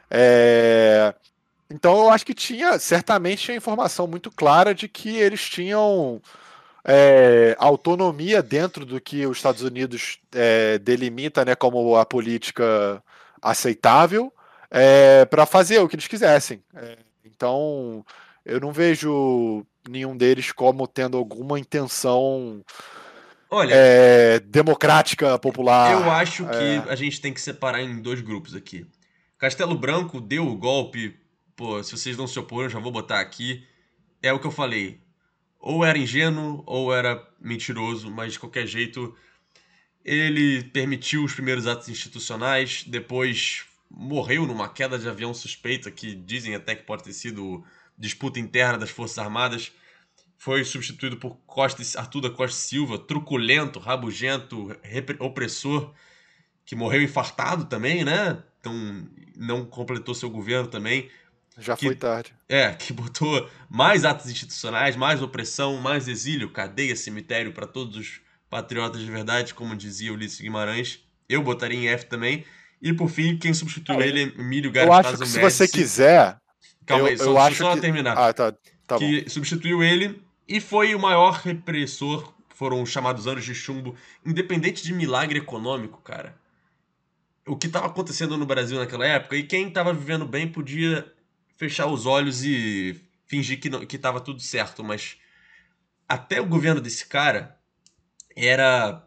É, então eu acho que tinha, certamente tinha informação muito clara de que eles tinham é, autonomia dentro do que os Estados Unidos é, delimita, né, como a política aceitável é, para fazer o que eles quisessem. É, então eu não vejo nenhum deles como tendo alguma intenção Olha, é, democrática, popular. eu acho que é, a gente tem que separar em dois grupos aqui. Castelo Branco deu o golpe, pô, se vocês não se opõem, eu já vou botar aqui. É o que eu falei. Ou era ingênuo, ou era mentiroso, mas de qualquer jeito, ele permitiu os primeiros atos institucionais, depois morreu numa queda de avião suspeita, que dizem até que pode ter sido disputa interna das Forças Armadas. Foi substituído por Costa, Arthur da Costa Silva, truculento, rabugento, opressor, que morreu infartado também, né? Então não completou seu governo também. já que, foi tarde. É, que botou mais atos institucionais, mais opressão, mais exílio, cadeia, cemitério para todos os patriotas de verdade, como dizia Ulisses Guimarães. Eu botaria em F também. E por fim, quem substituiu Ah, ele é Emílio eu acho Garastazu que se Médici. você quiser. Calma eu, aí, só, eu deixa eu acho só que... terminar. Ah, tá, tá bom. Que substituiu ele e foi o maior repressor. Foram os chamados anos de chumbo. Independente de milagre econômico, cara. O que estava acontecendo no Brasil naquela época, e quem estava vivendo bem podia fechar os olhos e fingir que, não, que tava tudo certo, mas até o governo desse cara era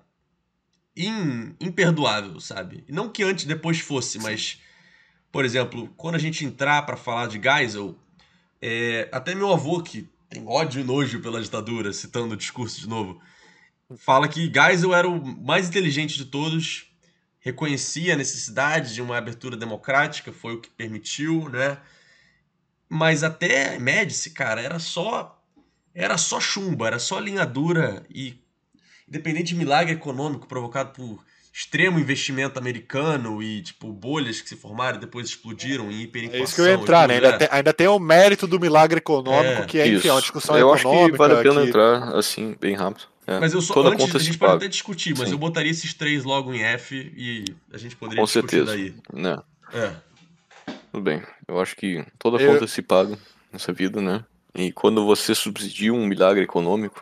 in, imperdoável, sabe? Não que antes depois fosse, Sim. mas, por exemplo, quando a gente entrar pra falar de Geisel, é, até meu avô, que tem ódio e nojo pela ditadura, citando o discurso de novo, fala que Geisel era o mais inteligente de todos, reconhecia a necessidade de uma abertura democrática, foi o que permitiu, né? Mas até Médici, cara, era só era só chumbo, era só linha dura e independente de milagre econômico provocado por extremo investimento americano e tipo bolhas que se formaram e depois explodiram em hiperinflação. É isso que eu ia entrar, né? Ainda, é. tem, ainda tem o mérito do milagre econômico, É, que é, enfim, é uma Isso. discussão Eu econômica. acho que vale a pena que... entrar assim, bem rápido. É. Mas eu só Toda antes conta a se gente pode paga. até discutir, mas Sim. eu botaria esses três logo em F e a gente poderia Com discutir certeza. daí. Né? É. Tudo bem. Eu acho que toda Eu- conta se paga nessa vida, né? E quando você subsidia um milagre econômico,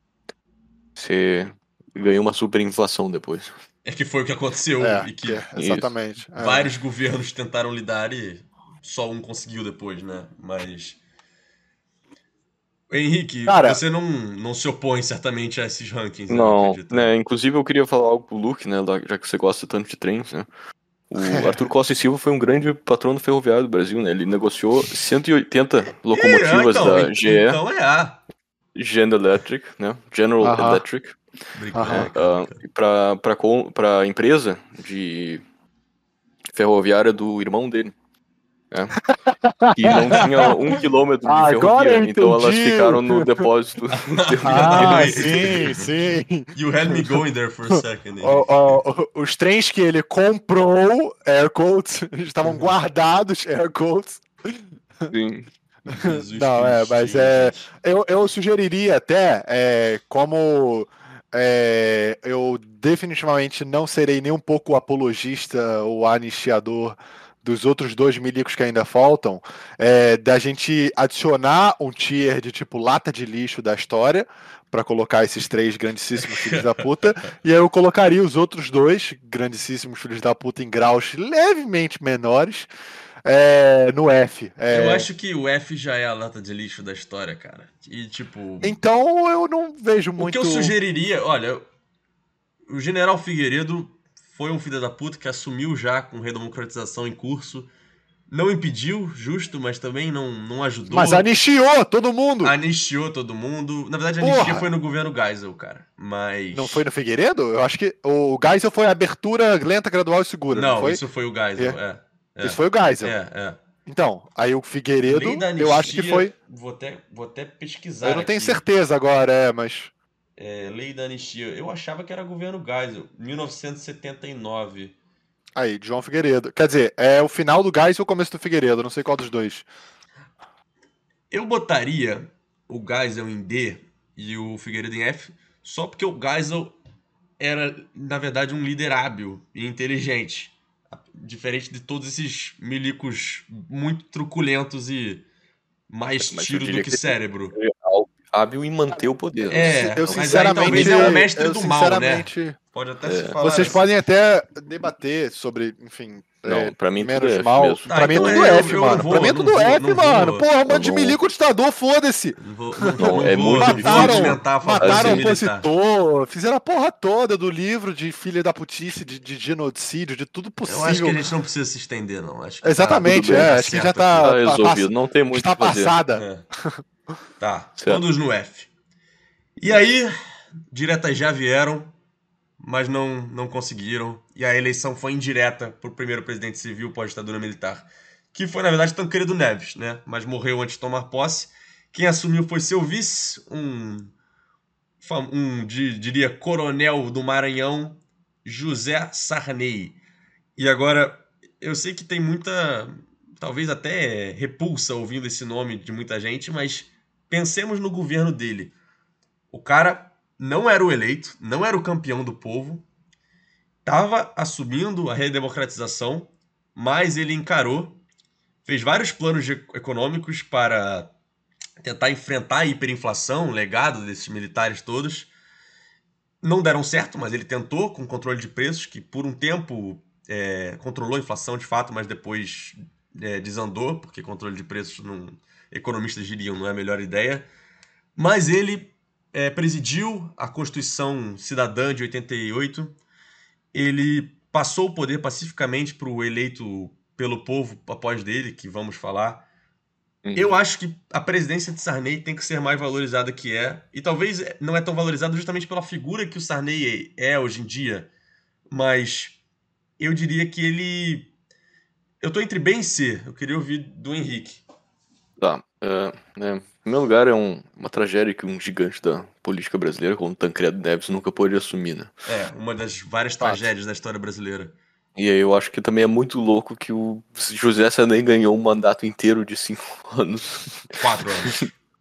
você ganha uma superinflação depois. É que foi o que aconteceu É, e que que é, exatamente. É. vários governos tentaram lidar e só um conseguiu depois, né? Mas Henrique, Cara- você não, não se opõe certamente a esses rankings, eu Não, acredito. né? Inclusive eu queria falar algo pro Luke, né? lá- Já que você gosta tanto de trens, né? O Arthur Costa e Silva foi um grande patrono ferroviário do Brasil, né? Ele negociou cento e oitenta locomotivas Ih, então, da G E, Então é A. General Electric, né? General Aham. Electric, Brincadeira, Aham. cara, ah, cara. pra, pra, com- pra empresa de ferroviária do irmão dele. Né? Que não tinha um quilômetro de Ah, agora ferrovia, eu então elas entendi. ficaram no depósito. Ah, Aí. sim, sim. You had me going there for a second. O- o- o- os trens que ele comprou, air quotes, estavam guardados, air quotes. Sim. Jesus Não, é, mas Cristinho, é, gente. eu, eu sugeriria até, é, como é, eu definitivamente não serei nem um pouco apologista ou anistiador dos outros dois milicos que ainda faltam, é, da gente adicionar um tier de tipo lata de lixo da história para colocar esses três grandíssimos filhos da puta, e aí eu colocaria os outros dois grandíssimos filhos da puta em graus levemente menores é, no F. É, Eu acho que o F já é a lata de lixo da história, cara. E tipo. Então eu não vejo O muito. que eu sugeriria, olha, o General Figueiredo foi um filho da puta que assumiu já com redemocratização em curso. Não impediu, justo, mas também não, não ajudou. Mas anistiou todo mundo! Anistiou todo mundo. Na verdade, a Porra! anistia foi no governo Geisel, cara. Mas. Não foi no Figueiredo? Eu acho que o Geisel foi a abertura lenta, gradual e segura. Não, Não, foi? isso foi o Geisel, é. é. Isso foi o Geisel. É, é. Então, aí o Figueiredo, Lei da eu acho que anistia, foi. Vou até, vou até pesquisar. Eu não tenho aqui. certeza agora, é, mas. É, lei da anistia. Eu achava que era governo Geisel, mil novecentos e setenta e nove. Aí, João Figueiredo. Quer dizer, é o final do Geisel ou o começo do Figueiredo, não sei qual dos dois. Eu botaria o Geisel em D e o Figueiredo em F, só porque o Geisel era, na verdade, um líder hábil e inteligente. Diferente de todos esses milicos muito truculentos e mais Mas eu tiro do diria que que cérebro. ele é hábil em manter o poder. É, Eu mas aí sinceramente, talvez é o mestre eu do mal, né? sinceramente, Pode até É. se falar vocês assim. podem até debater sobre, enfim, Não, é, pra mim tudo menos é F mal. mesmo. Tá, pra mim é então tudo é, eu- F, eu mano. não vou, pra mim é não tudo vou, F, não mano. vou. Porra, um Eu bando de não- milico ditador, foda-se. Não vou, não, Não, não é vou, muito não vou difícil. argumentar a favor de Mataram ser o militar. opositor, fizeram a porra toda do livro de filha da putice, de, de genocídio, de tudo Eu acho que possível. a gente não precisa se estender, não. Acho que Exatamente, Tudo bem. é. tá Acho que já certo tá, Tá tá, resolvido, pass- não tem muito o está que fazer. passada. É. Tá, Certo. todos no F. E aí, diretas já vieram, mas não, não conseguiram. E a eleição foi indireta pro primeiro presidente civil pós-ditadura militar, que foi, na verdade, Tancredo Neves, né? Mas morreu antes de tomar posse. Quem assumiu foi seu vice, um, fam- um di- diria, coronel do Maranhão, José Sarney. E agora, eu sei que tem muita, talvez até repulsa ouvindo esse nome de muita gente, mas pensemos no governo dele. O cara não era o eleito, não era o campeão do povo, estava assumindo a redemocratização, mas ele encarou, fez vários planos de- econômicos para tentar enfrentar a hiperinflação, o legado desses militares todos. Não deram certo, mas ele tentou com controle de preços, que por um tempo é, controlou a inflação de fato, mas depois é, desandou, porque controle de preços, não, economistas diriam, não é a melhor ideia. Mas ele é, presidiu a Constituição Cidadã de oitenta e oito, ele passou o poder pacificamente para o eleito pelo povo após dele, que vamos falar. Uhum. Eu acho que a presidência de Sarney tem que ser mais valorizada que é, e talvez não é tão valorizada justamente pela figura que o Sarney é hoje em dia, mas eu diria que ele... Eu tô entre B e C, eu queria ouvir do Henrique. Tá. É, né, em primeiro lugar, é um- uma tragédia que um gigante da política brasileira, como Tancredo Neves, nunca pôde assumir, né? É, uma das várias Fato. tragédias da história brasileira. E aí eu acho que também é muito louco que o José Sarney ganhou um mandato inteiro de cinco anos. Quatro anos.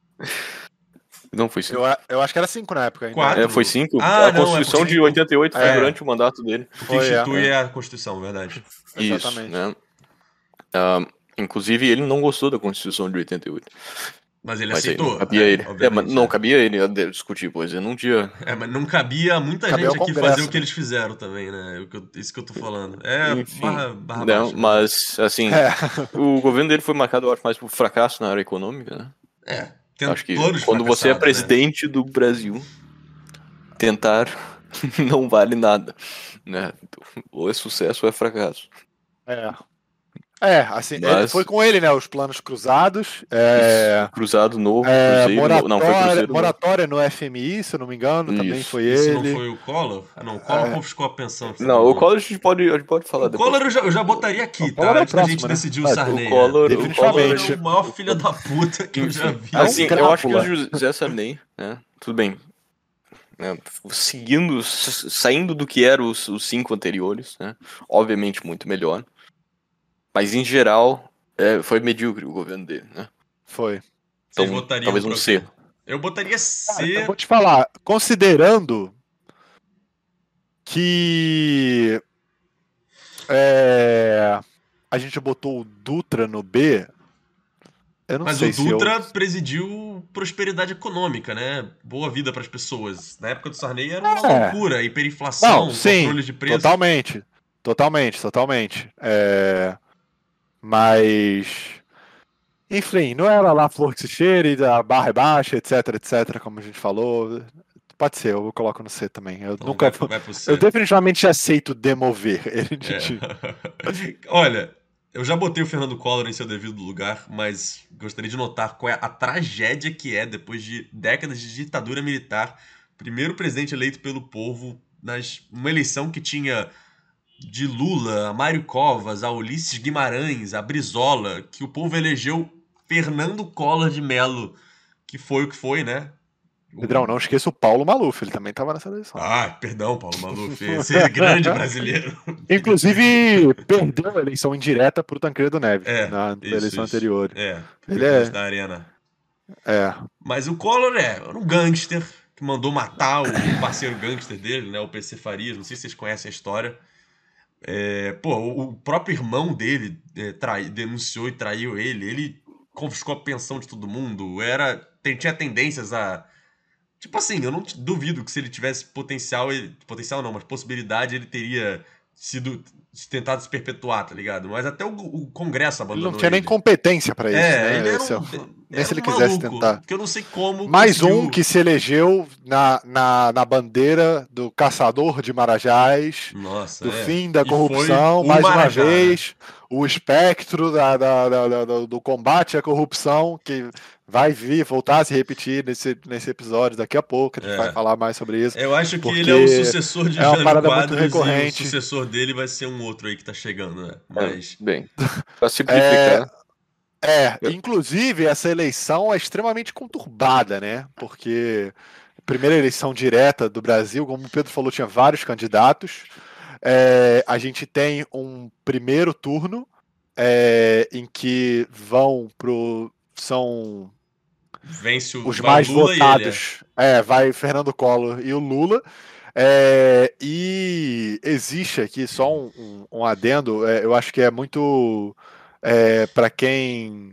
Não foi cinco. Eu, a- eu acho que era cinco na época ainda. Quatro. É, foi cinco. Ah, a não, é Constituição porque- de oitenta e oito foi É. durante o mandato dele. Que Foi, é. institui a Constituição, verdade. Exatamente. Isso, né? Ah, inclusive, ele não gostou da Constituição de oitenta e oito. Mas ele Mas aí aceitou. não cabia é, ele. É, obviamente, mas não é. cabia ele a de- discutir, pois é, num dia. É, mas não cabia a muita Cabia gente ao aqui Congresso, fazer o que né? eles fizeram também, né? O que eu- isso que eu tô falando. É Enfim, barra, barra não, baixa, né? mas, assim, É. o governo dele foi marcado, eu acho, mais por fracasso na área econômica, né? É, tem Acho que planos quando você é fracassados, né? presidente do Brasil, tentar não vale nada, né? Ou é sucesso ou é fracasso. É. É, assim, Mas- ele- foi com ele, né? Os planos cruzados. É, Cruzado novo, é, Cruzeiro, moratória, não, foi Cruzeiro. não. moratória no F M I, se eu não me engano, também Isso. foi Isso ele. não foi o Collor? Ah, não, o Collor É. confiscou a pensão. que você Não, falou. o Collor a gente pode, a gente pode falar O depois. Collor eu já, eu já botaria aqui, O tá? Collor é Antes da próximo, gente né? decidir o Mas o Sarney. O Collor, né? o Definitivamente. Collor é o maior filho da puta que eu já vi. É um Assim, eu acho que o Drácula. José Sarney, né? Tudo bem. Né, seguindo, s- saindo do que eram os, os cinco anteriores, né? Obviamente muito melhor. Mas em geral, é, foi medíocre o governo dele, né? Foi. Vocês então, votariam talvez um pra C. quê? Eu botaria Cara, C. eu vou te falar, considerando que é, a gente botou o Dutra no B, eu não Mas sei o se Dutra eu... presidiu prosperidade econômica, né? Boa vida para as pessoas. Na época do Sarney era uma É. loucura, hiperinflação, Não, sim, controle de preço. totalmente, totalmente, totalmente. É, mas, enfim, não era lá flor que se cheire, a barra é baixa, etc, etc, como a gente falou. Pode ser, eu coloco no C também. Eu Então nunca, vai, vai pro C. eu definitivamente aceito demover ele de É. time. Olha, eu já botei o Fernando Collor em seu devido lugar, mas gostaria de notar qual é a tragédia que é, depois de décadas de ditadura militar, primeiro presidente eleito pelo povo, nas, uma eleição que tinha de Lula, a Mário Covas, a Ulisses Guimarães, a Brizola, que o povo elegeu Fernando Collor de Mello, que foi o que foi, né? Pedrão, não esqueça o Paulo Maluf, ele também estava nessa eleição. Ah, perdão, Paulo Maluf, esse grande brasileiro. Inclusive, perdeu a eleição indireta pro Tancredo Neves É, na isso, eleição isso. anterior. É, Ele presidente é. da Arena. É. Mas o Collor é um gangster que mandou matar o parceiro gangster dele, né, o P C Farias. Não sei se vocês conhecem a história. É, pô, o próprio irmão dele é, trai, denunciou e traiu ele. Ele confiscou a pensão de todo mundo. Era, tem, tinha tendências a... Tipo assim, eu não duvido que se ele tivesse potencial, ele, potencial não, mas possibilidade, ele teria sido tentado se perpetuar, tá ligado? Mas até o, o Congresso abandonou Ele não tinha nem ele. competência pra isso, É, né? ele era Esse é um, o- Nem era se um ele quisesse maluco, tentar. que eu não sei como Mais conseguiu... um que se elegeu na, na, na bandeira do caçador de Marajás, Nossa, do é. fim da E corrupção, foi o mais uma Marajá, né? vez, o espectro da, da- da- da- do, do combate à corrupção, que vai vir, voltar a se repetir nesse, nesse episódio daqui a pouco, a gente vai É. falar mais sobre isso, Eu acho que ele é o porque sucessor de é uma Jânio parada muito Quadros e o recorrente. sucessor dele vai ser um outro aí que tá chegando, né? É, Mas... bem, pra simplificar, É, Eu- inclusive essa eleição é extremamente conturbada, né? Porque a primeira eleição direta do Brasil, como o Pedro falou, tinha vários candidatos. É, a gente tem um primeiro turno é, em que vão pro. São Vence o... os vai o mais Lula e ele, é. votados. É, vai Fernando Collor e o Lula. É, e existe aqui só um, um- um adendo, é, eu acho que é muito é, para quem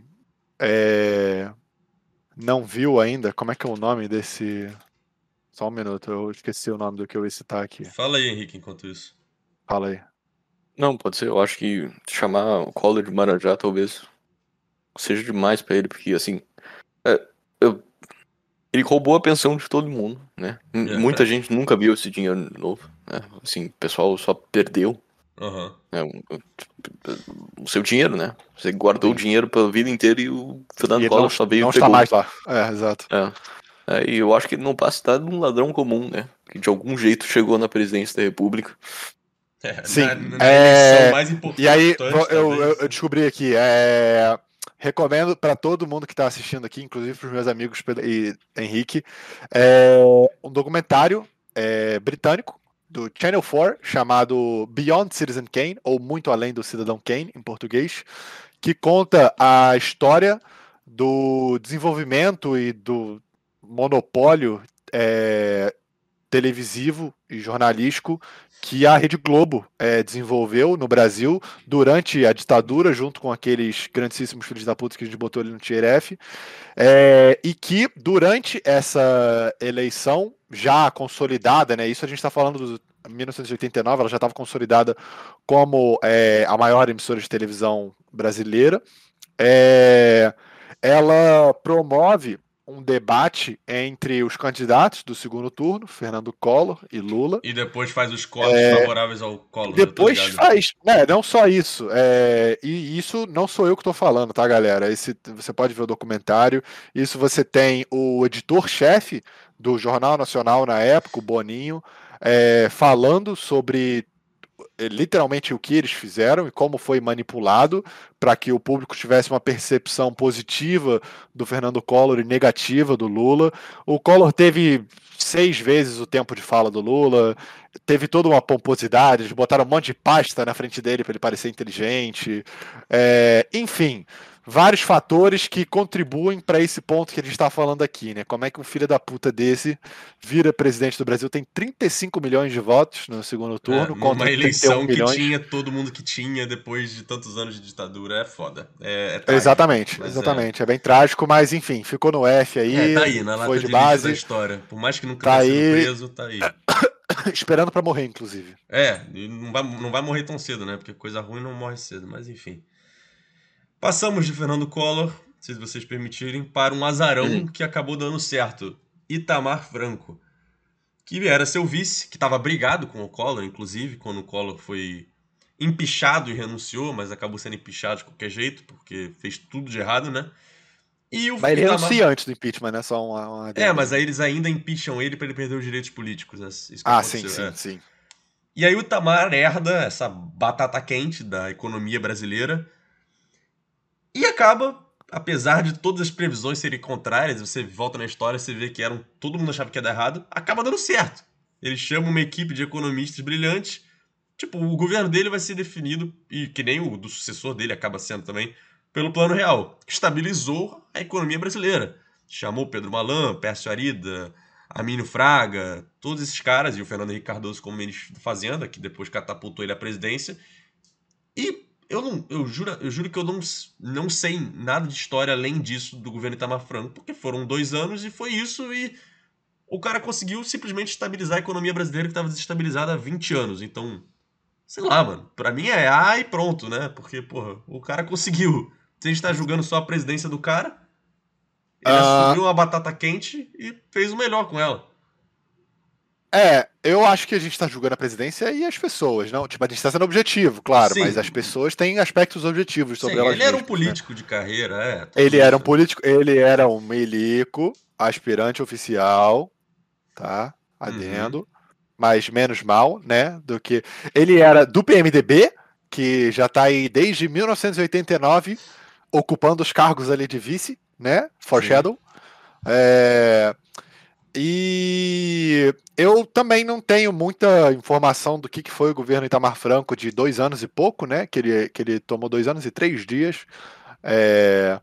é, não viu ainda, como é que é o nome desse. Só um minuto, eu esqueci o nome do que eu ia citar aqui. Fala aí, Henrique, enquanto isso. Fala aí. Não, pode ser. Eu acho que chamar o Collor de Marajá talvez seja demais pra ele, porque assim. é, eu- ele roubou a pensão de todo mundo, né? M- É. Muita gente nunca viu esse dinheiro de novo, né? Assim, o pessoal só perdeu, Aham. né, o, o seu dinheiro, né? Você guardou o dinheiro pela vida inteira e o Fernando E ele Collor não, só veio não e está pegou. mais lá. É, exato. É. É, e eu acho que ele não passa nada de um ladrão comum, né? Que de algum jeito chegou na presidência da República. É, Sim. na, na é, eleição mais importante, E aí, eu, eu, talvez. eu descobri aqui. é, Recomendo para todo mundo que está assistindo aqui, inclusive para os meus amigos Pedro e Henrique, é, um documentário é, britânico do Channel quatro chamado Beyond Citizen Kane, ou Muito Além do Cidadão Kane, em português, que conta a história do desenvolvimento e do monopólio é, televisivo e jornalístico que a Rede Globo é, desenvolveu no Brasil durante a ditadura, junto com aqueles grandíssimos filhos da puta que a gente botou ali no T R F, é, e que durante essa eleição já consolidada, né, isso a gente está falando de mil novecentos e oitenta e nove, ela já estava consolidada como é, a maior emissora de televisão brasileira, é, ela promove um debate entre os candidatos do segundo turno, Fernando Collor e Lula. E depois faz os cortes É, favoráveis ao Collor. Depois né? Tô ligado. faz, né? Não só isso. é, e isso não sou eu que estou falando, tá, galera? Esse, você pode ver o documentário. Isso você tem o editor-chefe do Jornal Nacional na época, o Boninho, é, falando sobre é, literalmente o que eles fizeram e como foi manipulado para que o público tivesse uma percepção positiva do Fernando Collor e negativa do Lula. O Collor teve seis vezes o tempo de fala do Lula, teve toda uma pomposidade, eles botaram um monte de pasta na frente dele para ele parecer inteligente. É, enfim, vários fatores que contribuem para esse ponto que a gente está falando aqui, né? Como é que um filho da puta desse vira presidente do Brasil, tem trinta e cinco milhões de votos no segundo turno, É, contra numa eleição trinta e um que milhões. tinha todo mundo que tinha depois de tantos anos de ditadura é foda. É, é trágico, Exatamente, mas exatamente. É. é bem trágico, mas enfim, ficou no F aí, É, é, tá aí, na foi lata de de lixo base, da história. Por mais que nunca tá tenha sido aí. preso, tá aí. esperando para morrer, inclusive. É, e não vai, não vai morrer tão cedo, né? Porque coisa ruim não morre cedo, mas enfim. Passamos de Fernando Collor, se vocês permitirem, para um azarão Uhum. que acabou dando certo. Itamar Franco, que era seu vice, que estava brigado com o Collor, inclusive, quando o Collor foi empichado e renunciou, mas acabou sendo empichado de qualquer jeito, porque fez tudo de errado, né? E o Mas ele Itamar... renuncia antes do impeachment, né? Só uma, uma É, mas aí eles ainda empicham ele para ele perder os direitos políticos. Isso que ah, sim, aconteceu. sim, é. sim. E aí o Itamar herda essa batata quente da economia brasileira e acaba apesar de todas as previsões serem contrárias, você volta na história, você vê que eram, todo mundo achava que ia dar errado, acaba dando certo. Ele chama uma equipe de economistas brilhantes, tipo, o governo dele vai ser definido, e que nem o do sucessor dele acaba sendo também, pelo Plano Real, que estabilizou a economia brasileira. Chamou Pedro Malan, Pércio Arida, Amínio Fraga, todos esses caras, e o Fernando Henrique Cardoso como ministro da Fazenda, que depois catapultou ele à presidência. E eu não, eu juro, eu juro que eu não, não sei nada de história além disso do governo Itamar Franco, porque foram dois anos e foi isso, e o cara conseguiu simplesmente estabilizar a economia brasileira que estava desestabilizada há vinte anos. Então, sei lá, mano, pra mim é A e pronto, né? Porque, porra, o cara conseguiu. Se a gente tá julgando só a presidência do cara, ele Ah, assumiu uma batata quente e fez o melhor com ela. é, eu acho que a gente tá julgando a presidência e as pessoas, não? Tipo, a gente tá sendo objetivo, claro, mas as Sim, pessoas têm aspectos objetivos sim, sobre elas ele era um mesmas, né? político de carreira, é, tudo Ele era um isso. político, ele era um milico, aspirante oficial, tá? Uhum, Adendo, mas menos mal, né? Do que. Ele era do P M D B, que já tá aí desde mil novecentos e oitenta e nove, ocupando os cargos ali de vice, né? sim. Foreshadow. É, e eu também não tenho muita informação do que que foi o governo Itamar Franco de dois anos e pouco, né? Que ele, que ele tomou dois anos e três dias. É,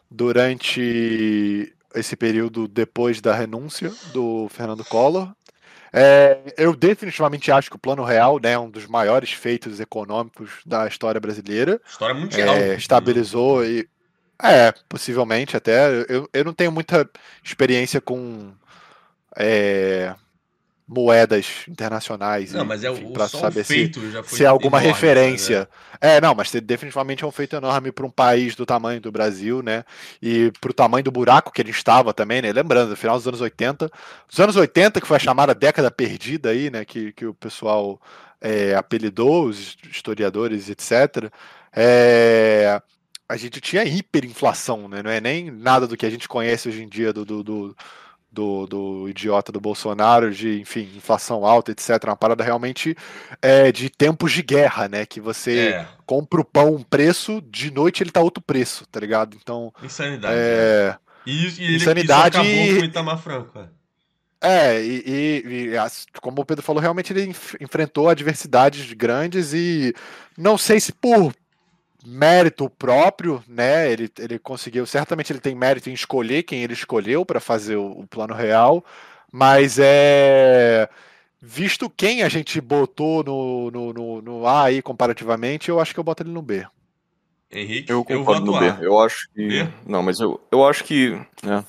durante esse período depois da renúncia do Fernando Collor. É, eu definitivamente acho que o Plano Real, né, é um dos maiores feitos econômicos da história brasileira. História mundial, É, não só estabilizou do... e. É, possivelmente até. Eu, eu não tenho muita experiência com é, moedas internacionais Não, e, mas é enfim, o, para só o saber se, feito já se é foi alguma enorme, sabe? É. referência. É, não, mas definitivamente é um feito enorme para um país do tamanho do Brasil, né? E para o tamanho do buraco que ele estava também, né? Lembrando, no final dos anos oitenta, os anos oitenta, que foi a chamada década perdida aí, né? Que, que o pessoal é, apelidou, os historiadores, etcétera. É, a gente tinha hiperinflação, né? Não é nem nada do que a gente conhece hoje em dia do, do, do do, do idiota do Bolsonaro, de, enfim, inflação alta, etcétera. Uma parada realmente é, de tempos de guerra, né? Que você É, compra o pão um preço, de noite ele tá outro preço, tá ligado? Então, insanidade, é. é, E, isso- e ele, isso insanidade. acabou com o Itamar Franco, é. É, e, e- e as- como o Pedro falou, realmente ele enf- enfrentou adversidades grandes e não sei se por mérito próprio, né? Ele, ele conseguiu, certamente ele tem mérito em escolher quem ele escolheu para fazer o, o plano real, mas é visto quem a gente botou no, no, no, no A aí comparativamente, eu acho que eu boto ele no B. Henrique, Eu eu concordo no voto B. A. Eu acho que. B? Não, mas eu, eu acho que. Né,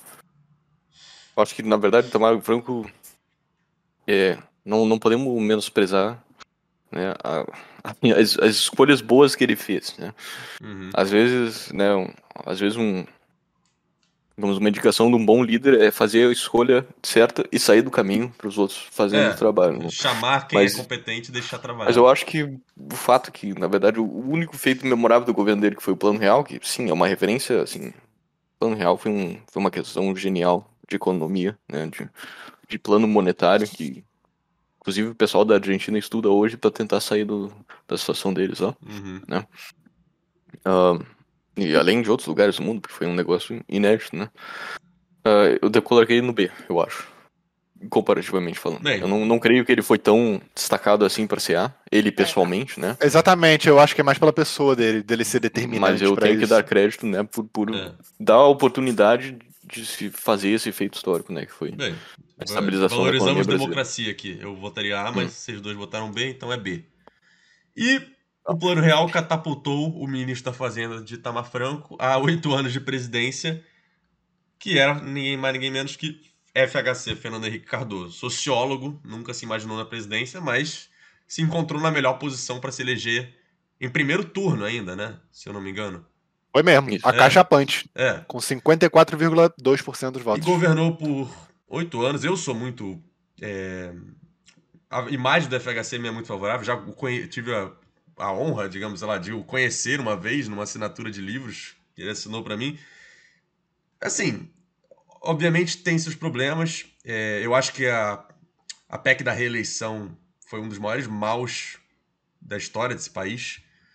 eu acho que, na verdade, o Itamar Franco. É, não, não podemos menosprezar, né, a- a- as, as escolhas boas que ele fez, né? Uhum. Às vezes, né, um- às vezes um, digamos, uma indicação de um bom líder é fazer a escolha certa e sair do caminho para os outros fazendo o trabalho, É, né? chamar quem é Mas, competente e deixar mas eu trabalhar. acho que o fato que, na verdade, o único feito memorável do governo dele que foi o Plano Real, que sim, é uma referência, assim, o Plano Real foi, um, foi uma questão genial de economia, né, de, de plano monetário que inclusive o pessoal da Argentina estuda hoje para tentar sair do, da situação deles, ó, Uhum. né? Ah, e além de outros lugares do mundo, porque foi um negócio inédito, né? Ah, eu decoloquei no B, eu acho, comparativamente falando. Eu Bem, não, não creio que ele foi tão destacado assim para ser A, ele É, pessoalmente, né? exatamente, eu acho que é mais pela pessoa dele, dele ser Mas determinante eu para tenho que isso. dar crédito, né, por, por é. dar a oportunidade de se fazer esse feito histórico, né, que foi Bem, a va- estabilização da economia valorizamos brasileira. democracia aqui. Eu votaria A, mas Hum. vocês dois votaram B, então é B. E o Plano Real catapultou o ministro da Fazenda de Itamar Franco a oito anos de presidência, que era ninguém mais ninguém menos que F H C, Fernando Henrique Cardoso. Sociólogo, nunca se imaginou na presidência, mas se encontrou na melhor posição para se eleger em primeiro turno ainda, né? Se eu não me engano. Foi mesmo, Isso. É, acachapante, é. com cinquenta e quatro vírgula dois por cento dos E votos. governou por oito anos. Eu sou muito. é, A imagem do F H C me é muito favorável. Já o conhe- tive a, a honra, digamos, sei lá, de o conhecer uma vez numa assinatura de livros que ele assinou para mim. Assim, obviamente tem seus problemas. É, eu acho que a, a P E C da reeleição foi um dos maiores maus da história desse país.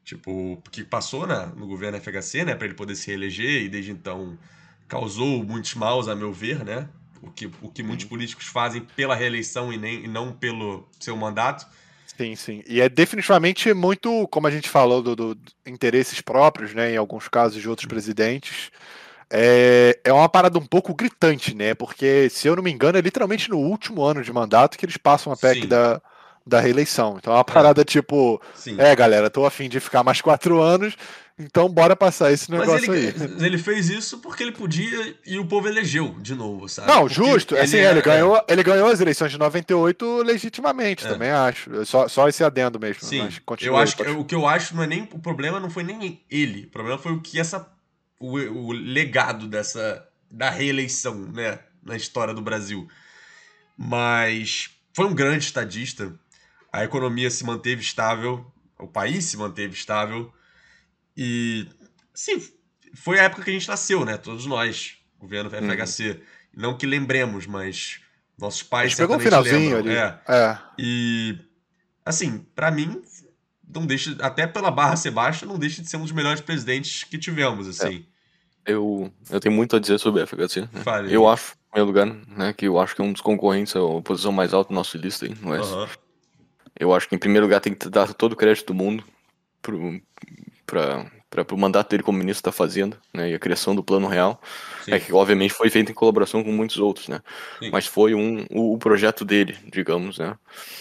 Tipo, que passou na, no governo F H C, né, para ele poder se reeleger e desde então causou muitos maus, a meu ver, né? O que, o que muitos Uhum. políticos fazem pela reeleição e, nem, e não pelo seu mandato. Sim, sim. E é definitivamente muito, como a gente falou, do, do interesses próprios, né? Em alguns casos de outros presidentes. É, é uma parada um pouco gritante, né? Porque, se eu não me engano, é literalmente no último ano de mandato que eles passam a P E C Sim, da, da reeleição. Então é uma é, parada tipo, sim. é, galera, tô afim de ficar mais quatro anos, então bora passar esse Mas ele, negócio aí. ele fez isso porque ele podia e o povo elegeu de novo, sabe? Não, Porque justo. ele Assim, ele era. ganhou, ele ganhou as eleições de noventa e oito legitimamente, É, é. também acho. Só, só esse adendo mesmo, mas Sim, eu continua aí, acho que pode. o que eu acho não é nem o problema não foi nem ele, o problema foi o que essa o, o legado dessa da reeleição, né, na história do Brasil. Mas foi um grande estadista. A economia se manteve estável, o país se manteve estável e sim, foi a época que a gente nasceu, né, todos nós, governo Uhum. F H C. Não que lembremos, mas nossos A pais gente pegou um certamente finalzinho lembram, ali. é. É. E assim, pra mim, não deixa, até pela barra ser baixa, não deixa de ser um dos melhores presidentes que tivemos, É, assim. eu, eu tenho muito a dizer sobre a F H C, né? Fale Eu aí. acho, em primeiro lugar, né, que eu acho que é um dos concorrentes, a posição mais alta da nossa lista aí, no Oeste. Aham. Eu acho que, em primeiro lugar, tem que dar todo o crédito do mundo pro, pra, pra, pro mandato dele como ministro da Fazenda, né, e a criação do Plano Real. É Sim, que, obviamente, foi feito em colaboração com muitos outros, né? sim. Mas foi um, o, o projeto dele, digamos, né?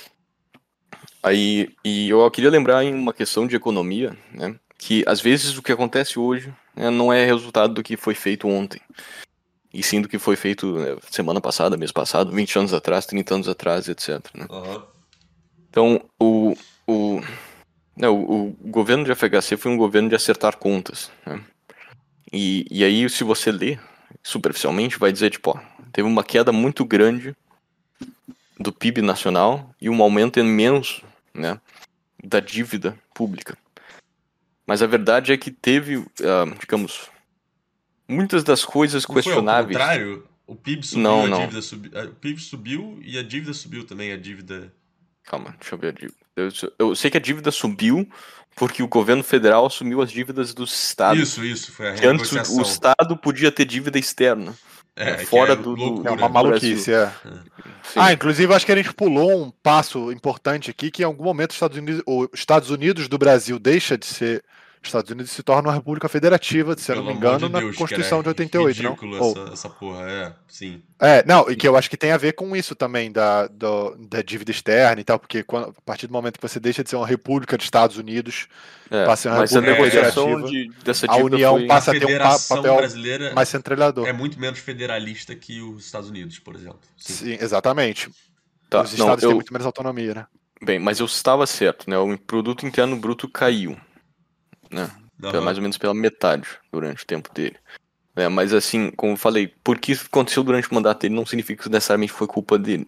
Aí, e eu queria lembrar em uma questão de economia, né? Que, às vezes, o que acontece hoje, né, não é resultado do que foi feito ontem. E sim do que foi feito, né, semana passada, mês passado, vinte anos atrás, trinta anos atrás, etcétera, né? Aham. Então, o, o, né, o, o governo de F H C foi um governo de acertar contas, né? E, e aí, se você lê superficialmente, vai dizer, tipo, ó, teve uma queda muito grande do P I B nacional e um aumento imenso, né, da dívida pública. Mas a verdade é que teve, uh, digamos, muitas das coisas Não foi ao questionáveis. contrário? O P I B subiu, Não, a não. dívida subiu. O P I B subiu e a dívida subiu também, a dívida. Calma, deixa eu ver a dívida. Eu, eu sei que a dívida subiu porque o governo federal assumiu as dívidas dos estados. Isso, isso, foi a Que antes o, o renegociação. estado podia ter dívida externa, né, É, que é fora do, do, É do uma loucura. Brasil. maluquice, é. Ah, Sim. inclusive acho que a gente pulou um passo importante aqui, que em algum momento os Estados Unidos, os Estados Unidos do Brasil deixa de ser Estados Unidos e se torna uma república federativa, se eu não Pelo me amor engano, de na Deus, que era Constituição de oitenta e oito, não? ridículo Ou, essa, essa porra, é, sim. é, não, e que eu acho que tem a ver com isso também, da, do- da dívida externa e tal, porque quando- a partir do momento que você deixa de ser uma república dos Estados Unidos, É, passa a ser uma mas a república É, negociação federativa, de, dessa a dívida União foi. a passa a ter um pa- Federação papel Brasileira mais centralizador. é muito menos federalista que os Estados Unidos, por exemplo. Sim. Sim, exatamente. Tá, Os não, estados têm eu. muito menos autonomia, né? Bem, mas eu estava certo, né? O produto interno bruto caiu, né? Pela- mais Aham. ou menos pela metade durante o tempo dele. É, mas assim, como eu falei, porque isso aconteceu durante o mandato dele não significa que necessariamente foi culpa dele.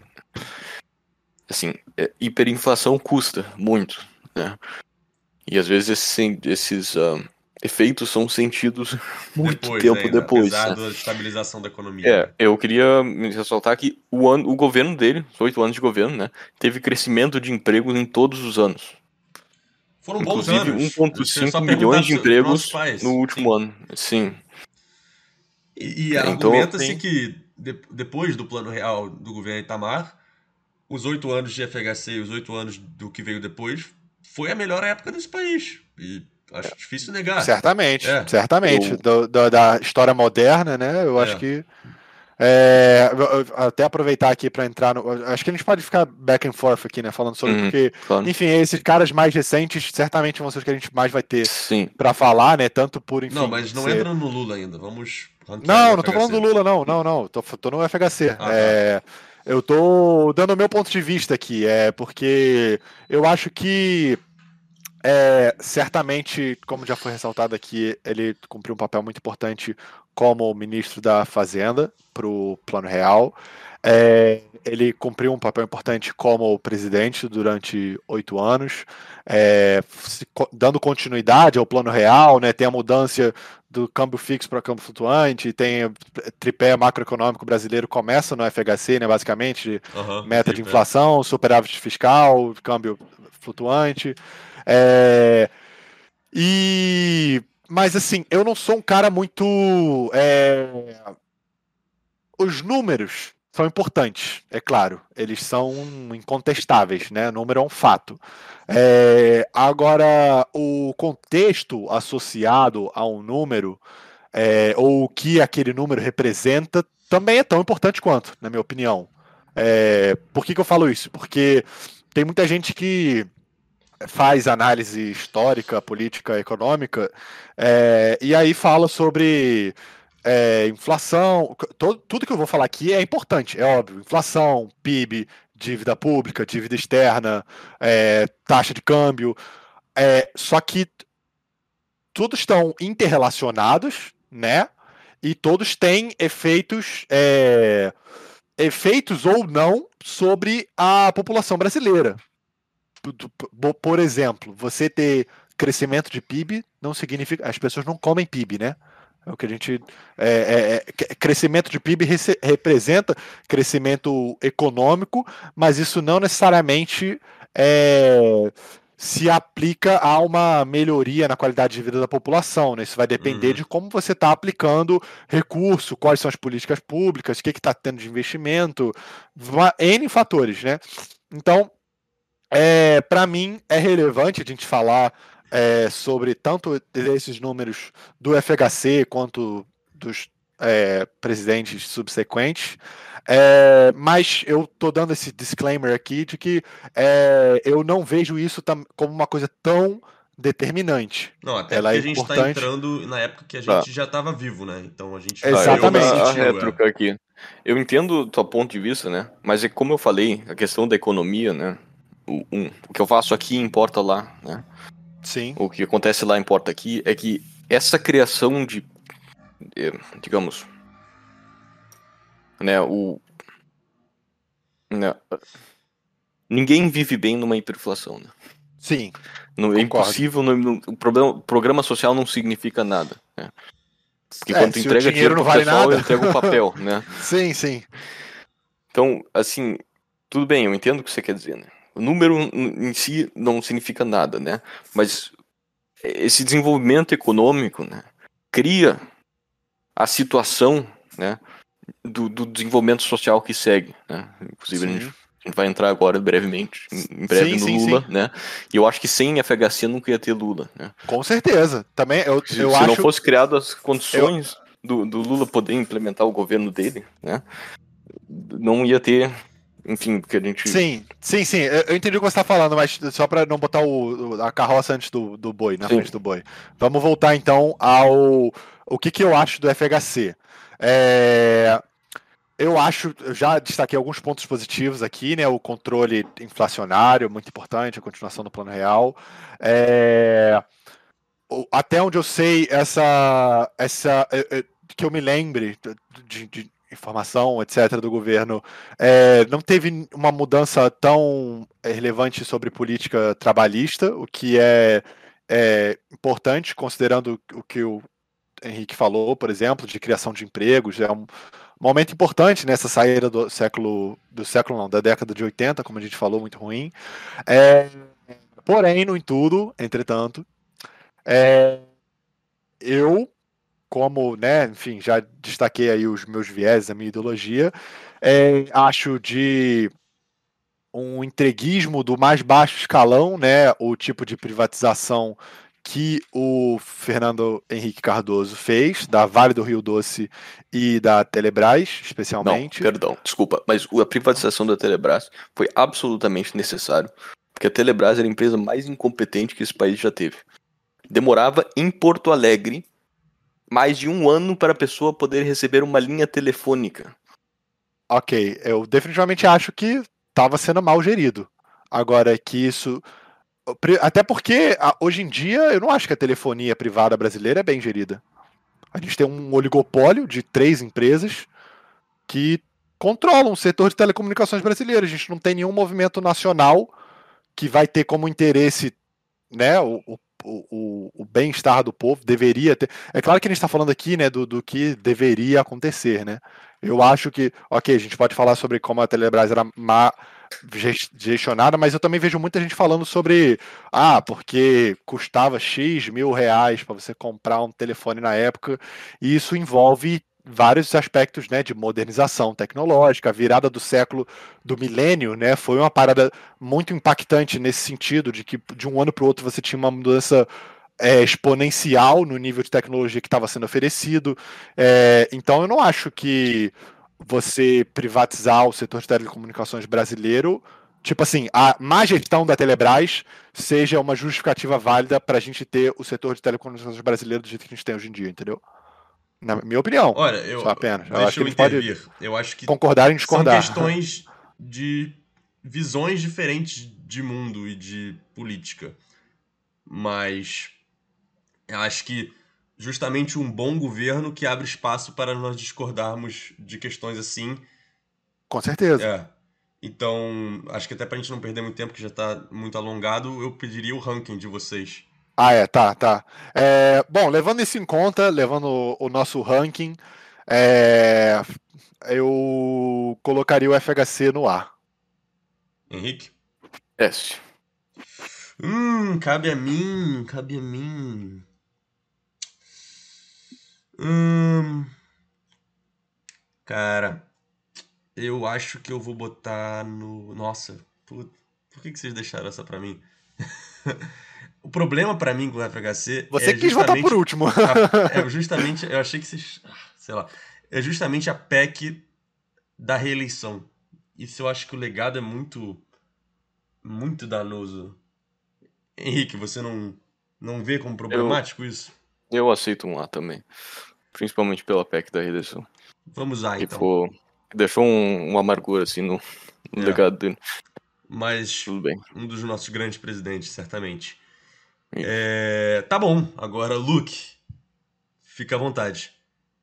Assim, é, hiperinflação custa muito, né? E às vezes esses, esses ah, efeitos são sentidos muito Depois tempo ainda, depois, apesar né? da estabilização da economia, É, né? eu queria me ressaltar que o, ano, o governo dele, os oito anos de governo, né, teve crescimento de empregos em todos os anos. Foram bons Inclusive anos. Deixa eu só um vírgula cinco perguntar milhões pro de seu- pros nossos empregos no pais. último Sim. ano. Sim. E, e É, então, argumenta-se tem. que de- depois do plano real do governo Itamar, os oito anos de F H C e os oito anos do que veio depois foi a melhor época desse país. E acho difícil negar. Certamente, É, certamente. Eu. Do- do- da história moderna, né? Eu acho é. que. É, eu- eu- até aproveitar aqui para entrar no. Acho que a gente pode ficar back and forth aqui, né? Falando sobre. Uhum, Porque, claro. enfim, esses caras mais recentes certamente vão ser os que a gente mais vai ter Sim. para falar, né? Tanto por, Não, enfim. mas não ser... entra no Lula ainda. Vamos ranquear o Não, não tô falando do F H C. Lula, não. Não, não. Tô, tô no F H C. Ah, tá. É, eu tô dando o meu ponto de vista aqui. É porque eu acho que. É, certamente, como já foi ressaltado aqui, ele cumpriu um papel muito importante como ministro da Fazenda para o Plano Real. É, ele cumpriu um papel importante como presidente durante oito anos, é, se, dando continuidade ao Plano Real, né, tem a mudança do câmbio fixo para câmbio flutuante, tem tripé macroeconômico brasileiro, começa no F H C, né, basicamente, Aham, meta de tripé. inflação, superávit fiscal, câmbio flutuante. É, E... Mas assim, eu não sou um cara muito... É... Os números são importantes, é claro. Eles são incontestáveis, né? O número é um fato. É... Agora, o contexto associado a um número, é... ou o que aquele número representa, também é tão importante quanto, na minha opinião. É... Por que que eu falo isso? Porque tem muita gente que faz análise histórica, política, econômica, é, e aí fala sobre é, inflação. To, tudo que eu vou falar aqui é importante, é óbvio. Inflação, P I B, dívida pública, dívida externa, é, taxa de câmbio. É, só que todos estão interrelacionados, né? E todos têm efeitos, é, efeitos ou não sobre a população brasileira. Por exemplo, você ter crescimento de P I B não significa. As pessoas não comem P I B, né? É o que a gente. É, é, é, crescimento de P I B rece, representa crescimento econômico, mas isso não necessariamente é, se aplica a uma melhoria na qualidade de vida da população, né? Isso vai depender Uhum. de como você está aplicando recurso, quais são as políticas públicas, o que está tendo de investimento, N fatores, né? Então. É, para mim é relevante a gente falar é, sobre tanto esses números do F H C quanto dos é, presidentes subsequentes, é, mas eu tô dando esse disclaimer aqui de que é, eu não vejo isso tam, como uma coisa tão determinante. Não, até Ela porque é a gente tá importante. entrando na época que a Tá. gente já tava vivo, né? Então a gente Exatamente. Tá, eu vou dar a sentiu, réplica aqui. Eu entendo o teu ponto de vista, né? Mas é como eu falei, a questão da economia, né? O, um, o que eu faço aqui importa lá, né? Sim. O que acontece lá importa aqui é que essa criação de, digamos, né, o, né, ninguém vive bem numa hiperinflação, né? Sim. Não, é impossível, não, não, o problema, programa social não significa nada, né? Porque É, quando tu se entrega o dinheiro dinheiro não pro vale pessoal, nada. eu entrego o papel, né? Sim, sim. Então, assim, tudo bem, eu entendo o que você quer dizer, né? O número em si não significa nada, né? Mas esse desenvolvimento econômico, né, cria a situação, né, do, do desenvolvimento social que segue, né? Inclusive, a gente, a gente vai entrar agora brevemente, em breve Sim, no sim, Lula, sim. né? E eu acho que sem F H C nunca ia ter Lula, né? Com certeza. Também eu, Se, eu se acho. não fosse criado as condições do, do Lula poder implementar o governo dele, né? Não ia ter, enfim, porque a gente... Sim, sim, sim. Eu, eu entendi o que você está falando, mas só para não botar o, o- a carroça antes do, do boi, na Sim. frente do boi. Vamos voltar então ao o que, que eu acho do F H C. É, eu acho, eu já destaquei alguns pontos positivos aqui, né? O controle inflacionário, muito importante, a continuação do plano real. É, o- até onde eu sei, essa, essa é, é, que eu me lembre de, de informação, etc., do governo, é, não teve uma mudança tão é, relevante sobre política trabalhista, o que é, é importante, considerando o que o Henrique falou, por exemplo, de criação de empregos, é um momento importante nessa saída do século, do século não, da década de oitenta, como a gente falou, muito ruim. É, porém, no entudo, entretanto, é, eu, como, né, enfim, já destaquei aí os meus viés, a minha ideologia, é, acho de um entreguismo do mais baixo escalão, né, o tipo de privatização que o Fernando Henrique Cardoso fez, da Vale do Rio Doce e da Telebrás, Não, especialmente. perdão, desculpa, mas a privatização da Telebrás foi absolutamente necessário, porque a Telebrás era a empresa mais incompetente que esse país já teve. Demorava em Porto Alegre mais de um ano para a pessoa poder receber uma linha telefônica. Ok, eu definitivamente acho que estava sendo mal gerido. Agora que isso... Até porque, hoje em dia, eu não acho que a telefonia privada brasileira é bem gerida. A gente tem um oligopólio de três empresas que controlam o setor de telecomunicações brasileiro. A gente não tem nenhum movimento nacional que vai ter como interesse, né, o, o, o, o bem-estar do povo. Deveria ter. É claro que a gente está falando aqui, né, do, do que deveria acontecer, né? Eu acho que, ok, a gente pode falar sobre como a Telebrás era má, gestionada, mas eu também vejo muita gente falando sobre, ah, porque custava X mil reais para você comprar um telefone na época, e isso envolve vários aspectos, né, de modernização tecnológica, a virada do século, do milênio, né, foi uma parada muito impactante nesse sentido, de que de um ano para o outro você tinha uma mudança é, exponencial no nível de tecnologia que estava sendo oferecido. É, então eu não acho que você privatizar o setor de telecomunicações brasileiro, tipo assim, a má gestão da Telebrás seja uma justificativa válida para a gente ter o setor de telecomunicações brasileiro do jeito que a gente tem hoje em dia, entendeu? Na minha opinião, Olha, só eu, apenas. Eu acho deixa que eu a gente pode intervir. Eu acho que concordar em são discordar. questões de visões diferentes de mundo e de política. Mas eu acho que justamente um bom governo que abre espaço para nós discordarmos de questões assim. Com certeza. É. Então, acho que até pra gente não perder muito tempo, que já tá muito alongado, eu pediria o ranking de vocês. Ah, é, tá, tá. É, bom, levando isso em conta, levando o, o nosso ranking, é, eu colocaria o F H C no A. Henrique? S. Hum, cabe a mim, cabe a mim. Hum, cara, eu acho que eu vou botar no. Nossa, por, por que que vocês deixaram essa pra mim? O problema pra mim com o F H C Você é quis votar por justamente. último. a- é justamente. Eu achei que vocês. ah, Sei lá. É justamente a P E C da reeleição. Isso eu acho que o legado é muito. Muito danoso. Henrique, você não, não vê como Eu, problemático isso? eu aceito um A também. Principalmente pela P E C da reeleição. Vamos lá, Que então. for, deixou um, uma amargura assim no, no É. legado dele. Mas Tudo bem. um dos nossos grandes presidentes, certamente. Isso. É, tá bom, agora Luke, fica à vontade.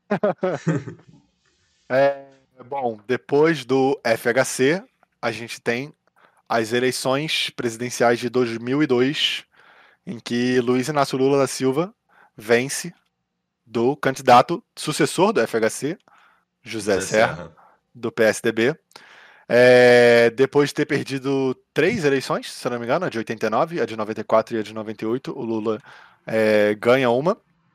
É, bom, depois do F H C, a gente tem as eleições presidenciais de dois mil e dois, em que Luiz Inácio Lula da Silva vence do candidato sucessor do F H C, José José Serra, Serra. do P S D B. É, depois de ter perdido três eleições, se eu não me engano, a de oitenta e nove, a de noventa e quatro e a de noventa e oito, o Lula é, ganha uma.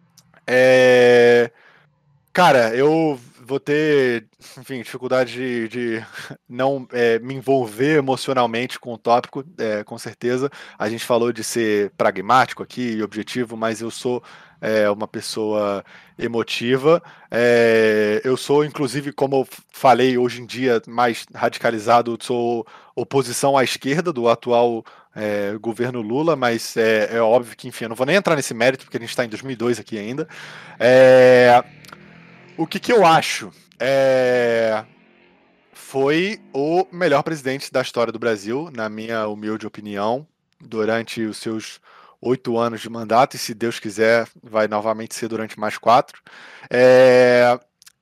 É, cara, eu vou ter, enfim, dificuldade de, de não é, me envolver emocionalmente com o tópico, é, com certeza. A gente falou de ser pragmático aqui e objetivo, mas eu sou é, uma pessoa emotiva. É, eu sou, inclusive, como eu falei hoje em dia, mais radicalizado, sou oposição à esquerda do atual é, governo Lula, mas é, é óbvio que, enfim, eu não vou nem entrar nesse mérito, porque a gente está em dois mil e dois aqui ainda. É, o que, que eu acho? É, foi o melhor presidente da história do Brasil, na minha humilde opinião, durante os seus oito anos de mandato, e se Deus quiser, vai novamente ser durante mais quatro. É,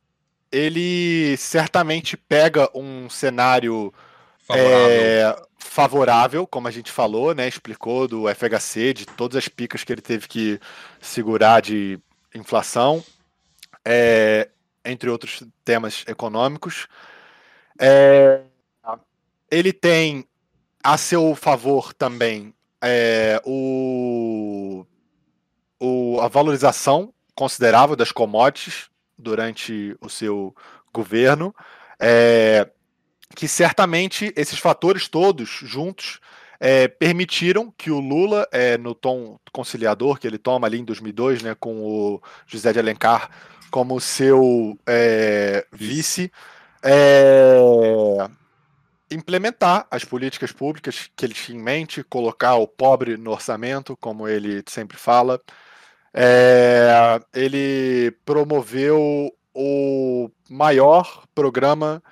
ele certamente pega um cenário Favorável. é, favorável, como a gente falou, né? Explicou do F H C, de todas as picas que ele teve que segurar de inflação, é, entre outros temas econômicos. É, ele tem a seu favor também é, o, o, a valorização considerável das commodities durante o seu governo, é, que certamente esses fatores todos juntos é, permitiram que o Lula, é, no tom conciliador que ele toma ali em dois mil e dois, né, com o José de Alencar como seu é, vice, é, implementar as políticas públicas que ele tinha em mente, colocar o pobre no orçamento, como ele sempre fala. É, ele promoveu o maior programa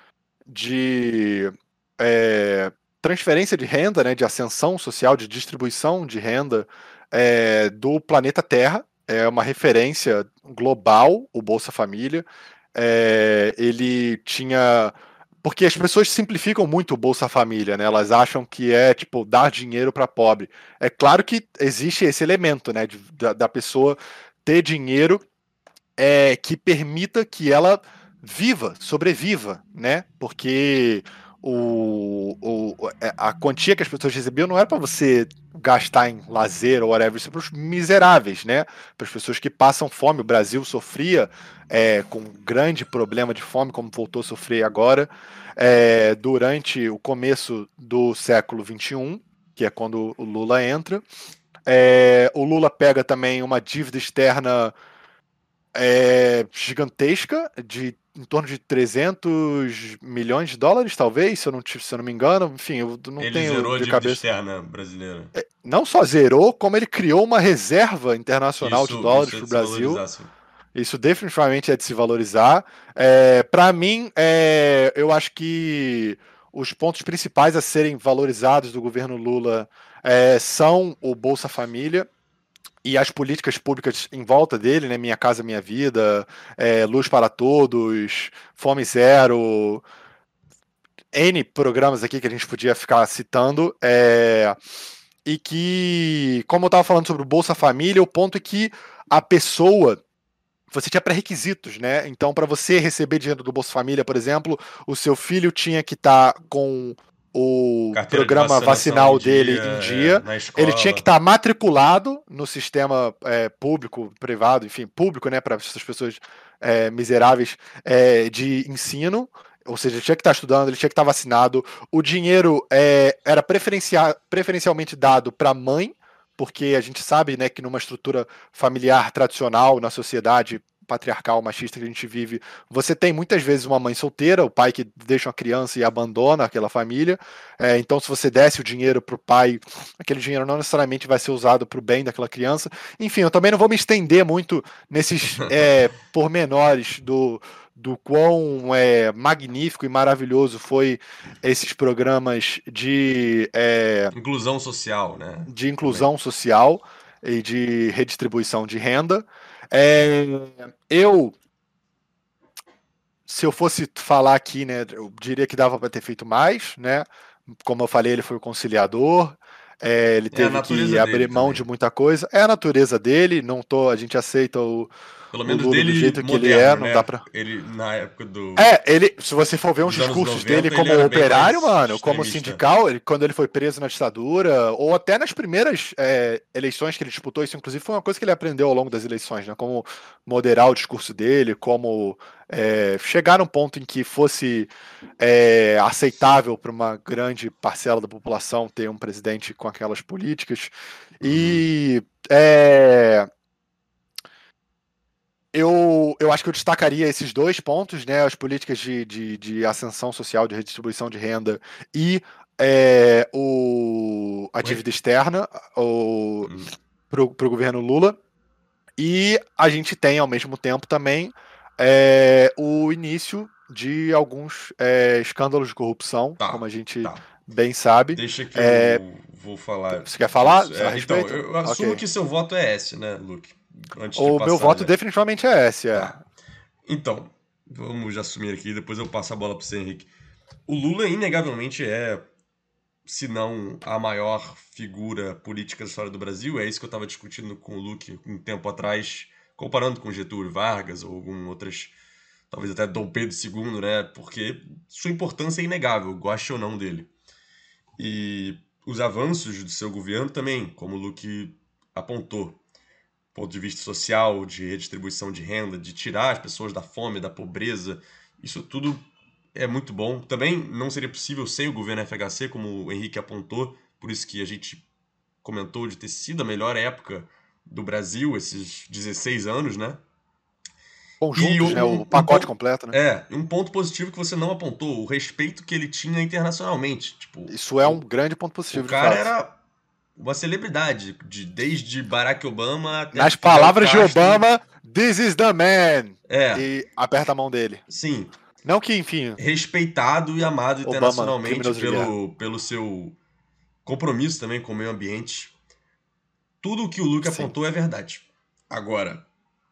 de é, transferência de renda, né, de ascensão social, de distribuição de renda é, do planeta Terra. É uma referência global, o Bolsa Família. É, ele tinha. Porque as pessoas simplificam muito o Bolsa Família, né? Elas acham que é tipo dar dinheiro para pobre. É claro que existe esse elemento, né, de, da, da pessoa ter dinheiro é, que permita que ela viva, sobreviva, né? Porque o, o, a quantia que as pessoas recebiam não era para você gastar em lazer ou whatever, isso é para os miseráveis, né? Para as pessoas que passam fome. O Brasil sofria é, com um grande problema de fome, como voltou a sofrer agora, é, durante o começo do século vinte e um, que é quando o Lula entra. É, o Lula pega também uma dívida externa é, gigantesca, de em torno de trezentos milhões de dólares, talvez, se eu não, se eu não me engano. Enfim, eu não Ele tenho zerou a de dívida cabeça. externa brasileira. Não só zerou, como ele criou uma reserva internacional Isso, de dólares isso é para o de se Brasil. valorizar, sim. Isso definitivamente é de se valorizar. É, para mim, é, eu acho que os pontos principais a serem valorizados do governo Lula é, são o Bolsa Família e as políticas públicas em volta dele, né? Minha Casa Minha Vida, é, Luz para Todos, Fome Zero, N programas aqui que a gente podia ficar citando, é, e que, como eu estava falando sobre o Bolsa Família, o ponto é que a pessoa, você tinha pré-requisitos, né? Então, para você receber dinheiro do Bolsa Família, por exemplo, o seu filho tinha que estar tá com o Carteira de programa vacinação vacinal em dele dia, em é, dia, na ele tinha que escola. estar tá matriculado no sistema é, público, privado, enfim, público, né, para essas pessoas é, miseráveis é, de ensino. Ou seja, ele tinha que estar estudando, ele tinha que estar vacinado. O dinheiro é, era preferencia, preferencialmente dado para a mãe, porque a gente sabe, né, que numa estrutura familiar tradicional, na sociedade patriarcal, machista que a gente vive, você tem muitas vezes uma mãe solteira, o pai que deixa uma criança e abandona aquela família. É, então, se você desse o dinheiro para o pai, aquele dinheiro não necessariamente vai ser usado para o bem daquela criança. Enfim, eu também não vou me estender muito nesses é, pormenores do do quão é, magnífico e maravilhoso foi esses programas de, é, Inclusão social, né? de inclusão social e de redistribuição de renda. É, eu, se eu fosse falar aqui, né, eu diria que dava para ter feito mais, né? Como eu falei, ele foi o conciliador. É, ele teve é que abrir mão também. de muita coisa. É a natureza dele. Não tô, a gente aceita o Pelo o menos Lula dele do jeito moderno, que ele é, não né? dá pra... Ele, na época do... É, ele, se você for ver uns dos anos discursos noventa, dele como ele era bem operário, mais mano, como extremista. sindical, ele, quando ele foi preso na ditadura, ou até nas primeiras é, eleições que ele disputou, isso inclusive foi uma coisa que ele aprendeu ao longo das eleições, né? Como moderar o discurso dele, como é, chegar num ponto em que fosse é, aceitável para uma grande parcela da população ter um presidente com aquelas políticas. E é, Eu, eu acho que eu destacaria esses dois pontos, né? As políticas de, de, de ascensão social, de redistribuição de renda e é, o, a dívida externa para o governo Lula. E a gente tem, ao mesmo tempo, também é, o início de alguns é, escândalos de corrupção, Tá, como a gente tá. bem sabe. Deixa que É, eu vou falar. Você quer falar disso. a É, então, respeito? eu assumo Ok. que seu voto é esse, né, Luke? Antes de O passar, meu voto já. definitivamente é esse, é. Tá. Então, vamos já assumir aqui, depois eu passo a bola para você, Henrique. O Lula, inegavelmente, é, se não a maior figura política da história do Brasil. É isso que eu estava discutindo com o Luke um tempo atrás, comparando com Getúlio Vargas ou algumas outras, talvez até Dom Pedro segundo, né? Porque sua importância é inegável, goste ou não dele. E os avanços do seu governo também, como o Luke apontou. Ponto de vista social, de redistribuição de renda, de tirar as pessoas da fome, da pobreza, isso tudo é muito bom. Também não seria possível sem o governo F H C, como o Henrique apontou, por isso que a gente comentou de ter sido a melhor época do Brasil, esses dezesseis anos, né? Conjuntos, um, né? O um pacote ponto, completo, né? É, um ponto positivo que você não apontou, o respeito que ele tinha internacionalmente. Tipo, Isso é um o, grande ponto positivo, o de cara fato. era uma celebridade, de, desde Barack Obama até Nas Fidel palavras Castro. de Obama, this is the man. É. E aperta a mão dele. Sim. Não que, enfim... Respeitado e amado Obama, internacionalmente pelo, pelo seu compromisso também com o meio ambiente. Tudo o que o Luke Sim. apontou é verdade. Agora,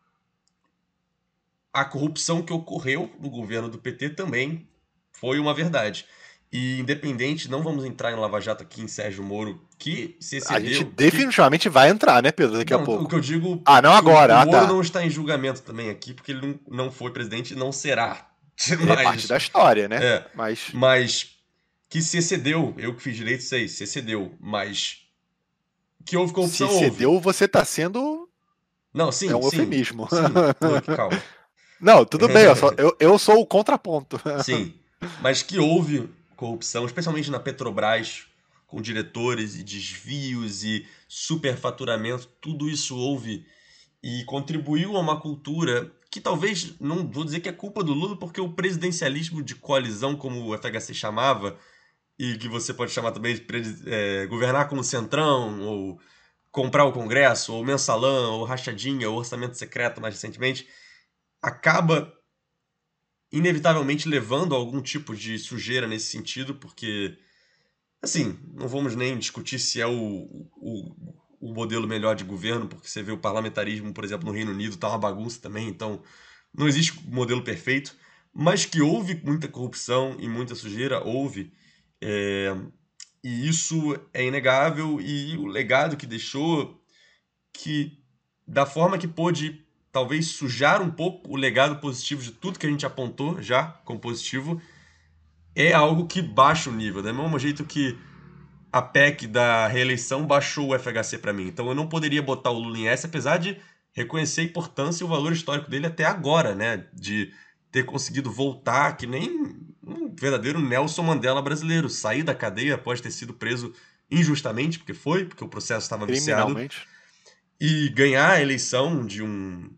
a corrupção que ocorreu no governo do P T também foi uma verdade. E independente, não vamos entrar em Lava Jato aqui em Sérgio Moro, que se excedeu... A gente definitivamente que... vai entrar, né, Pedro, daqui não, a pouco. O que eu digo... Ah, não agora. O, o ah, Moro tá. não está em julgamento também aqui, porque ele não, não foi presidente e não será. Ele mas, é parte da história, né? É, mas... mas que se excedeu, eu que fiz direito sei, se excedeu, mas que houve corrupção, Se excedeu, houve. Você tá sendo... Não, sim, é um sim, eufemismo. sim, Luke, calma. Não, tudo bem, eu, só, eu, eu sou o contraponto. Sim, mas que houve corrupção, especialmente na Petrobras, com diretores e desvios e superfaturamento, tudo isso houve e contribuiu a uma cultura que talvez, não vou dizer que é culpa do Lula, porque o presidencialismo de coalizão, como o F H C chamava, e que você pode chamar também de é, governar como centrão, ou comprar o Congresso, ou mensalão, ou rachadinha, ou orçamento secreto mais recentemente, acaba inevitavelmente levando a algum tipo de sujeira nesse sentido, porque, assim, não vamos nem discutir se é o, o, o modelo melhor de governo, porque você vê o parlamentarismo, por exemplo, no Reino Unido, tá uma bagunça também, então não existe modelo perfeito, mas que houve muita corrupção e muita sujeira, houve, é, e isso é inegável, e o legado que deixou, que da forma que pôde talvez sujar um pouco o legado positivo de tudo que a gente apontou já como positivo, é algo que baixa o nível, do mesmo jeito que a P E C da reeleição baixou o F H C para mim. Então eu não poderia botar o Lula em S, apesar de reconhecer a importância e o valor histórico dele até agora, né? De ter conseguido voltar, que nem um verdadeiro Nelson Mandela brasileiro, sair da cadeia após ter sido preso injustamente, porque foi, porque o processo estava viciado, Criminalmente. e ganhar a eleição de um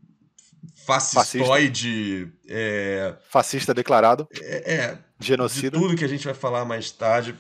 fascistoide, é, Fascista declarado. é, é, de Genocida. tudo que a gente vai falar mais tarde,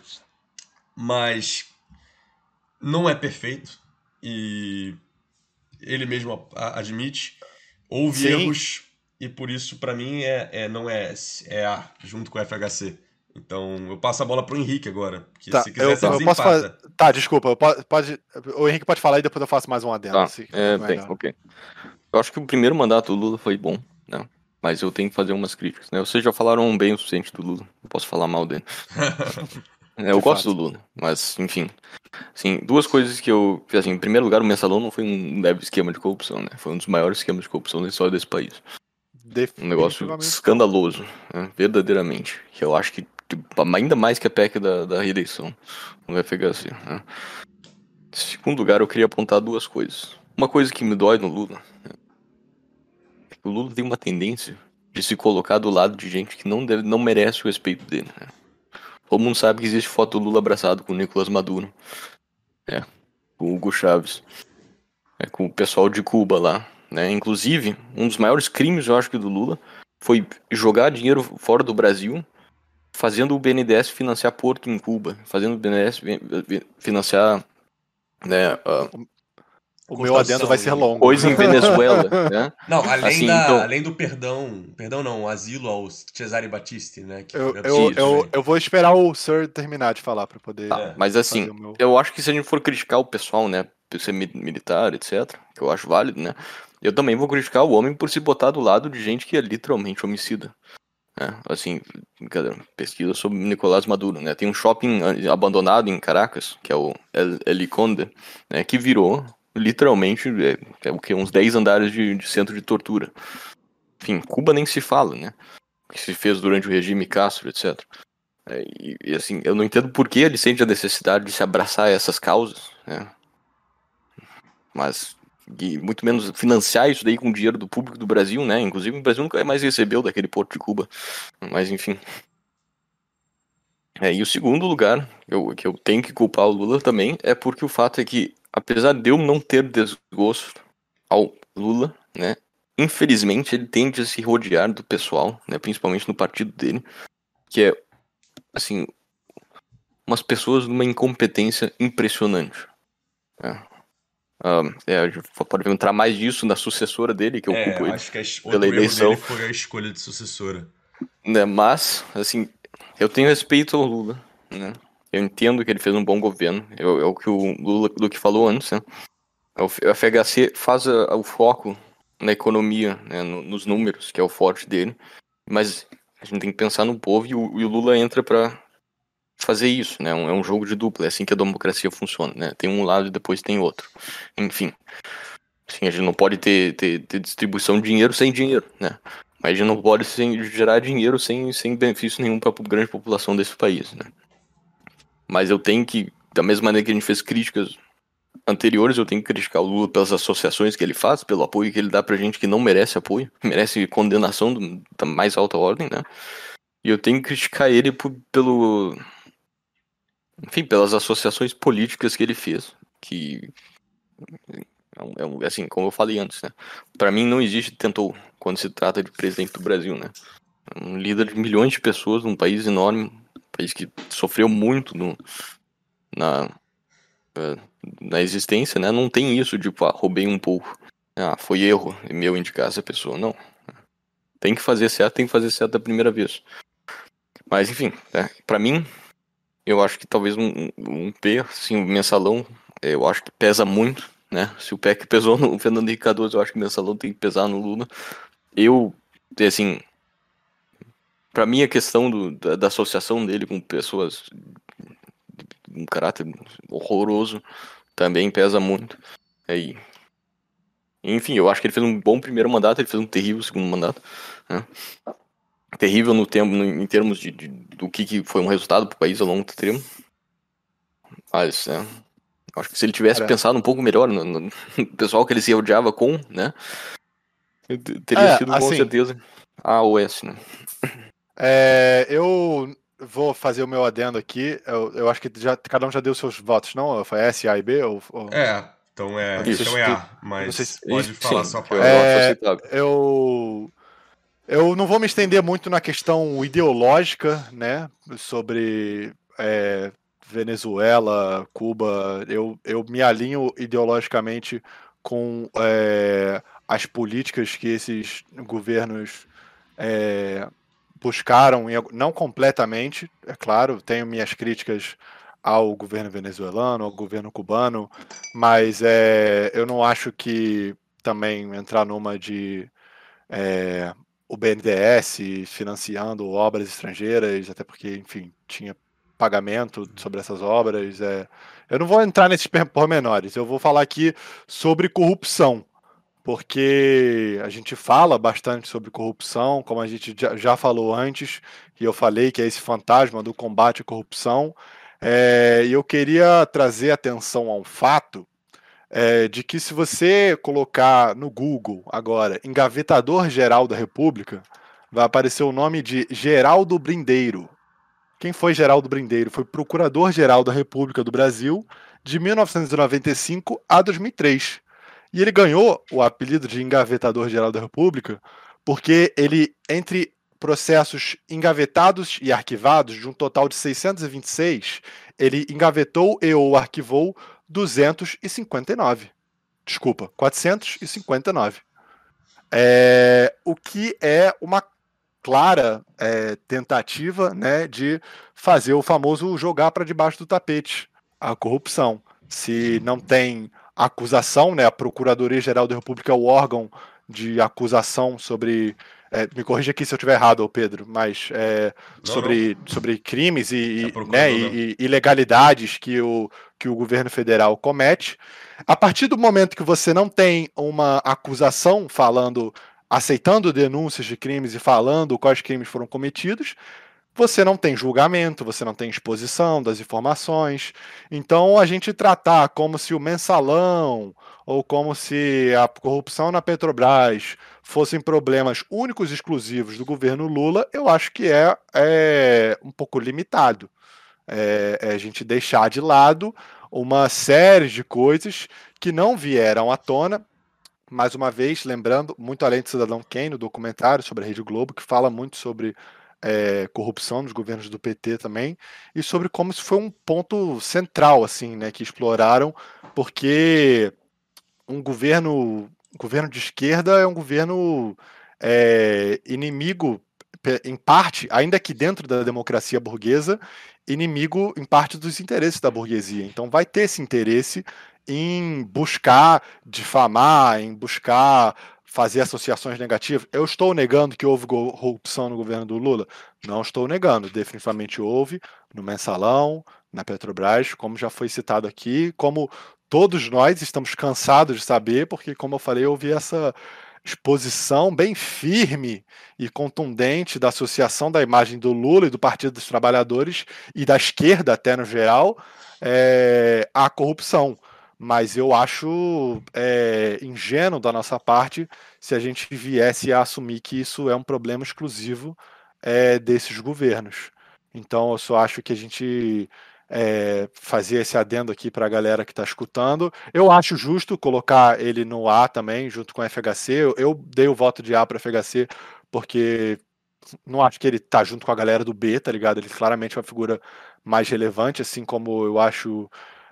mas não é perfeito e ele mesmo a- admite. Houve Sim. erros e por isso, pra mim, é, é, não é S, é A, junto com o F H C. Então, eu passo a bola pro Henrique agora, porque Tá, se quiser eu, você eu posso desempata. fazer... Tá, desculpa. eu po- Pode... O Henrique pode falar e depois eu faço mais um adendo. Tá, se é, for bem, melhor. ok. Eu acho que o primeiro mandato do Lula foi bom, né? Mas eu tenho que fazer umas críticas, né? Vocês já falaram bem o suficiente do Lula, não posso falar mal dele. É, eu De gosto fato. do Lula, mas, enfim. Assim, duas coisas que eu... Assim, em primeiro lugar, o Mensalão não foi um leve esquema de corrupção, né? Foi um dos maiores esquemas de corrupção da história desse país. Um negócio Definitivamente. escandaloso, né? Verdadeiramente. Que eu acho que, tipo, ainda mais que a P E C da, da reeleição no F H C, né? Em segundo lugar, eu queria apontar duas coisas. Uma coisa que me dói no Lula, né? É que o Lula tem uma tendência de se colocar do lado de gente que não, deve, não merece o respeito dele, né? Todo mundo sabe que existe foto do Lula abraçado com o Nicolás Maduro, é, com o Hugo Chávez, é, com o pessoal de Cuba lá, né? Inclusive, um dos maiores crimes, eu acho que do Lula, foi jogar dinheiro fora do Brasil, fazendo o B N D E S financiar porto em Cuba, fazendo o B N D E S financiar, né, uh, O meu adendo vai ser longo. coisa em Venezuela, né? Não, além, Assim, da, então- além do perdão, perdão não, o asilo ao Cesare Battisti, né? Que Eu, foi eu, absurdo eu, também. eu vou esperar o Sir terminar de falar pra poder. Tá, mas assim, fazer o meu- eu acho que se a gente for criticar o pessoal, né, por ser mi- militar, etcétera, que eu acho válido, né, eu também vou criticar o homem por se botar do lado de gente que é literalmente homicida. Né? Assim, cadê? Pesquisa sobre Nicolás Maduro, né, tem um shopping abandonado em Caracas, que é o El, El Conde, né, que virou, literalmente, é, é o que, uns dez andares de, de centro de tortura. Enfim, Cuba nem se fala, né, o que se fez durante o regime Castro, etcétera. É, e, e assim, eu não entendo por que ele sente a necessidade de se abraçar a essas causas, né? Mas, e muito menos financiar isso daí com dinheiro do público do Brasil, né? Inclusive o Brasil nunca mais recebeu daquele porto de Cuba. Mas enfim. É, e o segundo lugar, eu, que eu tenho que culpar o Lula também, é porque o fato é que, apesar de eu não ter desgosto ao Lula, né? Infelizmente ele tende a se rodear do pessoal, né? Principalmente no partido dele, que é, assim, umas pessoas numa incompetência impressionante. É. Um, é, a gente pode entrar mais disso na sucessora dele, que eu É, culpo ele acho que a, es- pela outro erro eleição, dele foi a escolha de sucessora. né? Mas, assim, eu tenho respeito ao Lula, né? Eu entendo que ele fez um bom governo, é, é o que o Lula do que falou antes, né? O F H C faz a, o foco na economia, né? No, nos números, que é o forte dele, mas a gente tem que pensar no povo e o, e o Lula entra pra fazer isso, né? Um, é um jogo de dupla, é assim que a democracia funciona, né? Tem um lado e depois tem outro. Enfim, assim, a gente não pode ter, ter, ter distribuição de dinheiro sem dinheiro, né? Mas a gente não pode sem, gerar dinheiro sem, sem benefício nenhum para a grande população desse país, né? Mas eu tenho que, da mesma maneira que a gente fez críticas anteriores, eu tenho que criticar o Lula pelas associações que ele faz, pelo apoio que ele dá pra gente que não merece apoio, merece condenação do, da mais alta ordem, né? E eu tenho que criticar ele por, pelo... Enfim, pelas associações políticas que ele fez, que... É um, assim, como eu falei antes, né? Pra mim não existe tentou quando se trata de presidente do Brasil, né? Um líder de milhões de pessoas, num país enorme, um país que sofreu muito no, na, na existência, né? Não tem isso de, tipo, ah, roubei um pouco. Ah, foi erro meu indicar essa pessoa. Não. Tem que fazer certo, tem que fazer certo da primeira vez. Mas, enfim, né? Pra mim, eu acho que talvez um, um P, assim, um mensalão, eu acho que pesa muito, né? Se o P E C pesou no Fernando Henrique Cardoso, eu acho que o mensalão tem que pesar no Lula. Eu, assim, pra mim a questão do, da, da associação dele com pessoas de um caráter horroroso também pesa muito. Aí, enfim, eu acho que ele fez um bom primeiro mandato, ele fez um terrível segundo mandato, né? Terrível no tempo, no, em termos de, de do que, que foi um resultado pro país ao longo do tempo. Mas, né, acho que se ele tivesse Cara, pensado um pouco melhor no, no, no pessoal que ele se odiava com, né, teria é, sido com assim, certeza A ou S, né? é, eu vou fazer o meu adendo aqui. Eu, eu acho que já, cada um já deu seus votos, não? Foi S, A e B? Ou, ou... É, então Eu é, não sei então se é tu, A, eu não sei se... mas pode Isso, falar sim, sua eu, parte. eu acho É, aceitável. eu, eu não vou me estender muito na questão ideológica, né? Sobre é, Venezuela, Cuba. Eu, eu me alinho ideologicamente com é, as políticas que esses governos é, buscaram, não completamente, é claro, tenho minhas críticas ao governo venezuelano, ao governo cubano, mas é, eu não acho que também entrar numa de é, o B N D E S financiando obras estrangeiras, até porque, enfim, tinha pagamento sobre essas obras. É, eu não vou entrar nesses pormenores, eu vou falar aqui sobre corrupção, porque a gente fala bastante sobre corrupção, como a gente já falou antes, e eu falei que é esse fantasma do combate à corrupção. É, e eu queria trazer atenção a um fato é, de que se você colocar no Google agora engavetador geral da República, vai aparecer o nome de Geraldo Brindeiro. Quem foi Geraldo Brindeiro? Foi procurador-geral da República do Brasil de mil novecentos e noventa e cinco a dois mil e três. E ele ganhou o apelido de engavetador-geral da República porque ele, entre processos engavetados e arquivados, de um total de seiscentos e vinte e seis, ele engavetou e ou arquivou duzentos e cinquenta e nove. Desculpa, quatrocentos e cinquenta e nove. É, o que é uma clara é, tentativa, né, de fazer o famoso jogar para debaixo do tapete a corrupção. Se não tem acusação, né, a Procuradoria-Geral da República é o órgão de acusação sobre. É, me corrija aqui se eu estiver errado, Pedro, mas é, Não, não, sobre, sobre crimes é e, e, né, procurador mesmo. e, e ilegalidades que o, que o governo federal comete. A partir do momento que você não tem uma acusação falando, aceitando denúncias de crimes e falando quais crimes foram cometidos, você não tem julgamento, você não tem exposição das informações. Então, a gente tratar como se o mensalão ou como se a corrupção na Petrobras fossem problemas únicos e exclusivos do governo Lula, eu acho que é, é um pouco limitado. É, é a gente deixar de lado uma série de coisas que não vieram à tona. Mais uma vez, lembrando, muito além do Cidadão Kane, no documentário sobre a Rede Globo, que fala muito sobre é, corrupção nos governos do P T também, e sobre como isso foi um ponto central, assim, né, que exploraram, porque um governo, um governo de esquerda é um governo é, inimigo, em parte, ainda que dentro da democracia burguesa, inimigo em parte dos interesses da burguesia. Então vai ter esse interesse em buscar difamar, em buscar fazer associações negativas. Eu estou negando que houve corrupção no governo do Lula? Não estou negando, definitivamente houve, no Mensalão, na Petrobras, como já foi citado aqui, como todos nós estamos cansados de saber, porque, como eu falei, houve essa, exposição bem firme e contundente da associação da imagem do Lula e do Partido dos Trabalhadores e da esquerda até no geral é, à corrupção. Mas eu acho é, ingênuo da nossa parte se a gente viesse a assumir que isso é um problema exclusivo é, desses governos. Então eu só acho que a gente é, fazer esse adendo aqui para a galera que está escutando. Eu acho justo colocar ele no A também, junto com o F H C. Eu, eu dei o voto de A para o F H C porque não acho que ele tá junto com a galera do B, tá ligado? Ele claramente é uma figura mais relevante, assim como eu acho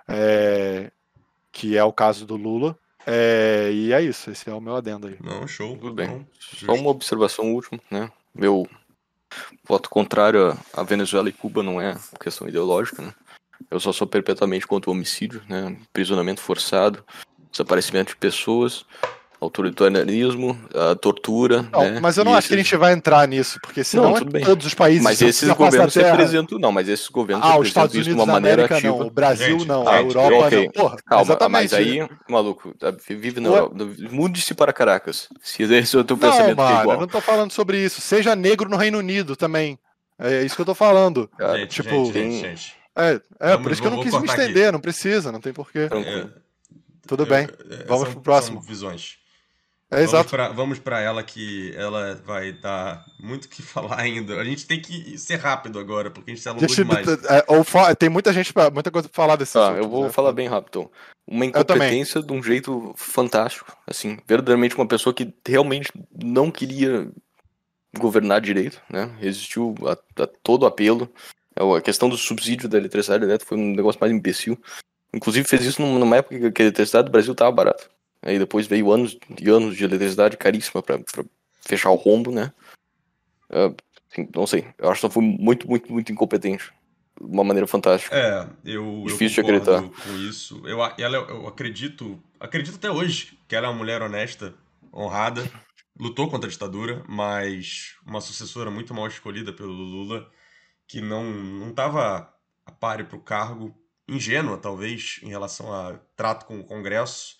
é, que é o caso do Lula. É, e é isso, esse é o meu adendo aí. Não, show. Tudo bem. Não, Só uma observação última, né? Meu voto contrário a Venezuela e Cuba não é questão ideológica, né? Eu só sou perpetuamente contra o homicídio, né? Aprisionamento forçado, desaparecimento de pessoas, autoritarismo, a tortura, Não, né? mas eu não E acho que a esses- gente vai entrar nisso, porque senão Não, é tudo bem. todos os países Mas são esses na face da governos Terra. representam, não, mas esses governos Ah, os Estados representam isso de Unidos uma da maneira América ativa. não, o Brasil Gente, não, calma, a Europa ok. não. Porra, Calma, exatamente. mas aí, maluco, vive na Ué? Europa, mude-se para Caracas. Se esse é o teu Não, pensamento que é mano, eu igual. não tô falando sobre isso. Seja negro no Reino Unido também. É isso que eu tô falando. Cara, gente, tipo, gente, tem- gente, gente. É, é Vamos- por isso que eu vou- não vou quis me cortar aqui. estender, não precisa, não tem porquê. tranquilo. Tudo Eu- bem, é, vamos são- pro próximo. São visões. É Vamos exato. pra, vamos pra ela que ela vai dar muito o que falar ainda. A gente tem que ser rápido agora, porque a gente se alongou Deixa, demais. é, ou fa- tem muita gente, pra, muita coisa pra falar desse Tá, assunto, eu vou né? falar bem rápido. Então. Uma Eu também. incompetência de um jeito fantástico. Assim, verdadeiramente uma pessoa que realmente não queria governar direito, né? Resistiu a, a todo apelo. A questão do subsídio da eletricidade elétrica foi um negócio mais imbecil. Inclusive fez isso numa época que a eletricidade do Brasil estava barata. Aí depois veio anos e anos de eletricidade caríssima para fechar o rombo, né? Uh, assim, não sei. Eu acho que ela foi muito, muito, muito incompetente. De uma maneira fantástica. É, eu, Difícil eu de concordo acreditar. com isso. Eu, ela, eu acredito, acredito até hoje que ela é uma mulher honesta, honrada, lutou contra a ditadura, mas uma sucessora muito mal escolhida pelo Lula, que não não estava a páreo para o cargo, ingênua talvez em relação a trato com o Congresso,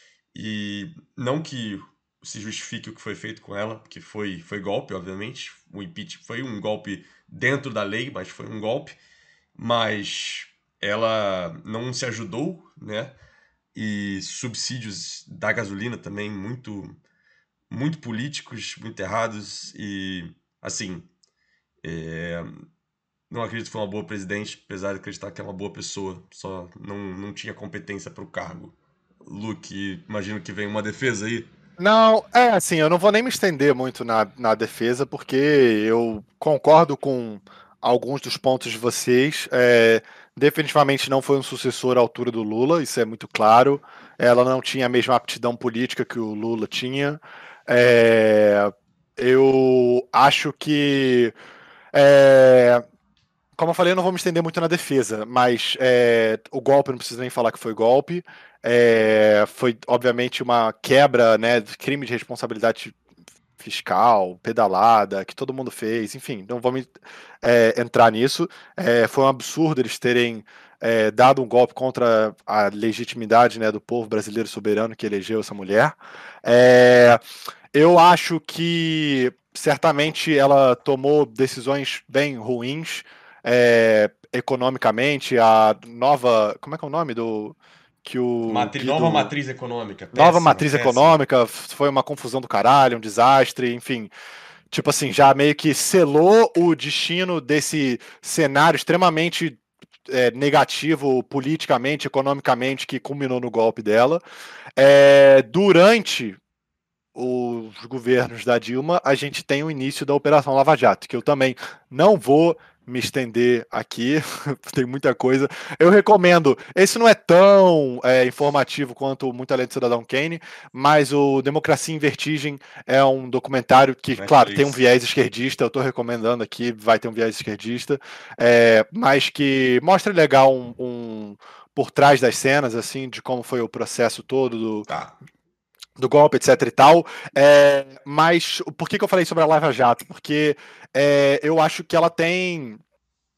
e não que se justifique o que foi feito com ela, porque foi, foi golpe, obviamente, o impeachment foi um golpe dentro da lei, mas foi um golpe, mas ela não se ajudou, né? E subsídios da gasolina também muito muito políticos, muito errados e assim, é, não acredito que foi uma boa presidente, apesar de acreditar que é uma boa pessoa, só não, não tinha competência para o cargo. Luke, imagino que vem uma defesa aí. Não, é assim, eu não vou nem me estender muito na, na defesa, porque eu concordo com alguns dos pontos de vocês. É, definitivamente não foi um sucessor à altura do Lula, isso é muito claro. Ela não tinha a mesma aptidão política que o Lula tinha. É, eu acho que. É, como eu falei, eu não vou me estender muito na defesa, mas é, o golpe, não preciso nem falar que foi golpe. É, foi, obviamente, uma quebra, né, de crime de responsabilidade fiscal, pedalada, que todo mundo fez, enfim, não vamos é, entrar nisso. É, foi um absurdo eles terem é, dado um golpe contra a legitimidade, né, do povo brasileiro soberano que elegeu essa mulher. É, eu acho que certamente ela tomou decisões bem ruins é, economicamente. A nova. Como é que é o nome do. Que o Matri- Guido- Nova matriz econômica. Nova péssima, matriz péssima. econômica, foi uma confusão do caralho, um desastre, enfim. Tipo assim, já meio que selou o destino desse cenário extremamente é, negativo politicamente, economicamente, que culminou no golpe dela. É, durante os governos da Dilma, a gente tem o início da Operação Lava Jato, que eu também não vou me estender aqui, tem muita coisa. Eu recomendo, esse não é tão é, informativo quanto Muito Além do Cidadão Kane, mas o Democracia em Vertigem é um documentário que, Netflix. claro, tem um viés esquerdista, eu estou recomendando aqui, vai ter um viés esquerdista, é, mas que mostra legal um, um por trás das cenas, assim, de como foi o processo todo do, Tá. do golpe, etc e tal. É, mas por que, que eu falei sobre a Lava Jato? Porque é, eu acho que ela tem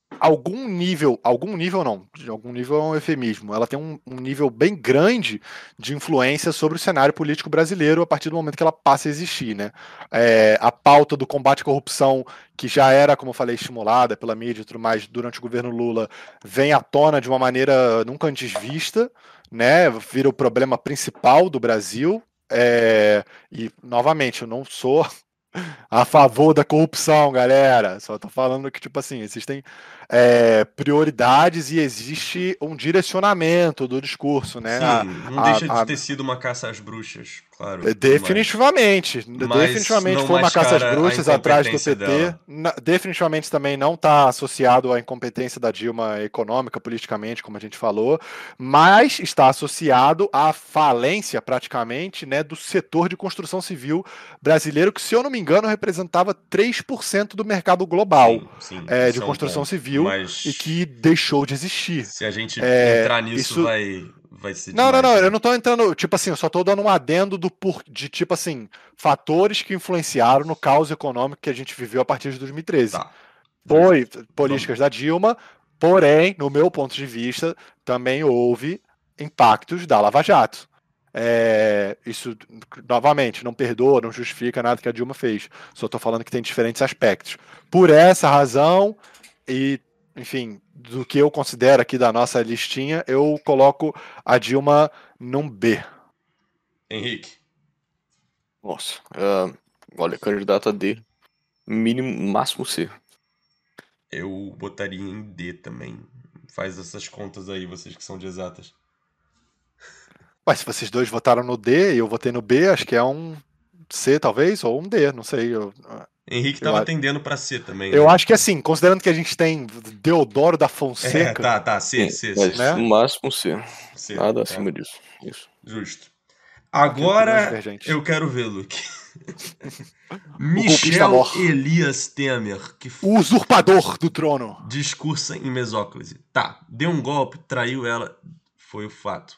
algum nível, algum nível não, de algum nível é um eufemismo, ela tem um, um nível bem grande de influência sobre o cenário político brasileiro a partir do momento que ela passa a existir, né? É, a pauta do combate à corrupção, que já era, como eu falei, estimulada pela mídia e tudo mais durante o governo Lula, vem à tona de uma maneira nunca antes vista, né? Vira o problema principal do Brasil. É, e, novamente, eu não sou a favor da corrupção, galera. Só tô falando que, tipo assim, existem é, prioridades e existe um direcionamento do discurso, né? A, Sim, não a, deixa de a, ter sido uma caça às bruxas, claro, tudo mais. definitivamente, Mas definitivamente não foi uma caça às mascara a bruxas atrás do incompetência P T. dela. Na- definitivamente também não está associado à incompetência da Dilma econômica, politicamente, como a gente falou, mas está associado à falência, praticamente, né, do setor de construção civil brasileiro, que, se eu não me engano, representava três por cento do mercado global Sim, sim, é, de isso é um construção ponto. civil e Mas que deixou de existir. se a gente É, entrar nisso, isso vai, vai ser não, não, demais, não, né? eu não tô entrando, tipo assim, eu só tô dando um adendo do por, de, tipo assim, fatores que influenciaram no caos econômico que a gente viveu a partir de dois mil e treze. Tá, Foi justo. Vamos. políticas da Dilma, porém, no meu ponto de vista, também houve impactos da Lava Jato. É, isso, novamente, não perdoa, não justifica nada que a Dilma fez. Só tô falando que tem diferentes aspectos. Por essa razão, e, enfim, do que eu considero aqui da nossa listinha, eu coloco a Dilma num B. Henrique, Nossa. ah, olha, candidato a D. Mínimo, máximo C. eu botaria em D também. Faz essas contas aí, vocês que são de exatas. Mas se vocês dois votaram no D e eu votei no B, acho que é um C, talvez, ou um D, não sei. Eu, Henrique eu, tava tendendo pra C também, eu né? acho que assim, considerando que a gente tem Deodoro da É, Fonseca, tá, tá, C, Sim, C, C. mas né? no máximo C. C, Nada tá. acima disso. Isso. Justo. Ok, opiniões Agora divergentes. eu quero ver, Luke. O golpista Michel mor. Elias Temer, que f- O usurpador do trono. discursa em Mesóclise. Tá, deu um golpe, traiu ela, foi o fato.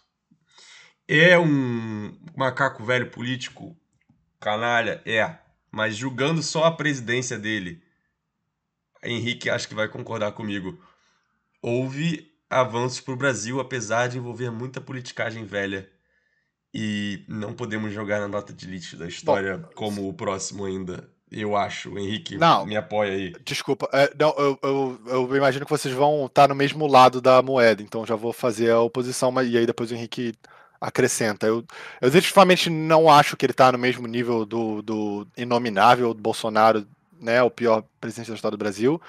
É um macaco velho político canalha? É. Mas julgando só a presidência dele, Henrique acho que vai concordar comigo. Houve avanços para o Brasil, apesar de envolver muita politicagem velha. E não podemos jogar na nota de lixo da Bom, história como o próximo ainda. Eu acho. O Henrique não, me apoia aí. desculpa. é, não, eu, eu, eu imagino que vocês vão estar no mesmo lado da moeda, então já vou fazer a oposição, mas, e aí depois o Henrique acrescenta. Eu, eu definitivamente não acho que ele está no mesmo nível do, do inominável Bolsonaro, né, o pior presidente da história do Brasil.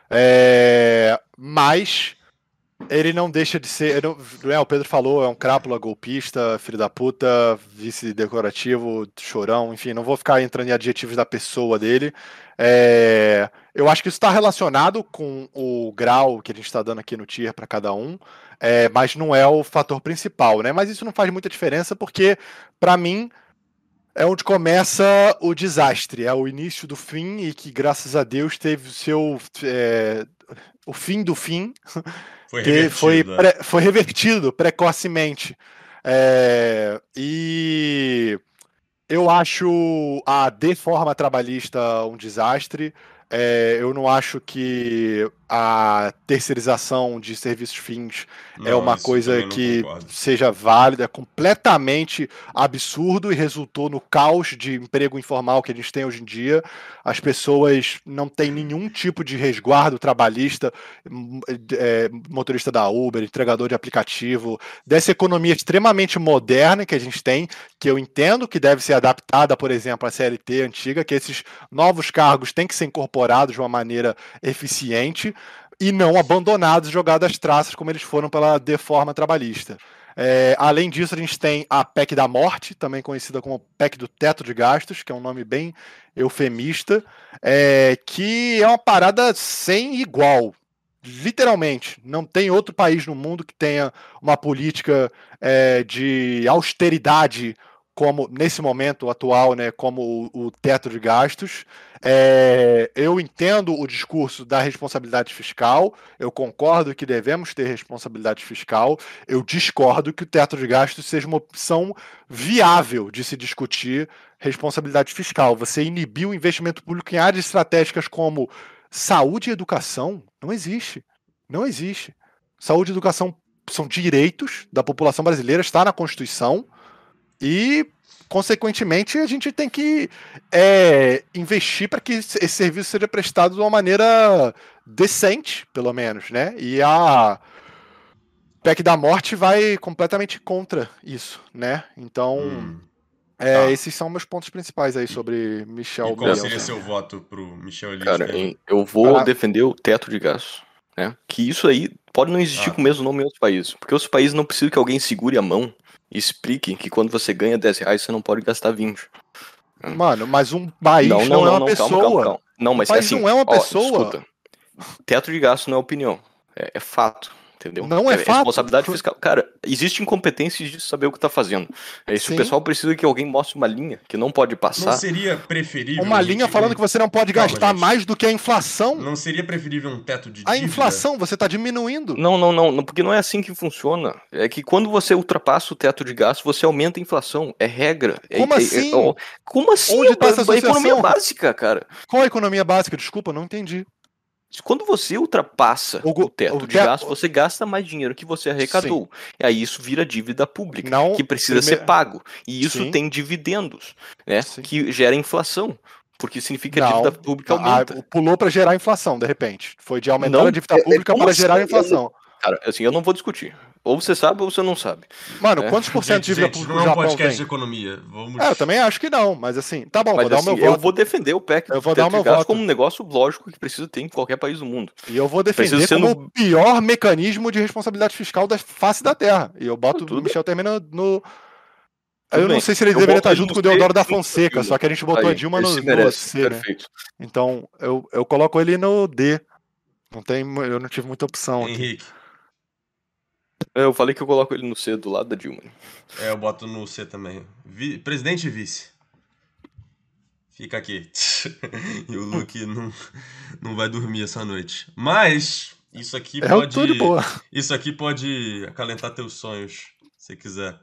É, mas ele não deixa de ser. ele não- né, o Pedro falou, é um crápula, golpista, filho da puta, vice-decorativo, chorão, enfim, não vou ficar entrando em adjetivos da pessoa dele. É, eu acho que isso está relacionado com o grau que a gente está dando aqui no tier para cada um, é, mas não é o fator principal, né? Mas isso não faz muita diferença porque, para mim, é onde começa o desastre, é o início do fim e que, graças a Deus, teve o seu. É, o fim do fim Foi te- foi, revertido. é. pre- foi revertido precocemente. É, e eu acho a deforma trabalhista um desastre. É, eu não acho que a terceirização de serviços fins é Não, uma isso coisa também não que concordo. seja válida, é completamente absurdo e resultou no caos de emprego informal que a gente tem hoje em dia. As pessoas não têm nenhum tipo de resguardo trabalhista, m- é, motorista da Uber, entregador de aplicativo, dessa economia extremamente moderna que a gente tem, que eu entendo que deve ser adaptada, por exemplo, à C L T antiga, que esses novos cargos têm que ser incorporados de uma maneira eficiente e não abandonados e jogados às traças como eles foram pela deforma trabalhista. É, além disso, a gente tem a P E C da morte, também conhecida como P E C do teto de gastos, que é um nome bem eufemista, é, que é uma parada sem igual. Literalmente, não tem outro país no mundo que tenha uma política é, de austeridade como nesse momento atual, né, como o, o teto de gastos. É, eu entendo o discurso da responsabilidade fiscal, eu concordo que devemos ter responsabilidade fiscal, eu discordo que o teto de gastos seja uma opção viável de se discutir responsabilidade fiscal. Você inibir o investimento público em áreas estratégicas como saúde e educação, não existe. Não existe. Saúde e educação são direitos da população brasileira, está na Constituição e, consequentemente, a gente tem que é, investir para que esse serviço seja prestado de uma maneira decente, pelo menos, né? E a P E C da morte vai completamente contra isso, né? Então, Hum. é, Tá. esses são meus pontos principais aí sobre Michel E qual Miel. seria seu voto pro Michel Elite? Cara, Pedro? hein, eu vou Ah. defender o teto de gastos, né? Que isso aí pode não existir Ah. com o mesmo nome em outros países. Porque os países não precisam que alguém segure a mão e explique que quando você ganha dez reais, você não pode gastar vinte. Mano, mas um país não, é uma pessoa. Calma, calma, calma. Não, mas o país assim, não é uma ó, pessoa. escuta, teto de gasto não é opinião, é, é fato. Entendeu? Não é fato. Responsabilidade fiscal. Cara, existe incompetência de saber o que tá fazendo. É, se Sim. o pessoal precisa que alguém mostre uma linha que não pode passar. Não seria preferível... Uma linha gente, falando que você não pode Calma, gastar gente. mais do que a inflação. Não seria preferível um teto de A dívida? inflação, você tá diminuindo. Não, não, não, não, porque não é assim que funciona. É que quando você ultrapassa o teto de gasto, você aumenta a inflação. É regra. É- Como é- é- assim? ó, como assim? Onde tá É essa uma economia associação? básica, cara. Qual a economia básica? Desculpa, não entendi. Quando você ultrapassa O o, go- teto o de te- gasto, você gasta mais dinheiro que você arrecadou. E aí isso vira dívida pública, Não, que precisa prime- ser pago. E isso Sim. tem dividendos, né? Sim. Que gera inflação. Porque significa que a Não, dívida pública a- aumenta. pulou para gerar inflação, de repente. Foi de aumentar Não, a dívida é- pública como para assim? gerar Eu- inflação. Cara, assim, eu não vou discutir. Ou você sabe ou você não sabe. Mano, É. quantos por cento de Gente, dívida gente, pública não o é um Japão podcast de tem? economia. Vamos... É, eu também acho que não, mas assim, tá bom, Mas vou dar assim, o meu eu voto. vou defender o P E C Eu do vou dar teto o meu de gasto voto. como um negócio lógico que precisa ter em qualquer país do mundo. E eu vou defender Precisa ser como no- o pior mecanismo de responsabilidade fiscal da face da Terra. E eu boto Tudo o Michel Temer no... no- Tudo eu não bem. sei se ele Eu deveria boto estar ele junto no com o Deodoro C, da junto com a Fonseca, Dilma. só que a gente botou Aí, a Dilma no, esse no merece, C, né? perfeito. Então, eu, eu coloco ele no D. Não tem, eu não tive muita opção aqui. Henrique. É, Eu falei que eu coloco ele no C do lado da Dilma. É, eu boto no C também. Vi- Presidente e vice. Fica aqui. E o Luke não, não vai dormir essa noite. Mas, isso aqui Eu pode... tô de boa. Isso aqui pode acalentar teus sonhos, se quiser.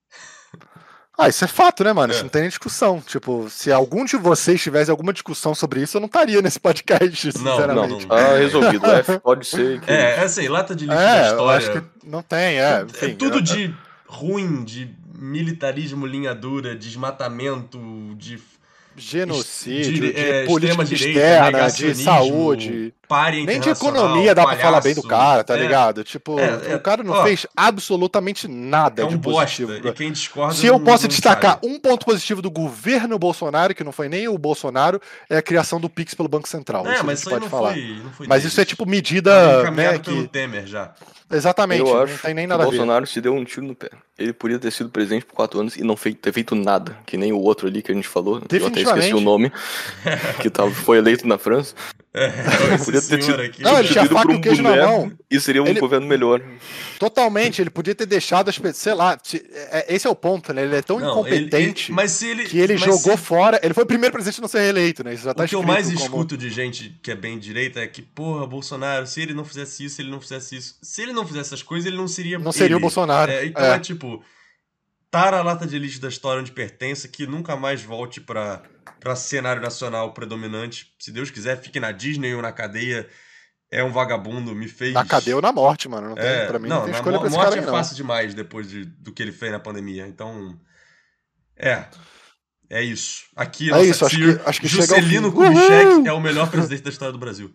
Ah, isso é fato, né, mano? É. Isso não tem nem discussão. Tipo, se algum de vocês tivesse alguma discussão sobre isso, eu não estaria nesse podcast, Não, sinceramente. não. Ah, resolvido. F pode ser. Que... É, é assim, lata de lixo da É, eu história. acho que não tem, é. É Enfim, tudo eu- de ruim, de militarismo, linha dura, desmatamento, de genocídio, de- de, é, política extrema-direita, externa, de negacionismo, saúde. pare Nem de internacional, economia dá pra falar bem do palhaço. cara, tá É, ligado? Tipo, é, é, o cara não ó, fez absolutamente nada É de um bosta. positivo. E quem discorda Se eu não- posso não destacar sabe. um ponto positivo do governo Bolsonaro, que não foi nem o Bolsonaro, é a criação do Pix pelo Banco Central. É, isso a mas gente isso aí pode não falar. foi, não foi Mas deles. isso é tipo Tava medida, encaminhado né, pelo que... Temer já. Exatamente, Eu não acho tem nem que o nada a ver. Bolsonaro se deu um tiro no pé. Ele podia ter sido presidente por quatro anos e não fei- ter feito nada, que nem o outro ali que a gente falou. Eu até esqueci Definitivamente. o nome, que tava, foi eleito na França. É, esse Podia ter senhor tido- aqui. Não, ele tinha Ido faca pra e o queijo na boneco mão. E seria um Ele- governo melhor. Totalmente, ele podia ter deixado as pessoas, sei lá, se- é- esse é o ponto, né? Ele é tão Não, ele- incompetente ele- mas se ele, que ele mas jogou se- fora. Ele foi o primeiro presidente a não ser reeleito, né? Isso já tá O que eu escrito mais como- escuto de gente que é bem direita é que, porra, Bolsonaro, se ele não fizesse isso, se ele não fizesse isso. Se ele não fizesse essas coisas, ele não seria Não seria o ele. Bolsonaro. É, então É. é. tipo, tar a lata de lixo da história onde pertence, que nunca mais volte pra, pra cenário nacional predominante. Se Deus quiser, fique na Disney ou na cadeia. É um vagabundo, me fez... Na cadeia ou na morte, mano. Não tem, É, pra mim não, não tem na escolha mo- pra esse morte cara aí, é não. fácil demais depois de, do que ele fez na pandemia. Então, é. É isso. Aqui, É nossa isso, acho tier, que- acho que chega ao Juscelino fim. Kubitschek Uhul! é o melhor presidente da história do Brasil.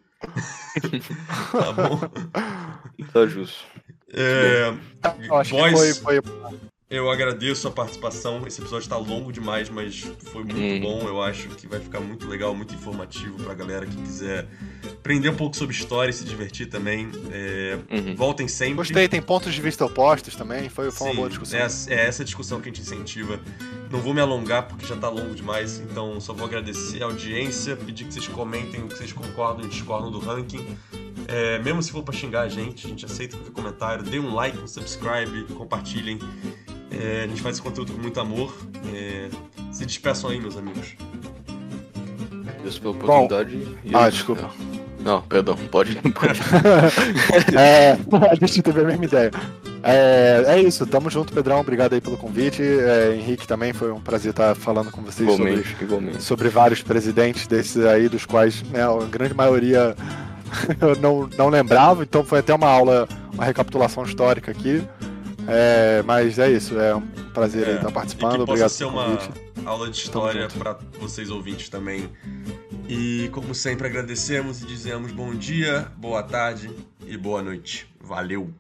Tá bom? Tá justo. É, Eu acho Boys, que foi, foi... eu agradeço a participação. Esse episódio tá longo demais, mas foi muito Hum. bom. Eu acho que vai ficar muito legal, muito informativo pra galera que quiser aprender um pouco sobre história e se divertir também. É, Uhum. voltem sempre. Gostei, tem pontos de vista opostos também. Foi, foi uma Sim, boa discussão. É, é essa discussão que a gente incentiva. Não vou me alongar porque já tá longo demais, então só vou agradecer a audiência, pedir que vocês comentem o que vocês concordam e discordam do ranking. É, mesmo se for pra xingar a gente, a gente aceita qualquer comentário. Dê um like, um subscribe, compartilhem. É, a gente faz esse conteúdo com muito amor. É, se despeçam aí, meus amigos. Agradeço pela oportunidade. e Ah, eu- desculpa. Não, perdão, pode. pode. É, a gente teve a mesma ideia. É, é isso, tamo junto, Pedrão. Obrigado aí pelo convite. É, Henrique, também foi um prazer estar falando com vocês sobre, igualmente, igualmente. sobre vários presidentes desses aí, dos quais, né, a grande maioria eu não, não lembrava, então foi até uma aula, uma recapitulação histórica aqui. É, mas é isso, é um prazer É, aí estar participando. e que Obrigado possa ser pelo uma convite. aula de história para vocês ouvintes também. E como sempre agradecemos e dizemos bom dia, boa tarde e boa noite. Valeu!